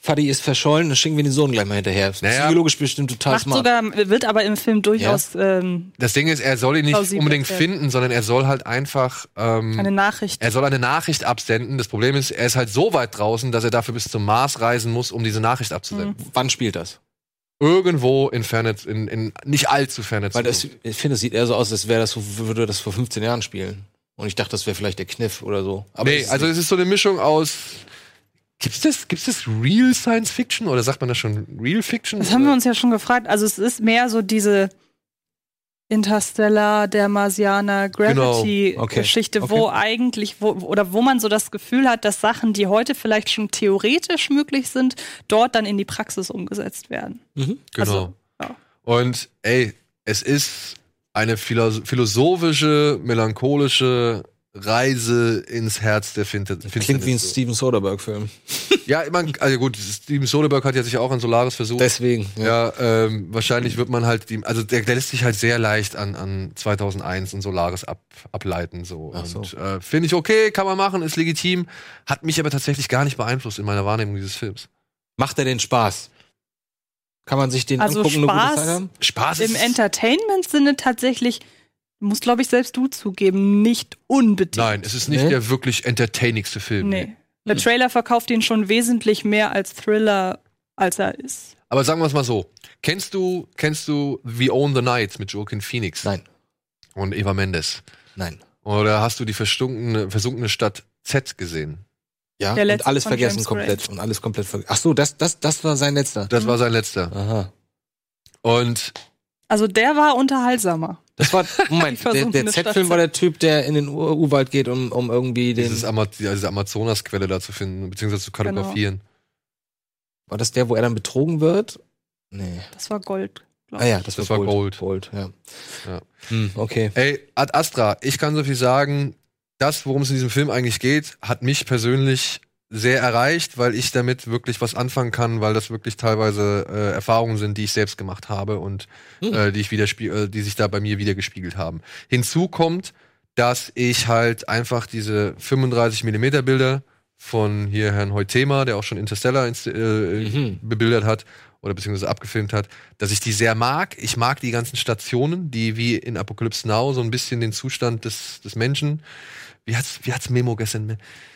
C: Vati ist verschollen, dann schicken wir den Sohn gleich mal hinterher.
A: Naja,
C: psychologisch bestimmt total
B: Macht
C: smart.
B: sogar, wird aber im Film durchaus
C: Ja.
B: ähm,
A: Das Ding ist, er soll ihn nicht
B: Plausibel
A: unbedingt
B: erklärt.
A: finden, sondern er soll halt einfach ähm,
B: eine Nachricht.
A: er soll eine Nachricht absenden. Das Problem ist, er ist halt so weit draußen, dass er dafür bis zum Mars reisen muss, um diese Nachricht abzusenden.
C: Wann spielt das?
A: Irgendwo in ferne, in, in nicht allzu ferne
C: Weil das,
A: Zukunft.
C: ich finde, es sieht eher so aus, als wäre das, so- würde das vor fünfzehn Jahren spielen. Und ich dachte, das wäre vielleicht der Kniff oder so. Aber
A: Nee,
C: es ist
A: also
C: nicht.
A: es ist so eine Mischung aus. Gibt's das, gibt's das Real Science Fiction oder sagt man das schon Real Fiction?
B: Das haben wir uns ja schon gefragt. Also es ist mehr so diese Interstellar, der Marsianer, Gravity-Geschichte,
C: Genau. Okay.
B: wo
C: Okay.
B: eigentlich, wo, oder wo man so das Gefühl hat, dass Sachen, die heute vielleicht schon theoretisch möglich sind, dort dann in die Praxis umgesetzt werden.
C: Mhm.
A: Genau.
B: Also, ja.
A: Und ey, es ist eine philo- philosophische, melancholische Reise ins Herz der Fin- Finsternis.
C: Klingt wie ein
A: so.
C: Steven Soderbergh-Film.
A: Ja, man, also gut, Steven Soderbergh hat ja sich auch an Solaris versucht.
C: Deswegen. Ja.
A: Ja, ähm, wahrscheinlich wird man halt die, also der, der lässt sich halt sehr leicht an, an zweitausendeins und Solaris ab, ableiten, so.
C: Ach so.
A: Und äh, finde ich okay, kann man machen, ist legitim, hat mich aber tatsächlich gar nicht beeinflusst in meiner Wahrnehmung dieses Films.
C: Macht er den Spaß? Kann man sich den
B: Also
C: angucken, eine gute
B: Spaß
C: Zeit haben?
A: Spaß
B: Im
A: ist,
B: Entertainment-Sinne tatsächlich, muss glaube ich selbst du zugeben, nicht unbedingt.
A: nein, es ist nicht
C: Nee?
A: der wirklich entertainigste Film.
B: Nee. Der Trailer verkauft ihn schon wesentlich mehr als Thriller, als er ist.
A: Aber sagen wir es mal so, kennst du, kennst du We Own the Night mit Joaquin Phoenix
C: Nein,
A: und Eva Mendes?
C: nein.
A: Oder hast du die versunkene, versunkene Stadt Z gesehen?
C: Ja,
B: Der
C: und
B: letzte
C: alles
B: von
C: vergessen
B: James
C: komplett. Und alles komplett vergessen. Ach so, das, das, das war sein letzter.
A: Das war sein letzter.
C: Aha.
A: Und
B: Also der war unterhaltsamer.
C: Das war, Moment,
B: Die
C: der, der
B: versunkene
C: Z-Film
B: Stadt.
C: war der Typ, der in den Ur- Urwald geht, um, um irgendwie den.
A: dieses Ama diese Amazonasquelle da zu finden, beziehungsweise zu kartografieren.
C: War das der, wo er dann betrogen wird? Nee.
B: Das war Gold. glaub
C: Ah
B: ich.
C: ja, das,
A: Das
C: war
A: war
C: Gold.
A: Gold.
C: Gold, ja.
A: Ja.
C: Hm, okay.
A: Ey, Ad Astra, ich kann so viel sagen, das, worum es in diesem Film eigentlich geht, hat mich persönlich sehr erreicht, weil ich damit wirklich was anfangen kann, weil das wirklich teilweise äh, Erfahrungen sind, die ich selbst gemacht habe und
C: Hm.
A: äh, die ich widerspie- äh, die sich da bei mir wiedergespiegelt haben. Hinzu kommt, dass ich halt einfach diese fünfunddreißig Millimeter Bilder von hier Herrn Heutema, der auch schon Interstellar inst- äh,
C: Mhm.
A: bebildert hat oder beziehungsweise abgefilmt hat, dass ich die sehr mag. Ich mag die ganzen Stationen, die wie in Apocalypse Now so ein bisschen den Zustand des, des Menschen. Wie hat's, wie hat's Memo gestern?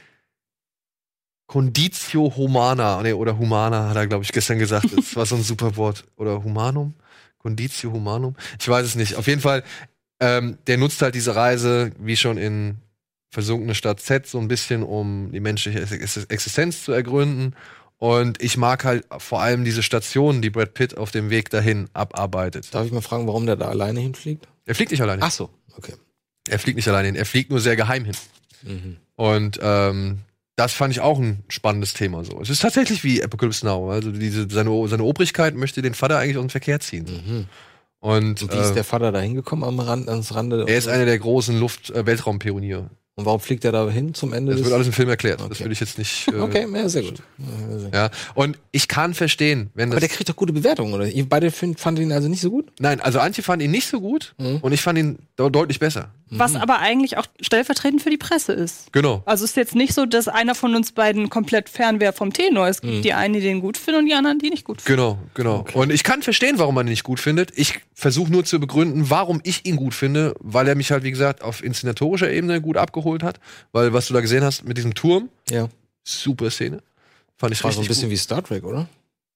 A: Conditio humana, nee, oder humana, hat er, glaube ich, gestern gesagt. Das war so ein super Wort. Oder humanum? Conditio humanum? Ich weiß es nicht. Auf jeden Fall, ähm, der nutzt halt diese Reise, wie schon in Versunkene Stadt Z, so ein bisschen, um die menschliche Ex- Existenz zu ergründen. Und ich mag halt vor allem diese Stationen, die Brad Pitt auf dem Weg dahin abarbeitet.
C: Darf ich mal fragen, warum der da alleine hinfliegt?
A: Er fliegt nicht alleine.
C: Ach so, okay.
A: Er fliegt nicht alleine hin. Er fliegt nur sehr geheim hin.
C: Mhm.
A: Und ähm, das fand ich auch ein spannendes Thema. So, es ist tatsächlich wie Apocalypse Now. Also diese seine seine Obrigkeit möchte den Vater eigentlich aus dem Verkehr ziehen.
C: Mhm.
A: Und,
C: Und wie ist
A: äh,
C: der Vater da hingekommen am Rand, ans Rande?
A: er ist einer der großen Luft-Weltraumpioniere.
C: Und warum fliegt er da hin zum Ende
A: Das
C: des...
A: wird alles im Film erklärt. Das
C: Okay.
A: würde ich jetzt nicht. Äh,
C: Okay, ja, sehr gut. Ja, sehr gut.
A: Ja. Und ich kann verstehen, wenn
C: Aber
A: das.
C: der kriegt doch gute Bewertungen, oder? Ihr beide find- fandet ihn also nicht so gut?
A: Nein, also Antje fand ihn nicht so gut
C: Mhm.
A: und ich fand ihn de deutlich besser.
B: Was aber eigentlich auch stellvertretend für die Presse ist.
A: Genau.
B: Also es ist jetzt nicht so, dass einer von uns beiden komplett fern wäre vom Tenor. Es gibt
C: Mhm.
B: die einen, die den gut finden und die anderen, die nicht gut finden.
A: Genau, genau. Und ich kann verstehen, warum man ihn nicht gut findet. Ich versuche nur zu begründen, warum ich ihn gut finde, weil er mich halt, wie gesagt, auf inszenatorischer Ebene gut abgeholt hat. Weil was du da gesehen hast mit diesem Turm,
C: Ja.
A: super Szene. Fand ich
C: War so
A: richtig
C: ein bisschen
A: gut.
C: wie Star Trek, oder?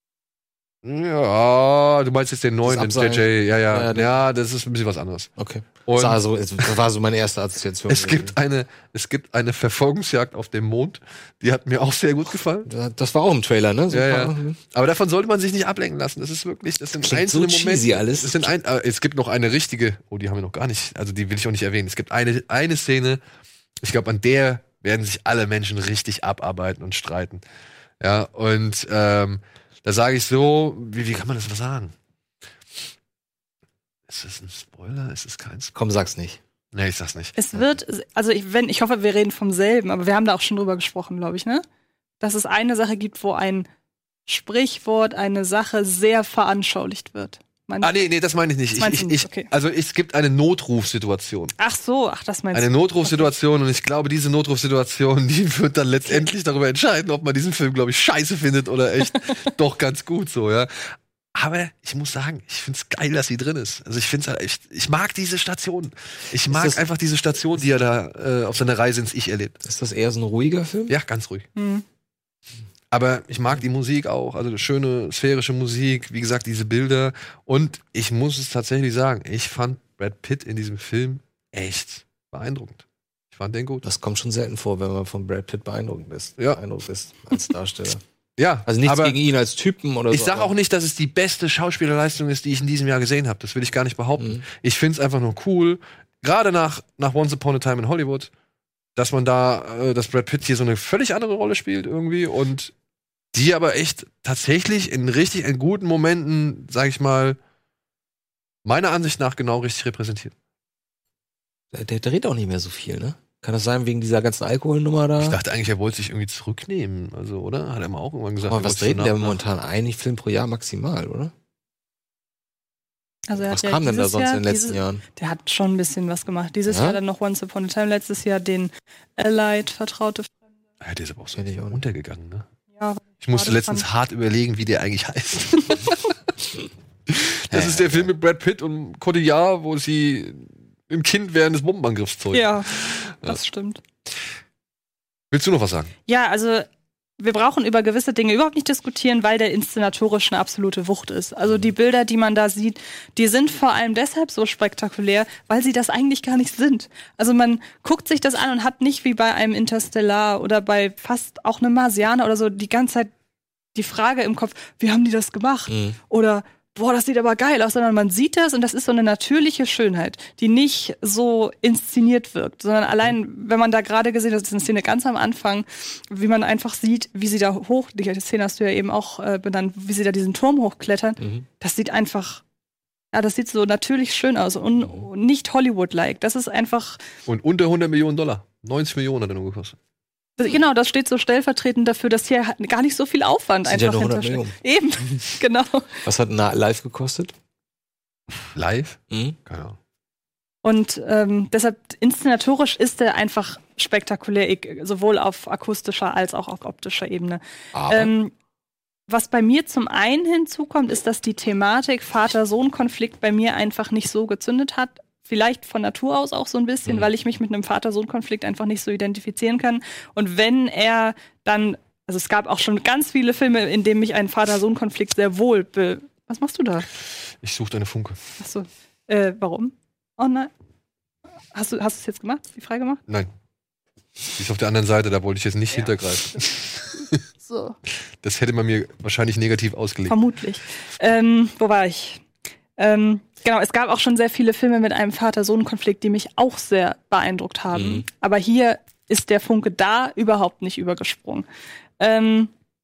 A: Ja, du meinst jetzt den neuen,
C: Das
A: den J
C: Abseilen.
A: J, ja, ja.
C: Ja,
A: Ja,
C: den-
A: das ist ein bisschen was anderes.
C: Okay.
A: Und
C: Das war so, es war so meine erste Assoziation.
A: es gibt eine, es gibt eine Verfolgungsjagd auf dem Mond. Die hat mir auch sehr gut gefallen.
C: Das war auch im Trailer, ne? So
A: Ja,
C: ein
A: ja.
C: paar-
A: Aber davon sollte man sich nicht ablenken lassen. Das ist wirklich, das sind
C: Klingt
A: einzelne
C: so
A: Momente.
C: cheesy alles.
A: Das sind ein, äh, es gibt noch eine richtige, oh, die haben wir noch gar nicht, also die will ich auch nicht erwähnen. Es gibt eine, eine Szene, ich glaube, an der werden sich alle Menschen richtig abarbeiten und streiten. Ja, und ähm, da sage ich so, wie, wie kann man das mal sagen? Ist das ein Spoiler? Ist es kein Spoiler?
C: Komm, sag's nicht.
A: Nee, ich sag's nicht.
B: Es wird, also ich, wenn, ich hoffe, wir reden vom selben, aber wir haben da auch schon drüber gesprochen, glaube ich, ne? Dass es eine Sache gibt, wo ein Sprichwort, eine Sache sehr veranschaulicht wird. Meinst
A: Ah, nee, nee, das meine ich nicht.
B: Das
A: Ich,
B: meinst
A: ich,
B: du nicht,
A: ich,
B: okay.
A: Also es gibt eine Notrufsituation.
B: Ach so, ach, das meinst
A: Eine
B: du.
A: Notrufsituation und ich glaube, diese Notrufsituation, die wird dann letztendlich darüber entscheiden, ob man diesen Film, glaube ich, scheiße findet oder echt doch ganz gut so, ja. Aber ich muss sagen, ich find's geil, dass sie drin ist. Also ich find's halt echt, ich mag diese Station. Ich mag
C: das-
A: einfach diese Station, die er da äh, auf seiner Reise ins Ich erlebt.
C: Ist das eher so ein ruhiger Film?
A: Ja, ganz ruhig.
B: Hm.
A: Aber ich mag die Musik auch, also schöne sphärische Musik, wie gesagt, diese Bilder. Und ich muss es tatsächlich sagen, ich fand Brad Pitt in diesem Film echt beeindruckend. Ich fand den gut.
C: Das kommt schon selten vor, wenn man von Brad Pitt beeindruckt ist.
A: Ja.
C: Beeindruckt ist als Darsteller.
A: Ja,
C: Also nichts
A: aber
C: gegen ihn als Typen oder
A: ich
C: so.
A: sag
C: aber-
A: auch nicht, dass es die beste Schauspielerleistung ist, die ich in diesem Jahr gesehen habe. Das will ich gar nicht behaupten.
C: Mhm.
A: Ich find's einfach nur cool, gerade nach, nach Once Upon a Time in Hollywood, dass man da, äh, dass Brad Pitt hier so eine völlig andere Rolle spielt irgendwie und die aber echt tatsächlich in richtig, in guten Momenten, sag ich mal, meiner Ansicht nach genau richtig repräsentiert.
C: Der, der dreht auch nicht mehr so viel, ne? Kann das sein, wegen dieser ganzen Alkoholnummer da?
A: Ich dachte eigentlich, er wollte sich irgendwie zurücknehmen, also, oder? Hat er mal auch irgendwann gesagt.
C: Aber
A: er
C: was
A: wollte sich
C: dreht denn
A: so
C: der
A: nach-
C: momentan? Ein Film pro Jahr maximal, oder?
B: Also er
C: Was
B: hat ja
C: kam denn da
B: dieses
C: sonst
B: Jahr,
C: in den letzten
B: dieses,
C: Jahren?
B: Der hat schon ein bisschen was gemacht. Dieses
C: Ja?
B: Jahr dann noch Once Upon a Time, letztes Jahr den Allied vertraute.
A: Ja, der ist aber auch so
C: Kenn ich auch nicht.
A: untergegangen, ne?
B: Ja,
A: Ich musste
B: schade
A: letztens
B: fand.
A: hart überlegen, wie der eigentlich heißt. Das ist der Film mit Brad Pitt und Cotillard, wo sie im Kind während des Bombenangriffs zeugen.
B: Ja, das stimmt.
A: Willst du noch was sagen?
B: Ja, also wir brauchen über gewisse Dinge überhaupt nicht diskutieren, weil der inszenatorisch eine absolute Wucht ist. Also die Bilder, die man da sieht, die sind vor allem deshalb so spektakulär, weil sie das eigentlich gar nicht sind. Also man guckt sich das an und hat nicht wie bei einem Interstellar oder bei fast auch einem Marsianer oder so die ganze Zeit die Frage im Kopf, wie haben die das gemacht?
C: Mhm.
B: Oder boah, das sieht aber geil aus, sondern man sieht das und das ist so eine natürliche Schönheit, die nicht so inszeniert wirkt, sondern allein, wenn man da gerade gesehen hat, das ist eine Szene ganz am Anfang, wie man einfach sieht, wie sie da hoch, die Szene hast du ja eben auch äh, benannt, wie sie da diesen Turm hochklettern,
C: Mhm.
B: das sieht einfach, ja, das sieht so natürlich schön aus und und nicht Hollywood-like. Das ist einfach,
A: Und unter hundert Millionen Dollar. neunzig Millionen hat er nur gekostet.
B: genau, das steht so stellvertretend dafür, dass hier gar nicht so viel Aufwand
C: Sind ja
B: einfach
C: nur hundert
B: hintersteckt. Eben, genau.
C: Was hat Na- live gekostet?
A: Live?
C: Mhm.
A: Keine Ahnung.
B: Und ähm, deshalb inszenatorisch ist er einfach spektakulär, ich- sowohl auf akustischer als auch auf optischer Ebene.
C: Aber
B: Ähm, was bei mir zum einen hinzukommt, ist, dass die Thematik Vater-Sohn-Konflikt bei mir einfach nicht so gezündet hat. Vielleicht von Natur aus auch so ein bisschen,
C: Mhm.
B: weil ich mich mit einem Vater-Sohn-Konflikt einfach nicht so identifizieren kann. Und wenn er dann, also es gab auch schon ganz viele Filme, in denen mich ein Vater-Sohn-Konflikt sehr wohl be... Was machst du da?
A: Ich suchte eine Funke.
B: Achso, äh, warum? Oh nein. Hast du hast du es jetzt gemacht? Die Frage gemacht?
A: Nein. Die ist auf der anderen Seite, da wollte ich jetzt nicht
B: Ja.
A: hintergreifen.
B: So.
A: Das hätte man mir wahrscheinlich negativ ausgelegt.
B: Vermutlich. Ähm, wo war ich? Ähm, genau, es gab auch schon sehr viele Filme mit einem Vater-Sohn-Konflikt, die mich auch sehr beeindruckt haben.
C: Mhm.
B: Aber hier ist der Funke da überhaupt nicht übergesprungen. Ähm,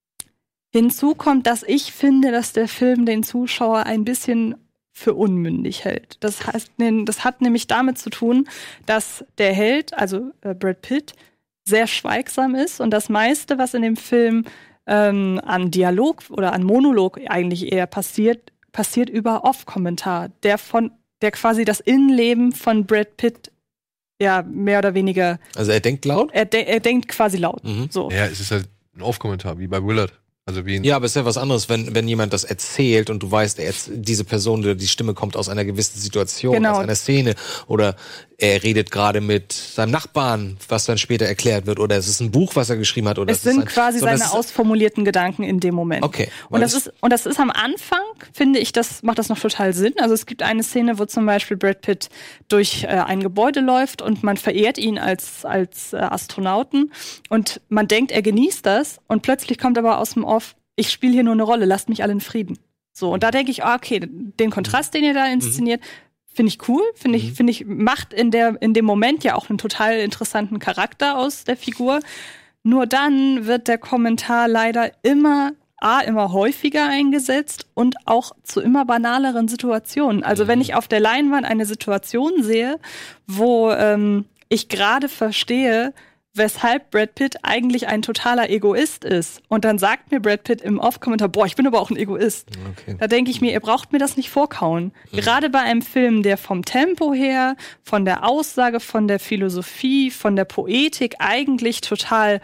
B: hinzu kommt, dass ich finde, dass der Film den Zuschauer ein bisschen für unmündig hält. Das heißt, das hat nämlich damit zu tun, dass der Held, also äh, Brad Pitt, sehr schweigsam ist und das meiste, was in dem Film ähm, an Dialog oder an Monolog eigentlich eher passiert, passiert über Off-Kommentar, der von, der quasi das Innenleben von Brad Pitt ja mehr oder weniger,
C: also er denkt laut?
B: er, de er denkt quasi laut.
C: Mhm.
B: So.
A: Ja, es ist halt ein Off-Kommentar, wie bei Willard. Also wie ein
C: Ja, aber es ist ja was anderes, wenn, wenn jemand das erzählt und du weißt, er jetzt, diese Person, die die Stimme kommt aus einer gewissen Situation,
B: Genau.
C: aus einer Szene, oder er redet gerade mit seinem Nachbarn, was dann später erklärt wird, oder es ist ein Buch, was er geschrieben hat, oder
B: Es
C: ist
B: sind
C: ein,
B: quasi
C: sondern
B: seine
C: es ist-
B: ausformulierten Gedanken in dem Moment.
C: Okay.
B: Und das, ist, und das ist am Anfang, finde ich, das macht das noch total Sinn. Also es gibt eine Szene, wo zum Beispiel Brad Pitt durch äh, ein Gebäude läuft und man verehrt ihn als, als äh, Astronauten und man denkt, er genießt das und plötzlich kommt aber aus dem Off, ich spiele hier nur eine Rolle, lasst mich alle in Frieden. So, und da denke ich, ah, okay, den Kontrast, den ihr da inszeniert, finde ich cool, finde ich, finde ich, macht in der, in dem Moment ja auch einen total interessanten Charakter aus der Figur. Nur dann wird der Kommentar leider immer, A, immer häufiger eingesetzt und auch zu immer banaleren Situationen. Also wenn ich auf der Leinwand eine Situation sehe, wo ähm, ich gerade verstehe, weshalb Brad Pitt eigentlich ein totaler Egoist ist. Und dann sagt mir Brad Pitt im Off-Kommentar, boah, ich bin aber auch ein Egoist.
C: Okay.
B: Da denke ich mir, ihr braucht mir das nicht vorkauen. Mhm. Gerade bei einem Film, der vom Tempo her, von der Aussage, von der Philosophie, von der Poetik eigentlich total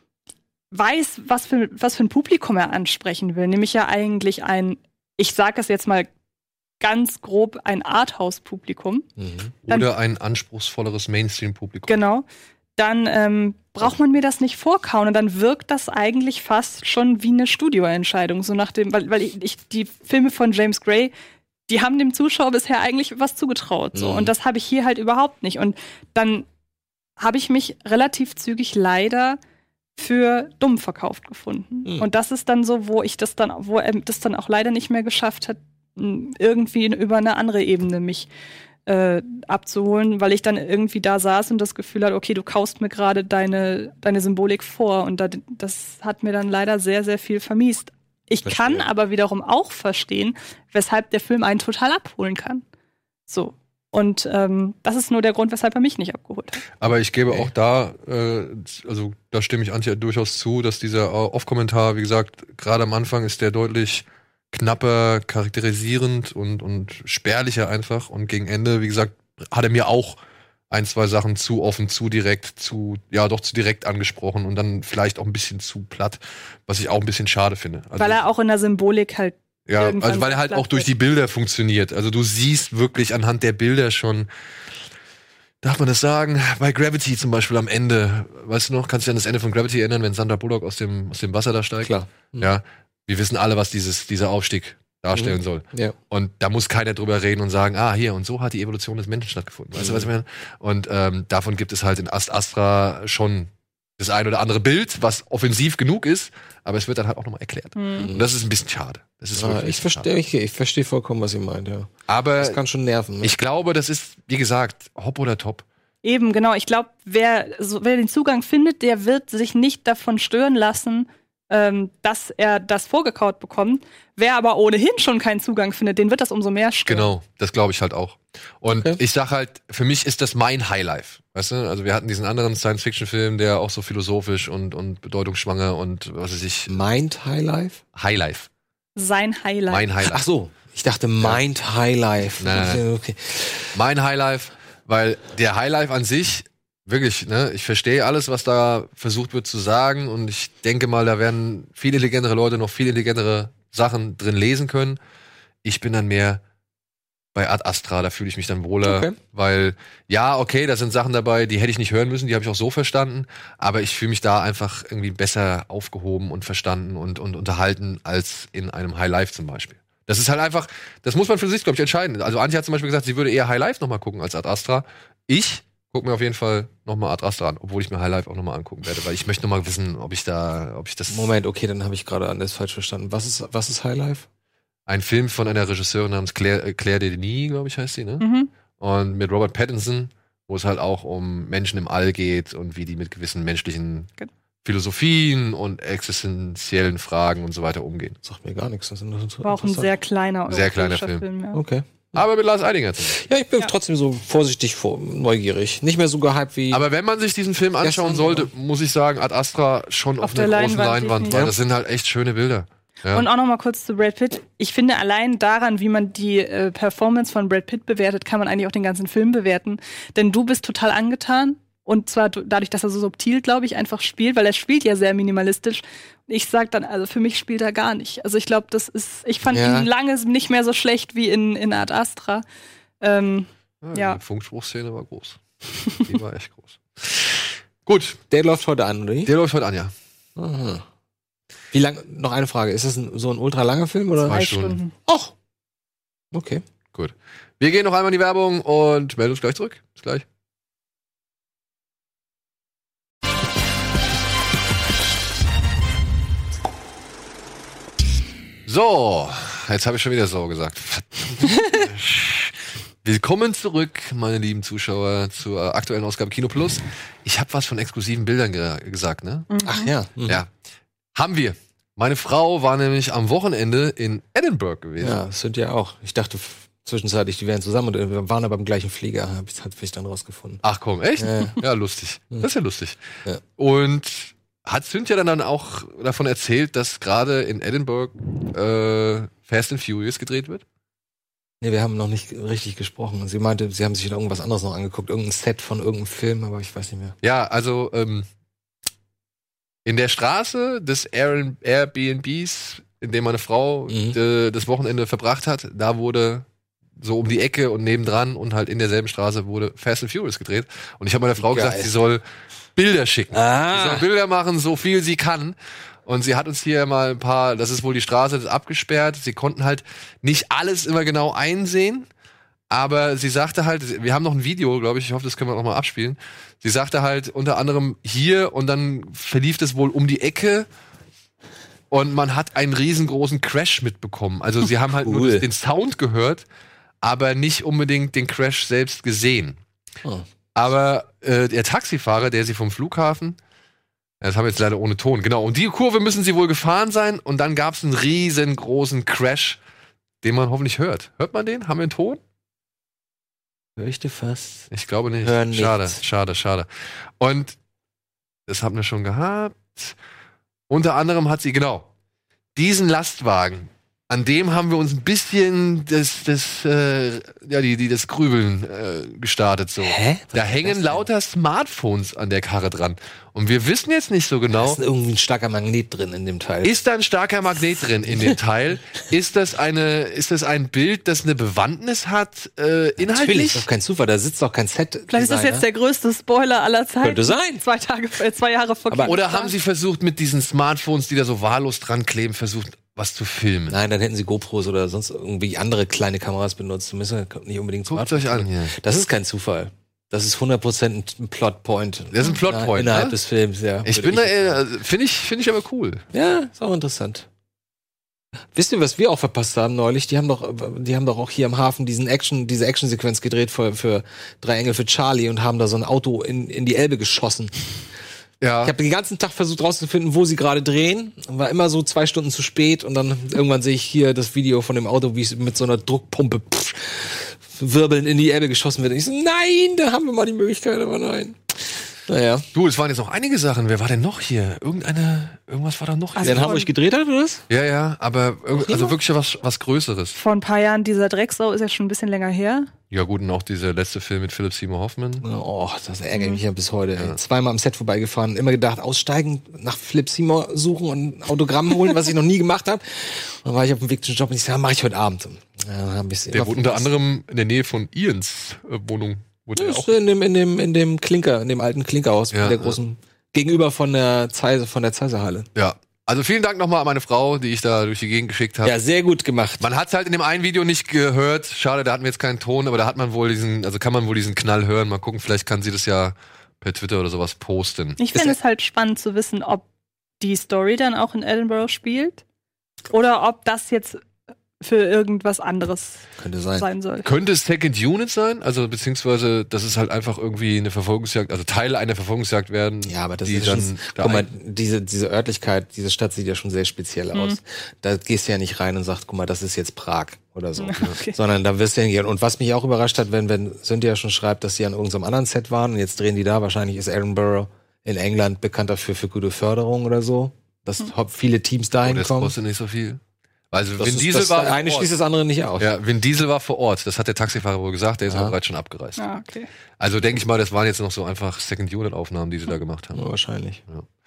B: weiß, was für, was für ein Publikum er ansprechen will. Nämlich ja eigentlich ein, ich sage es jetzt mal ganz grob, ein Arthouse-Publikum.
A: Mhm. Oder ein anspruchsvolleres Mainstream-Publikum.
B: Genau. Dann ähm, braucht man mir das nicht vorkauen und dann wirkt das eigentlich fast schon wie eine Studioentscheidung, so nach dem, weil, weil ich, ich die Filme von James Gray, die haben dem Zuschauer bisher eigentlich was zugetraut, so, mhm. und das habe ich hier halt überhaupt nicht. Und dann habe ich mich relativ zügig leider für dumm verkauft gefunden. Mhm. Und das ist dann so, wo ich das dann, wo er das dann auch leider nicht mehr geschafft hat, irgendwie über eine andere Ebene mich Äh, abzuholen, weil ich dann irgendwie da saß und das Gefühl hatte, okay, du kaust mir gerade deine, deine Symbolik vor und da, das hat mir dann leider sehr, sehr viel vermiest. Ich Verstehe. kann aber wiederum auch verstehen, weshalb der Film einen total abholen kann. So. Und ähm, das ist nur der Grund, weshalb er mich nicht abgeholt hat.
A: Aber ich gebe okay. auch da, äh, also da stimme ich Antje durchaus zu, dass dieser Off-Kommentar, wie gesagt, gerade am Anfang ist der deutlich knapper, charakterisierend und, und spärlicher einfach. Und gegen Ende, wie gesagt, hat er mir auch ein, zwei Sachen zu offen, zu direkt, zu, ja, doch zu direkt angesprochen und dann vielleicht auch ein bisschen zu platt, was ich auch ein bisschen schade finde. Also,
B: weil er auch in der Symbolik halt
A: ja, also weil er halt auch durch die Bilder funktioniert. Also du siehst wirklich anhand der Bilder schon, darf man das sagen, bei Gravity zum Beispiel am Ende, weißt du noch, kannst du dich an das Ende von Gravity erinnern, wenn Sandra Bullock aus dem, aus dem Wasser da steigt?
C: Klar.
A: Mhm. Ja. Wir wissen alle, was dieses, dieser Aufstieg darstellen mhm. soll.
C: Ja.
A: Und da muss keiner drüber reden und sagen, ah, hier, und so hat die Evolution des Menschen stattgefunden. Weißt mhm. du, was ich meine? Und ähm, davon gibt es halt in Ast Astra schon das ein oder andere Bild, was offensiv genug ist, aber es wird dann halt auch nochmal erklärt. Mhm. Und das ist ein bisschen schade. Das ist
C: ja, ich verstehe ich, ich versteh vollkommen, was ihr meint, ja.
A: Aber
C: das kann schon nerven. Ne?
A: Ich glaube, das ist, wie gesagt, hopp oder top.
B: Eben, genau. Ich glaube, wer, so, wer den Zugang findet, der wird sich nicht davon stören lassen, Ähm, dass er das vorgekaut bekommt. Wer aber ohnehin schon keinen Zugang findet, den wird das umso mehr stören.
A: Genau, das glaube ich halt auch. Und
C: okay.
A: ich sag halt, für mich ist das mein Highlife. Weißt du? Also wir hatten diesen anderen Science-Fiction-Film, der auch so philosophisch und, und bedeutungsschwanger und was weiß ich.
C: Mind Highlife?
A: Highlife.
B: Sein Highlife.
A: Mein Highlife.
C: Ach so, ich dachte Mind ja. Highlife.
A: Nein, nein.
C: Okay.
A: Mein Highlife, weil der Highlife an sich wirklich, ne, ich verstehe alles, was da versucht wird zu sagen und ich denke mal, da werden viel intelligentere Leute noch viel intelligentere Sachen drin lesen können. Ich bin dann mehr bei Ad Astra, da fühle ich mich dann wohler, okay. weil, ja, okay, da sind Sachen dabei, die hätte ich nicht hören müssen, die habe ich auch so verstanden, aber ich fühle mich da einfach irgendwie besser aufgehoben und verstanden und, und unterhalten als in einem High Life zum Beispiel. Das ist halt einfach, das muss man für sich, glaube ich, entscheiden. Also Antje hat zum Beispiel gesagt, sie würde eher High Life nochmal gucken als Ad Astra. Ich guck mir auf jeden Fall nochmal Ad Astra an, obwohl ich mir High Life auch nochmal angucken werde, weil ich möchte nochmal wissen, ob ich da, ob ich das...
C: Moment, okay, dann habe ich gerade anders falsch verstanden. Was ist, was ist High Life?
A: Ein Film von einer Regisseurin namens Claire, Claire Denis, glaube ich, heißt sie, ne?
B: Mhm.
A: Und mit Robert Pattinson, wo es halt auch um Menschen im All geht und wie die mit gewissen menschlichen
B: Good.
A: Philosophien und existenziellen Fragen und so weiter umgehen.
C: Sagt mir gar nichts. Das ist
B: war auch ein sehr kleiner,
A: sehr kleiner Film.
B: Film ja.
C: Okay.
A: Aber mit Lars Eidinger.
C: Ja, ich bin
B: ja.
C: trotzdem so vorsichtig vor, neugierig. Nicht mehr so gehypt wie...
A: Aber wenn man sich diesen Film anschauen sollte, muss ich sagen, Ad Astra schon auf, auf einer großen Leinwand, Leinwand weil ja. das sind halt echt schöne Bilder. Ja.
B: Und auch noch mal kurz zu Brad Pitt. Ich finde, allein daran, wie man die äh, Performance von Brad Pitt bewertet, kann man eigentlich auch den ganzen Film bewerten. Denn du bist total angetan. Und zwar dadurch, dass er so subtil, glaube ich, einfach spielt, weil er spielt ja sehr minimalistisch. Ich sag dann, also für mich spielt er gar nicht. Also ich glaube, das ist, ich fand
C: ja.
B: ihn lange nicht mehr so schlecht wie in, in Ad Astra. Ähm,
A: ja,
B: ja.
A: Die Funkspruchszene war groß. Die war echt groß. Gut.
C: Der läuft heute an, oder?
A: Der läuft heute an, ja.
C: Aha. Wie lang, noch eine Frage, ist das ein, so ein ultra langer Film, oder?
A: Zwei
B: Drei
A: Stunden.
B: Stunden.
C: Ach. Okay.
A: Gut. Wir gehen noch einmal in die Werbung und melden uns gleich zurück. Bis gleich. So, jetzt habe ich schon wieder so gesagt. Willkommen zurück, meine lieben Zuschauer, zur aktuellen Ausgabe Kino Plus. Ich habe was von exklusiven Bildern ge- gesagt, ne?
B: Mhm.
C: Ach ja. Mhm.
A: Ja. Haben wir. Meine Frau war nämlich am Wochenende in Edinburgh gewesen.
C: Ja, das sind ja auch. Ich dachte, zwischenzeitlich, die wären zusammen und wir waren aber im gleichen Flieger, hab ich, hab ich dann rausgefunden.
A: Ach komm, echt?
C: Ja.
A: Ja, lustig. Das ist ja lustig.
C: Ja.
A: Und hat Cynthia dann, dann auch davon erzählt, dass gerade in Edinburgh äh, Fast and Furious gedreht wird?
C: Nee, wir haben noch nicht richtig gesprochen. Sie meinte, sie haben sich irgendwas anderes noch angeguckt, irgendein Set von irgendeinem Film, aber ich weiß nicht mehr.
A: Ja, also ähm, in der Straße des Air- Airbnbs, in dem meine Frau
C: Mhm.
A: äh, das Wochenende verbracht hat, da wurde so um die Ecke und nebendran und halt in derselben Straße wurde Fast and Furious gedreht. Und ich habe meiner Frau
C: Geil.
A: gesagt, sie soll Bilder schicken.
C: Ah.
A: Sie soll Bilder machen, so viel sie kann. Und sie hat uns hier mal ein paar, das ist wohl die Straße, das ist abgesperrt. Sie konnten halt nicht alles immer genau einsehen. Aber sie sagte halt, wir haben noch ein Video, glaube ich, ich hoffe, das können wir noch mal abspielen. Sie sagte halt unter anderem hier und dann verlief das wohl um die Ecke und man hat einen riesengroßen Crash mitbekommen. Also sie haben halt
C: Cool.
A: nur den Sound gehört, aber nicht unbedingt den Crash selbst gesehen.
C: Oh.
A: Aber äh, der Taxifahrer, der sie vom Flughafen, das haben wir jetzt leider ohne Ton, genau, um die Kurve müssen sie wohl gefahren sein und dann gab es einen riesengroßen Crash, den man hoffentlich hört. Hört man den? Haben wir einen Ton?
C: Hör ich dir fast?
A: Ich glaube nicht.
C: Hören
A: Schade,
C: nichts.
A: schade, schade. Und das haben wir schon gehabt. Unter anderem hat sie, genau, diesen Lastwagen, an dem haben wir uns ein bisschen das, das, äh, ja, die, die, das Grübeln äh, gestartet. So.
C: Hä? Was
A: Da
C: ist
A: hängen
C: das denn?
A: lauter Smartphones an der Karre dran. Und wir wissen jetzt nicht so
C: Da
A: genau,
C: ist irgendwie ein starker Magnet drin in dem Teil.
A: ist da ein starker Magnet drin in dem Teil? Ist das eine, ist das ein Bild, das eine Bewandtnis hat, äh,
C: Natürlich,
A: inhaltlich?
C: ist doch kein Zufall, da sitzt doch kein Set.
B: Vielleicht ist das jetzt der größte Spoiler aller Zeiten.
C: Könnte sein.
B: Zwei Tage, äh, zwei Jahre vor
C: Aber-
A: Oder haben sie versucht, mit diesen Smartphones, die da so wahllos dran kleben, versucht, was zu filmen?
C: Nein, dann hätten sie GoPros oder sonst irgendwie andere kleine Kameras benutzt. Die müssen nicht unbedingt
A: Guckt
C: Smartphones
A: euch an
C: benutzen.
A: hier.
C: Das ist kein Zufall. Das ist hundert Prozent ein Plotpoint.
A: Das ist ein Plotpoint,
C: Innerhalb
A: ne?
C: des Films, ja.
A: Ich
C: Würde
A: bin da,
C: jetzt
A: äh, finde ich, finde ich aber cool.
C: sagen. Ja, ist auch interessant. Wisst ihr, was wir auch verpasst haben neulich? Die haben doch, die haben doch auch hier am Hafen diesen Action, diese Actionsequenz gedreht für, für Drei Engel für Charlie und haben da so ein Auto in, in die Elbe geschossen.
A: Ja.
C: Ich habe den ganzen Tag versucht rauszufinden, wo sie gerade drehen. War immer so zwei Stunden zu spät und dann irgendwann sehe ich hier das Video von dem Auto, wie es mit so einer Druckpumpe pff, wirbeln in die Elbe geschossen wird. Und ich so, nein, da haben wir mal die Möglichkeit, aber nein. Naja.
A: Du, es waren jetzt noch einige Sachen. Wer war denn noch hier? Irgendeine, irgendwas war da noch.
B: Also
C: Der in
B: von-
C: Hamburg gedreht hat, oder was?
A: ja, ja, aber irg- also wirklich was, was Größeres.
B: Vor ein paar Jahren, dieser Drecksau ist ja schon ein bisschen länger her.
A: Ja gut, und auch dieser letzte Film mit Philip Seymour Hoffman.
C: Oh, das ärgert mich ja bis heute. Ey. Zweimal am Set vorbeigefahren, immer gedacht, aussteigen, nach Philipp Seymour suchen und ein Autogramm holen, was ich noch nie gemacht habe. Dann war ich auf dem Weg zum Job und ich sage, mach ich heute Abend. Ja, hab ich
A: Der wohnt unter anderem in der Nähe von Ians äh, Wohnung. Wurde er
C: Das
A: auch.
C: ist in dem, in dem, in dem Klinker, in dem alten Klinkerhaus,
A: Ja,
C: der
A: ja.
C: großen, gegenüber von der Zeise, von der Zeiserhalle.
A: Ja. Also vielen Dank nochmal an meine Frau, die ich da durch die Gegend geschickt habe.
C: Ja, sehr gut gemacht.
A: Man hat es halt in dem einen Video nicht gehört. Schade, da hatten wir jetzt keinen Ton, aber da hat man wohl diesen, also kann man wohl diesen Knall hören. Mal gucken, vielleicht kann sie das ja per Twitter oder sowas posten.
B: Ich finde es halt spannend zu wissen, ob die Story dann auch in Edinburgh spielt oder ob das jetzt für irgendwas anderes
C: Könnte sein.
B: sein soll.
A: Könnte es Second Unit sein? Also beziehungsweise, dass es halt einfach irgendwie eine Verfolgungsjagd, also Teile einer Verfolgungsjagd werden.
C: Ja, aber das
A: die
C: ist
A: dann
C: schon,
A: da
C: guck mal,
A: ein-
C: diese, diese Örtlichkeit, diese Stadt sieht ja schon sehr speziell aus. Da gehst du ja nicht rein und sagst, guck mal, das ist jetzt Prag oder so.
B: Okay.
C: Sondern da wirst du hingehen. Und was mich auch überrascht hat, wenn, wenn Cynthia schon schreibt, dass sie an irgendeinem anderen Set waren und jetzt drehen die da, wahrscheinlich ist Edinburgh in England bekannt dafür für gute Förderung oder so, dass viele Teams
A: Oh,
C: dahin
A: das
C: kommen.
A: kostet nicht so viel. Also
C: Das
A: Vin
C: ist,
A: Diesel
C: das
A: war vor
C: eine
A: Ort.
C: schließt das andere nicht aus.
A: Ja, Vin Diesel war vor Ort. Das hat der Taxifahrer wohl gesagt. Der ist
C: Ja.
A: auch bereits schon abgereist.
B: Ah, okay.
A: Also denke ich mal, das waren jetzt noch so einfach Second Unit Aufnahmen, die sie da gemacht haben.
C: Ja, wahrscheinlich.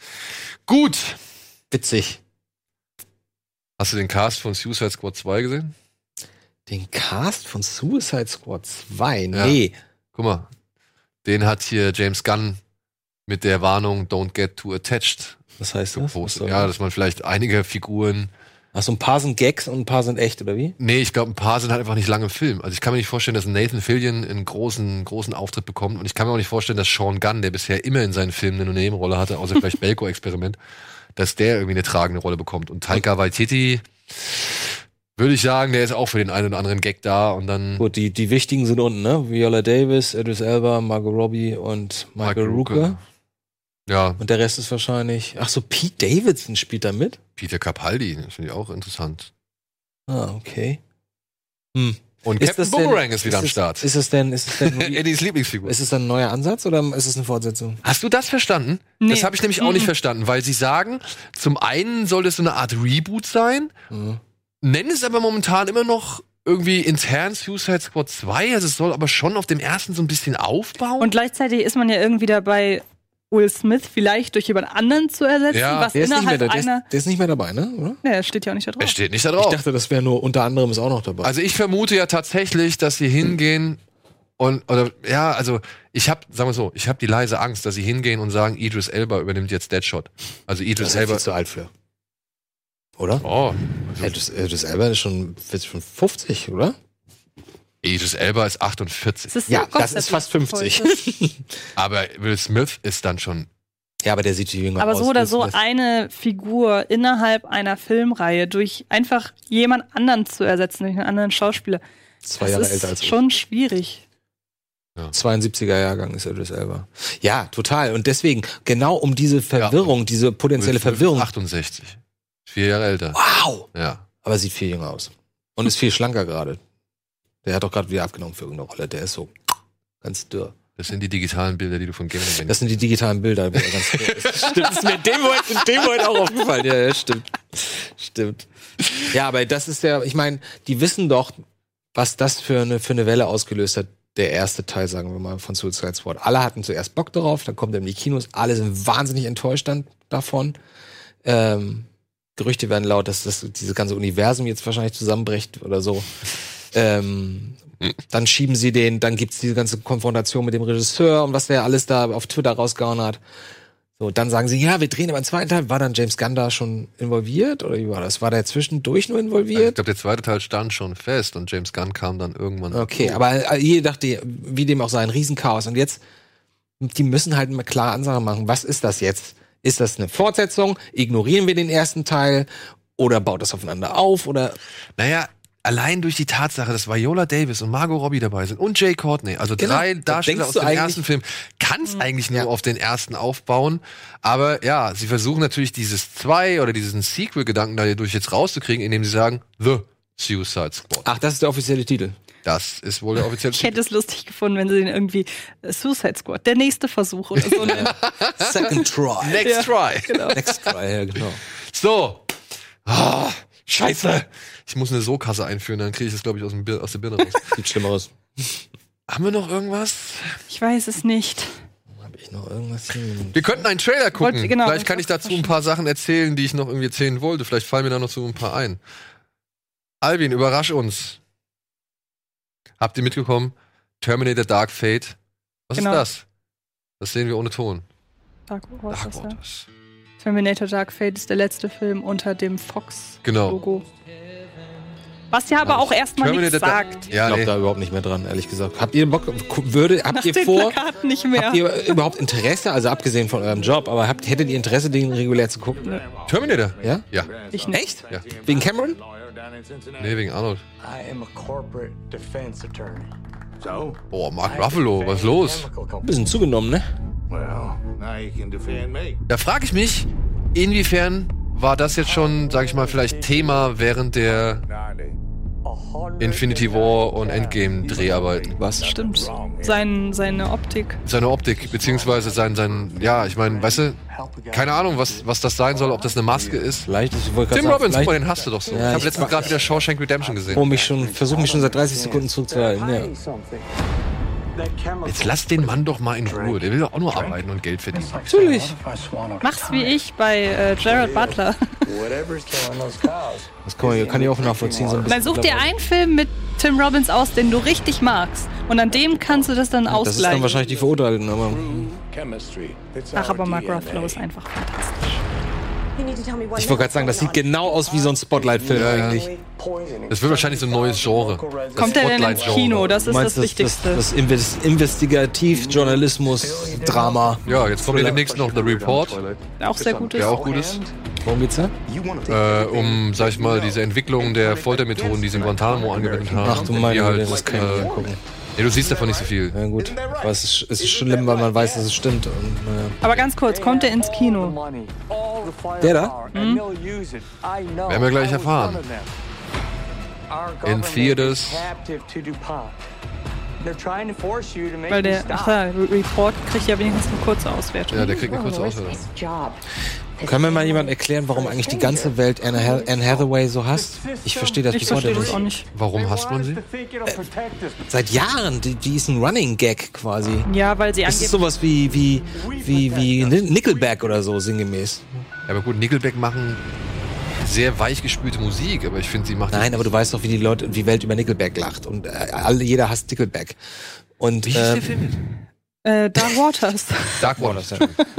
A: Gut.
C: Witzig.
A: Hast du den Cast von Suicide Squad zwei gesehen?
C: Den Cast von Suicide Squad zwei?
A: Ja.
C: Nee.
A: Guck mal. Den hat hier James Gunn mit der Warnung Don't get too attached
C: Was heißt das? Was
A: gepostet.
C: soll
A: Ja,
C: das?
A: dass man vielleicht einige Figuren.
C: Ach, so ein paar sind Gags und ein paar sind echt, oder wie?
A: Nee, ich glaube, ein paar sind halt einfach nicht lange im Film. Also ich kann mir nicht vorstellen, dass Nathan Fillion einen großen, großen Auftritt bekommt. Und ich kann mir auch nicht vorstellen, dass Sean Gunn, der bisher immer in seinen Filmen eine Nebenrolle hatte, außer vielleicht Belko-Experiment, dass der irgendwie eine tragende Rolle bekommt. Und Taika Waititi, würde ich sagen, der ist auch für den einen oder anderen Gag da. Und dann
C: Gut, die, die wichtigen sind unten, ne? Viola Davis, Idris Elba, Margot Robbie und Michael Rooker.
A: Ja,
C: Und der Rest ist wahrscheinlich. Ach so, Pete Davidson spielt da mit?
A: Peter Capaldi, das finde ich auch interessant.
C: Ah, okay. Hm.
A: Und
C: Ist
A: Captain
C: das denn-
A: Boomerang ist wieder
C: ist
A: am
C: es-
A: Start.
C: Ist es denn, ist es denn,
A: Eddies Lieblingsfigur.
C: ist es dann ein neuer Ansatz oder ist es eine Fortsetzung?
A: Hast du das verstanden?
B: Nee.
A: Das habe ich nämlich auch nicht verstanden, weil sie sagen, zum einen soll das so eine Art Reboot sein,
C: Mhm.
A: nennen es aber momentan immer noch irgendwie intern Suicide Squad zwei, also es soll aber schon auf dem ersten so ein bisschen aufbauen.
B: Und gleichzeitig ist man ja irgendwie dabei, Will Smith vielleicht durch jemand anderen zu ersetzen,
A: Ja,
B: was
C: Der ist, nicht mehr,
B: innerhalb
C: da, der, ist,
B: einer.
C: der ist nicht mehr dabei, ne? Oder?
B: Ne, er steht ja auch nicht da drauf.
A: er steht nicht da
C: Ich
A: drauf.
C: dachte, das wäre nur unter anderem ist auch noch dabei.
A: Also ich vermute ja tatsächlich, dass sie hingehen und, oder, ja, also ich habe, sagen wir so, ich habe die leise Angst, dass sie hingehen und sagen, Idris Elba übernimmt jetzt Deadshot. Also
C: das
A: Idris
C: ist ja
A: Elba.
C: viel zu alt für. Oder?
A: Oh,
C: Idris, Idris Elba ist schon, wird schon fünfzig, oder?
A: Idris Elba ist achtundvierzig.
B: Das ist
C: Ja,
B: so
C: das ist fast fünfzig.
A: Aber Will Smith ist dann schon.
C: Ja, aber der sieht viel jünger
B: Aber
C: aus.
B: so oder
C: Will
B: so
C: Smith.
B: eine Figur innerhalb einer Filmreihe durch einfach jemand anderen zu ersetzen, durch einen anderen Schauspieler.
C: Zwei
B: Das
C: Jahre
B: ist
C: älter als ich.
B: schon schwierig.
C: zweiundsiebziger Jahrgang ist Idris Elba. Ja, total. Und deswegen, genau um diese Verwirrung, diese potenzielle
A: Will Smith ist
C: Verwirrung.
A: achtundsechzig. Vier Jahre älter.
C: Wow!
A: Ja.
C: Aber sieht viel jünger aus. Und ist viel schlanker gerade. Der hat doch gerade wieder abgenommen für irgendeine Rolle. Der ist so ganz dürr.
A: Das sind die digitalen Bilder, die du von Gaming denkst.
C: Das sind die digitalen Bilder. Wo er ganz dürr ist. Stimmt, das ist mir in dem Moment, in dem Moment auch aufgefallen. Ja, ja, stimmt. Stimmt. Ja, aber das ist ja, ich meine, die wissen doch, was das für eine, für eine Welle ausgelöst hat. Der erste Teil, sagen wir mal, von Suicide Squad. Alle hatten zuerst Bock darauf, dann kommt er in die Kinos. Alle sind wahnsinnig enttäuscht dann davon. Ähm, Gerüchte werden laut, dass das dieses ganze Universum jetzt wahrscheinlich zusammenbricht oder so. Ähm, dann schieben sie den, dann gibt's diese ganze Konfrontation mit dem Regisseur und was der alles da auf Twitter rausgehauen hat. So, dann sagen sie, ja, wir drehen aber einen zweiten Teil. War dann James Gunn da schon involviert? Oder wie war das? War der zwischendurch nur
A: ich
C: involviert?
A: glaube, der zweite Teil stand schon fest und James Gunn kam dann irgendwann.
C: Okay, aber jeder dachte, wie dem auch sei, ein Riesenchaos. Und jetzt, die müssen halt mal klar Ansagen machen. Was ist das jetzt? Ist das eine Fortsetzung? Ignorieren wir den ersten Teil? Oder baut das aufeinander auf? Oder
A: Naja, allein durch die Tatsache, dass Viola Davis und Margot Robbie dabei sind und Jay Courtney, also
C: Genau.
A: drei
C: Da
A: Darsteller
C: denkst
A: aus
C: du
A: dem
C: eigentlich-
A: ersten Film, kann es eigentlich nur
C: Ja.
A: auf den ersten aufbauen. Aber ja, sie versuchen natürlich dieses zwei oder diesen Sequel-Gedanken dadurch jetzt rauszukriegen, indem sie sagen, The Suicide Squad.
C: ach, das ist der offizielle Titel.
A: Das ist wohl der offizielle
B: Ich hätte es lustig gefunden, wenn sie den irgendwie äh, Suicide Squad, der nächste Versuch oder so nennen.
C: Second Try.
A: Next Try.
B: Genau.
C: Next Try, ja, genau.
A: So. Ah, scheiße. Ich muss eine So-Kasse einführen, dann kriege ich das, glaube ich, aus, dem Bir- aus der Birne raus.
C: Sieht Schlimmeres.
A: Haben wir noch irgendwas?
B: Ich weiß es nicht.
C: Hab ich noch irgendwas hier?
A: Wir könnten einen Trailer gucken.
B: Wollte- genau,
A: Vielleicht
B: das
A: kann ich
B: wollte
A: dazu
B: ich
A: ein paar Sachen erzählen, die ich noch irgendwie erzählen wollte. Vielleicht fallen mir da noch so ein paar ein. Albin, überrasch uns. Habt ihr mitbekommen? Terminator Dark Fate. Was
B: Genau.
A: ist das? Das sehen wir ohne Ton.
B: Dark Waters,
A: Dark
B: ja.
A: Waters.
B: Terminator Dark Fate ist der letzte Film unter dem Fox-Logo.
A: Genau.
B: Was ja aber auch erstmal nichts
A: Terminator Da-
B: sagt.
A: Ja,
C: Ich glaube
A: nee.
C: da überhaupt nicht mehr dran, ehrlich gesagt. Habt ihr Bock, würde, habt
B: Nach
C: ihr
B: den
C: vor,
B: Plakaten nicht mehr.
C: habt ihr überhaupt Interesse, also abgesehen von eurem Job, aber habt, hättet ihr Interesse, den regulär zu gucken?
A: Terminator?
C: Ja?
A: Ja.
B: Ich nicht.
C: Echt?
A: Ja.
C: Wegen Cameron?
A: Nee, wegen Arnold.
H: I am a corporate defense attorney. So?
A: Boah, Mark Ruffalo, was ist los?
C: Bisschen zugenommen, ne?
H: Well, now you can defend me.
A: Da frage ich mich, inwiefern war das jetzt schon, sag ich mal, vielleicht Thema während der Infinity War und Endgame Dreharbeiten?
C: Was?
B: Stimmt. Sein, seine Optik.
A: Seine Optik, beziehungsweise sein, sein, ja, ich meine, weißt du, keine Ahnung, was, was das sein soll, ob das eine Maske ist.
C: Vielleicht, ich wollte
A: Tim
C: gerade
A: Robbins,
C: sagen,
A: guck mal,
C: vielleicht
A: den hast du doch so.
C: Ja,
A: ich habe
C: ich
A: letztens
C: war-
A: gerade wieder Shawshank Redemption
C: oh,
A: gesehen.
C: mich schon, versuch mich schon seit dreißig Sekunden zurückzuhalten, ja.
A: Jetzt lass den Mann doch mal in Ruhe. Der will doch auch nur arbeiten und Geld verdienen.
C: Natürlich.
B: Mach's wie ich bei äh, Jared Butler.
H: Whatever's killing those cows.
C: Das kann, man, kann ich auch nachvollziehen. So ein
B: Dann
C: bisschen.
B: such dir einen Film mit Tim Robbins aus, den du richtig magst. Und an dem kannst du das dann
C: Das ist dann
B: ausgleichen.
C: wahrscheinlich die Verurteilten, aber
H: Chemistry. It's
B: Ach,
H: our
B: aber Mark
H: D N A.
B: Ruffalo ist einfach fantastisch.
C: ich wollte gerade sagen, das sieht genau aus wie so ein Spotlight-Film
A: Ja, ja.
C: eigentlich.
A: Das wird wahrscheinlich so ein neues Genre. Das
B: Kommt er denn ins
A: Spotlight-Genre.
B: Kino? Das
C: Du
B: ist
C: meinst
B: das
C: das, das,
B: Wichtigste.
C: das Invest Investigativ-Journalismus-Drama.
A: Ja, jetzt kommt ja demnächst noch The Report,
B: Auch sehr gut ist.
A: der auch gut ist.
C: Worum geht's da?
A: Äh, um, sag ich mal, diese Entwicklung der Foltermethoden, die sie in Guantanamo angewendet haben.
C: Ach du meine
A: Die
C: Güte,
A: halt,
C: das kann ich
A: äh,
C: nicht gucken.
A: nee, du siehst davon nicht so viel.
C: Ja gut, aber es ist, es ist schlimm, weil man weiß, dass es stimmt. Und, naja.
B: Aber ganz kurz, kommt er ins Kino?
C: Der da?
A: Werden wir gleich erfahren. in theaters.
B: Weil der ach ja, Report kriegt ja wenigstens eine kurze Auswertung.
A: Ja, der kriegt eine kurze Auswertung.
C: Können wir mal jemand erklären, warum eigentlich die ganze Welt Anne, ha- Anne Hathaway so hasst? Ich verstehe das
B: Ich
C: bis heute
B: verstehe das
C: nicht.
B: auch nicht.
A: Warum hasst man sie?
C: Seit Jahren, die, die ist ein Running Gag quasi.
B: Ja, weil sie
C: Das ist
B: angeblich.
C: sowas wie, wie, wie, wie Nickelback oder so, sinngemäß.
A: Ja, aber gut, Nickelback machen sehr weichgespülte Musik, aber ich finde, sie macht...
C: Nein, aber du weißt doch, wie die Leute, die Welt über Nickelback lacht. Und äh, alle, jeder hasst Nickelback. Und,
A: Wie hieß der
C: ähm,
A: Film?
B: Äh, Dark Waters.
A: Dark Waters.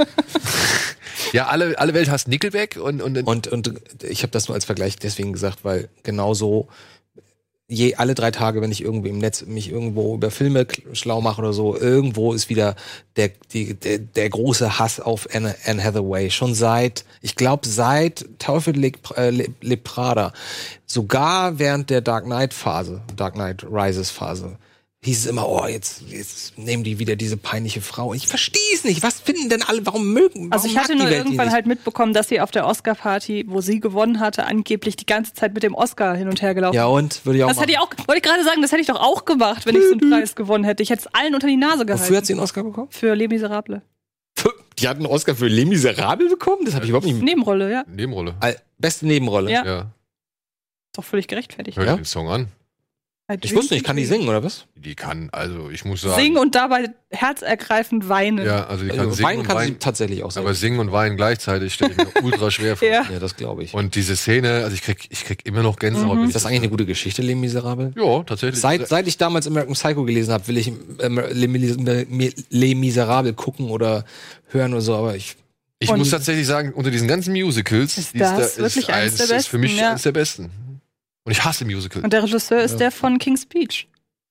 A: Ja, alle, alle Welt hasst Nickelback und... Und,
C: Und, und ich habe das nur als Vergleich deswegen gesagt, weil genauso je alle drei Tage, wenn ich irgendwie im Netz mich irgendwo über Filme kl- schlau mache oder so, irgendwo ist wieder der, die, der, der große Hass auf Anne, Anne Hathaway. Schon seit, ich glaube, seit Teufel lebt äh, Le- lebt Prada. Sogar während der Dark Knight Phase, Dark Knight Rises Phase, hieß es immer, oh, jetzt, jetzt nehmen die wieder diese peinliche Frau. Ich verstehe es nicht. Was finden denn alle? Warum mögen? Warum
B: Also ich hatte
C: mag die
B: nur
C: Welt die
B: irgendwann
C: nicht?
B: halt mitbekommen, dass sie auf der Oscar-Party, wo sie gewonnen hatte, angeblich die ganze Zeit mit dem Oscar hin und her gelaufen.
C: Ja, und? Würde ich auch
B: Das hätte
C: machen.
B: ich auch, wollte ich gerade sagen, das hätte ich doch auch gemacht, wenn ich so einen Preis gewonnen hätte. Ich hätte es allen unter die Nase gehalten.
C: Wofür hat sie einen Oscar bekommen?
B: Für Les Miserables.
C: Die hat einen Oscar für Les Miserables bekommen? Das habe ich überhaupt nicht.
B: Nebenrolle, ja.
A: Nebenrolle.
C: Al- Beste Nebenrolle.
B: Ja.
A: Ja.
B: Ist doch völlig gerechtfertigt.
A: Hör
C: Ja?
A: dir den Song an.
C: Ich wusste nicht, kann die singen oder was?
A: Die kann, also ich muss sagen...
B: Singen und dabei herzergreifend weinen.
A: Ja, also die kann
C: Also,
A: singen
C: weinen
A: und
C: kann sie
A: weinen.
C: tatsächlich auch singen.
A: Aber singen und weinen gleichzeitig stelle ich mir ultra schwer vor.
B: Ja.
C: Ja, das glaube ich.
A: Und diese Szene, also ich krieg, ich krieg immer noch Gänsehaut.
B: Mhm.
A: wenn
C: Ist das eigentlich eine gute Geschichte, Les Miserables?
A: Ja, tatsächlich.
C: Seit, seit ich damals American Psycho gelesen habe, will ich ähm, Les Mis- Les Miserables gucken oder hören oder so, aber ich.
A: Ich
B: Und-
A: muss tatsächlich sagen, unter diesen ganzen Musicals,
B: Ist
A: die
B: das
A: da,
B: wirklich eins der
A: ist für mich
B: besten, ja.
A: eines der besten. Und ich hasse Musicals.
B: Und der Regisseur ist
C: Ja.
B: der von King's Speech.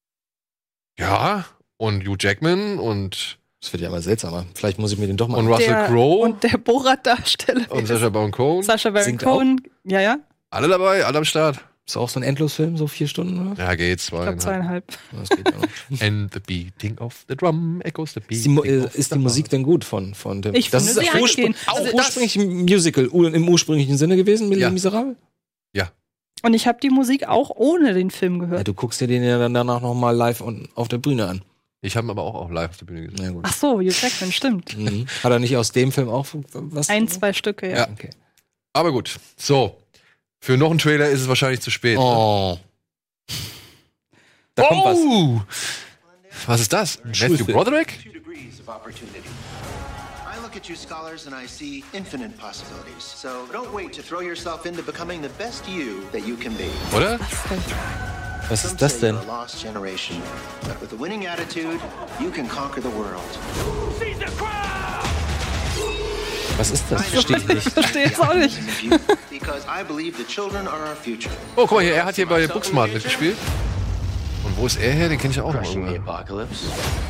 A: Ja, und Hugh Jackman und,
C: Das wird ja immer seltsamer. Vielleicht muss ich mir den doch mal.
A: und Russell
B: der,
A: Crowe
B: Und der Borat-Darsteller.
A: und Sacha Baron Cohen.
B: Sacha Baron
C: Singt
B: Cohen. Ja, ja.
A: Alle dabei, alle am Start.
C: Ist auch so ein Endlosfilm, so vier Stunden oder?
A: Ja, geht's.
B: Ich glaube
A: Zweieinhalb.
B: zweieinhalb.
C: Das geht ja noch.
A: And the beating of the drum echoes the
C: Ist die, Mu-
A: beating
C: äh,
A: of
C: ist
A: the
C: die Musik
A: heart.
C: denn gut von, von dem?
B: Ich
C: das
B: finde
C: ist
B: sie
C: urspr-
B: eingehend.
C: auch
B: Also
C: ursprünglich ein Musical, ur- im ursprünglichen Sinne gewesen, mit
A: Ja.
C: Les Miserables?
B: Und ich habe die Musik auch ohne den Film
C: Ja,
B: gehört.
C: du guckst dir den ja dann danach nochmal live und auf der Bühne an.
A: Ich habe ihn aber auch, auch live auf der Bühne gesehen.
C: Na gut.
B: Ach so, Hugh Jackman, stimmt.
C: Mhm. Hat er nicht aus dem Film auch was?
B: Ein, zwei Stücke, ja.
A: Ja.
C: Okay.
A: Aber gut, so. Für noch einen Trailer ist es wahrscheinlich zu spät.
C: Oh. Da kommt was.
A: Oh! Was ist das? Matthew
C: Schulfilm.
A: Broderick?
I: Two degrees of opportunity. I look at you scholars and I see infinite possibilities. So don't wait to throw yourself into becoming the best you that you can be.
A: Oder?
C: Was
I: Some
C: ist das
I: say
C: denn?
I: you're a lost generation, but with a winning attitude, you can conquer the world.
C: Was ist das? Verstehe ich nicht.
B: Verstehe es auch nicht.
I: Because I believe the children are our future.
A: Oh, guck mal hier, er hat hier bei Booksmart mitgespielt. Und wo ist er her? Den kenne ich auch noch.
E: Crushing the
A: irgendwo.
E: apocalypse.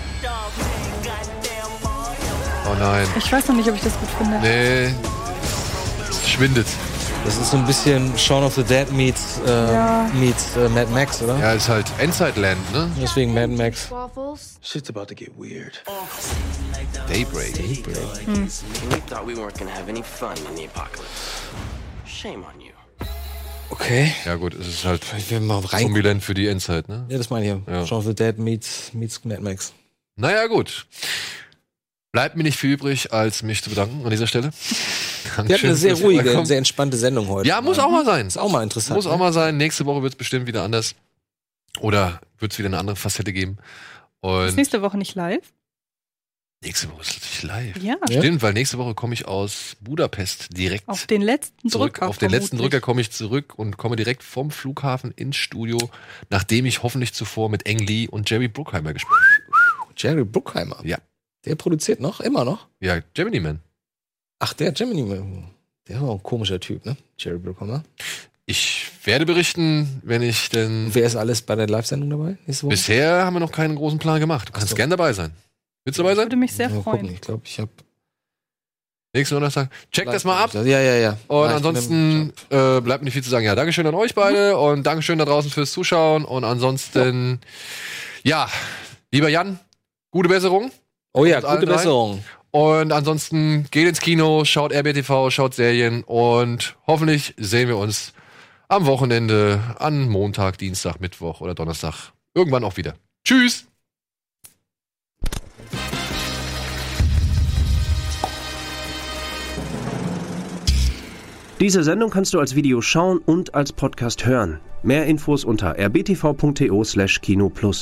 A: Oh nein.
B: Ich weiß noch nicht, ob ich das gut finde.
A: Nee. Es schwindet.
C: Das ist so ein bisschen Shaun of the Dead meets, äh,
B: Ja.
C: meets äh, Mad Max, oder?
A: Ja, ist halt Endzeitland, ne?
C: Deswegen Mad Max.
F: Waffles.
E: Shit's about to get weird.
A: Daybreak.
E: We thought we weren't gonna have any fun in the apocalypse. Shame on you.
C: Okay.
A: Ja gut, es ist halt
C: Ich will mal rein.
A: Zombieland für die Endzeit, ne?
C: Ja, das meine ich ja.
A: Ja.
C: Shaun of the Dead meets, meets Mad Max.
A: Naja, gut. Bleibt mir nicht viel übrig, als mich zu bedanken an dieser Stelle.
C: Wir hatten
A: Dankeschön
C: eine sehr
A: fürs
C: ruhige,
A: Vorbeikommen.
C: sehr entspannte Sendung heute.
A: Ja, muss auch mal sein.
C: Ist auch mal interessant.
A: Muss auch
C: ne?
A: mal sein. Nächste Woche wird es bestimmt wieder anders. Oder wird es wieder eine andere Facette geben.
B: Ist
A: Und
B: nächste Woche nicht live?
A: nächste Woche ist es nicht live.
B: Ja.
C: Ja.
A: Stimmt, weil nächste Woche komme ich aus Budapest direkt
B: Auf den letzten
A: zurück.
B: Drücker.
A: Auf den letzten
B: vermutlich.
A: Drücker komme ich zurück und komme direkt vom Flughafen ins Studio, nachdem ich hoffentlich zuvor mit Ang Lee und Jerry Bruckheimer gesprochen habe.
C: Jerry Bruckheimer.
A: Ja.
C: Der produziert noch, immer noch.
A: Ja, Gemini Man.
C: Ach, der Gemini Man. Der war auch ein komischer Typ, ne? Jerry Bruckheimer.
A: Ich werde berichten, wenn ich denn.
C: Und wer ist alles bei der Live-Sendung dabei? Nächste Woche?
A: Bisher haben wir noch keinen großen Plan gemacht. Du kannst
C: so.
A: gern dabei sein. Willst du dabei sein?
B: Würde mich sehr
C: Mal
B: freuen.
C: gucken. Ich glaube, ich habe.
A: Nächsten Donnerstag. Check das mal ab.
C: Ja, ja, ja.
A: Und
C: Ja, ich
A: ansonsten
C: bin im
A: äh, bleibt nicht viel zu sagen. Ja, Dankeschön an euch beide und Dankeschön da draußen fürs Zuschauen. Und ansonsten, ja, lieber Jan, gute Besserung.
C: Oh ja,
A: Und allen
C: gute
A: dreien.
C: Besserung.
A: Und ansonsten geht ins Kino, schaut R B T V, schaut Serien und hoffentlich sehen wir uns am Wochenende, an Montag, Dienstag, Mittwoch oder Donnerstag. Irgendwann auch wieder. Tschüss!
J: Diese Sendung kannst du als Video schauen und als Podcast hören. Mehr Infos unter r b t v punkt t o slash kino plus.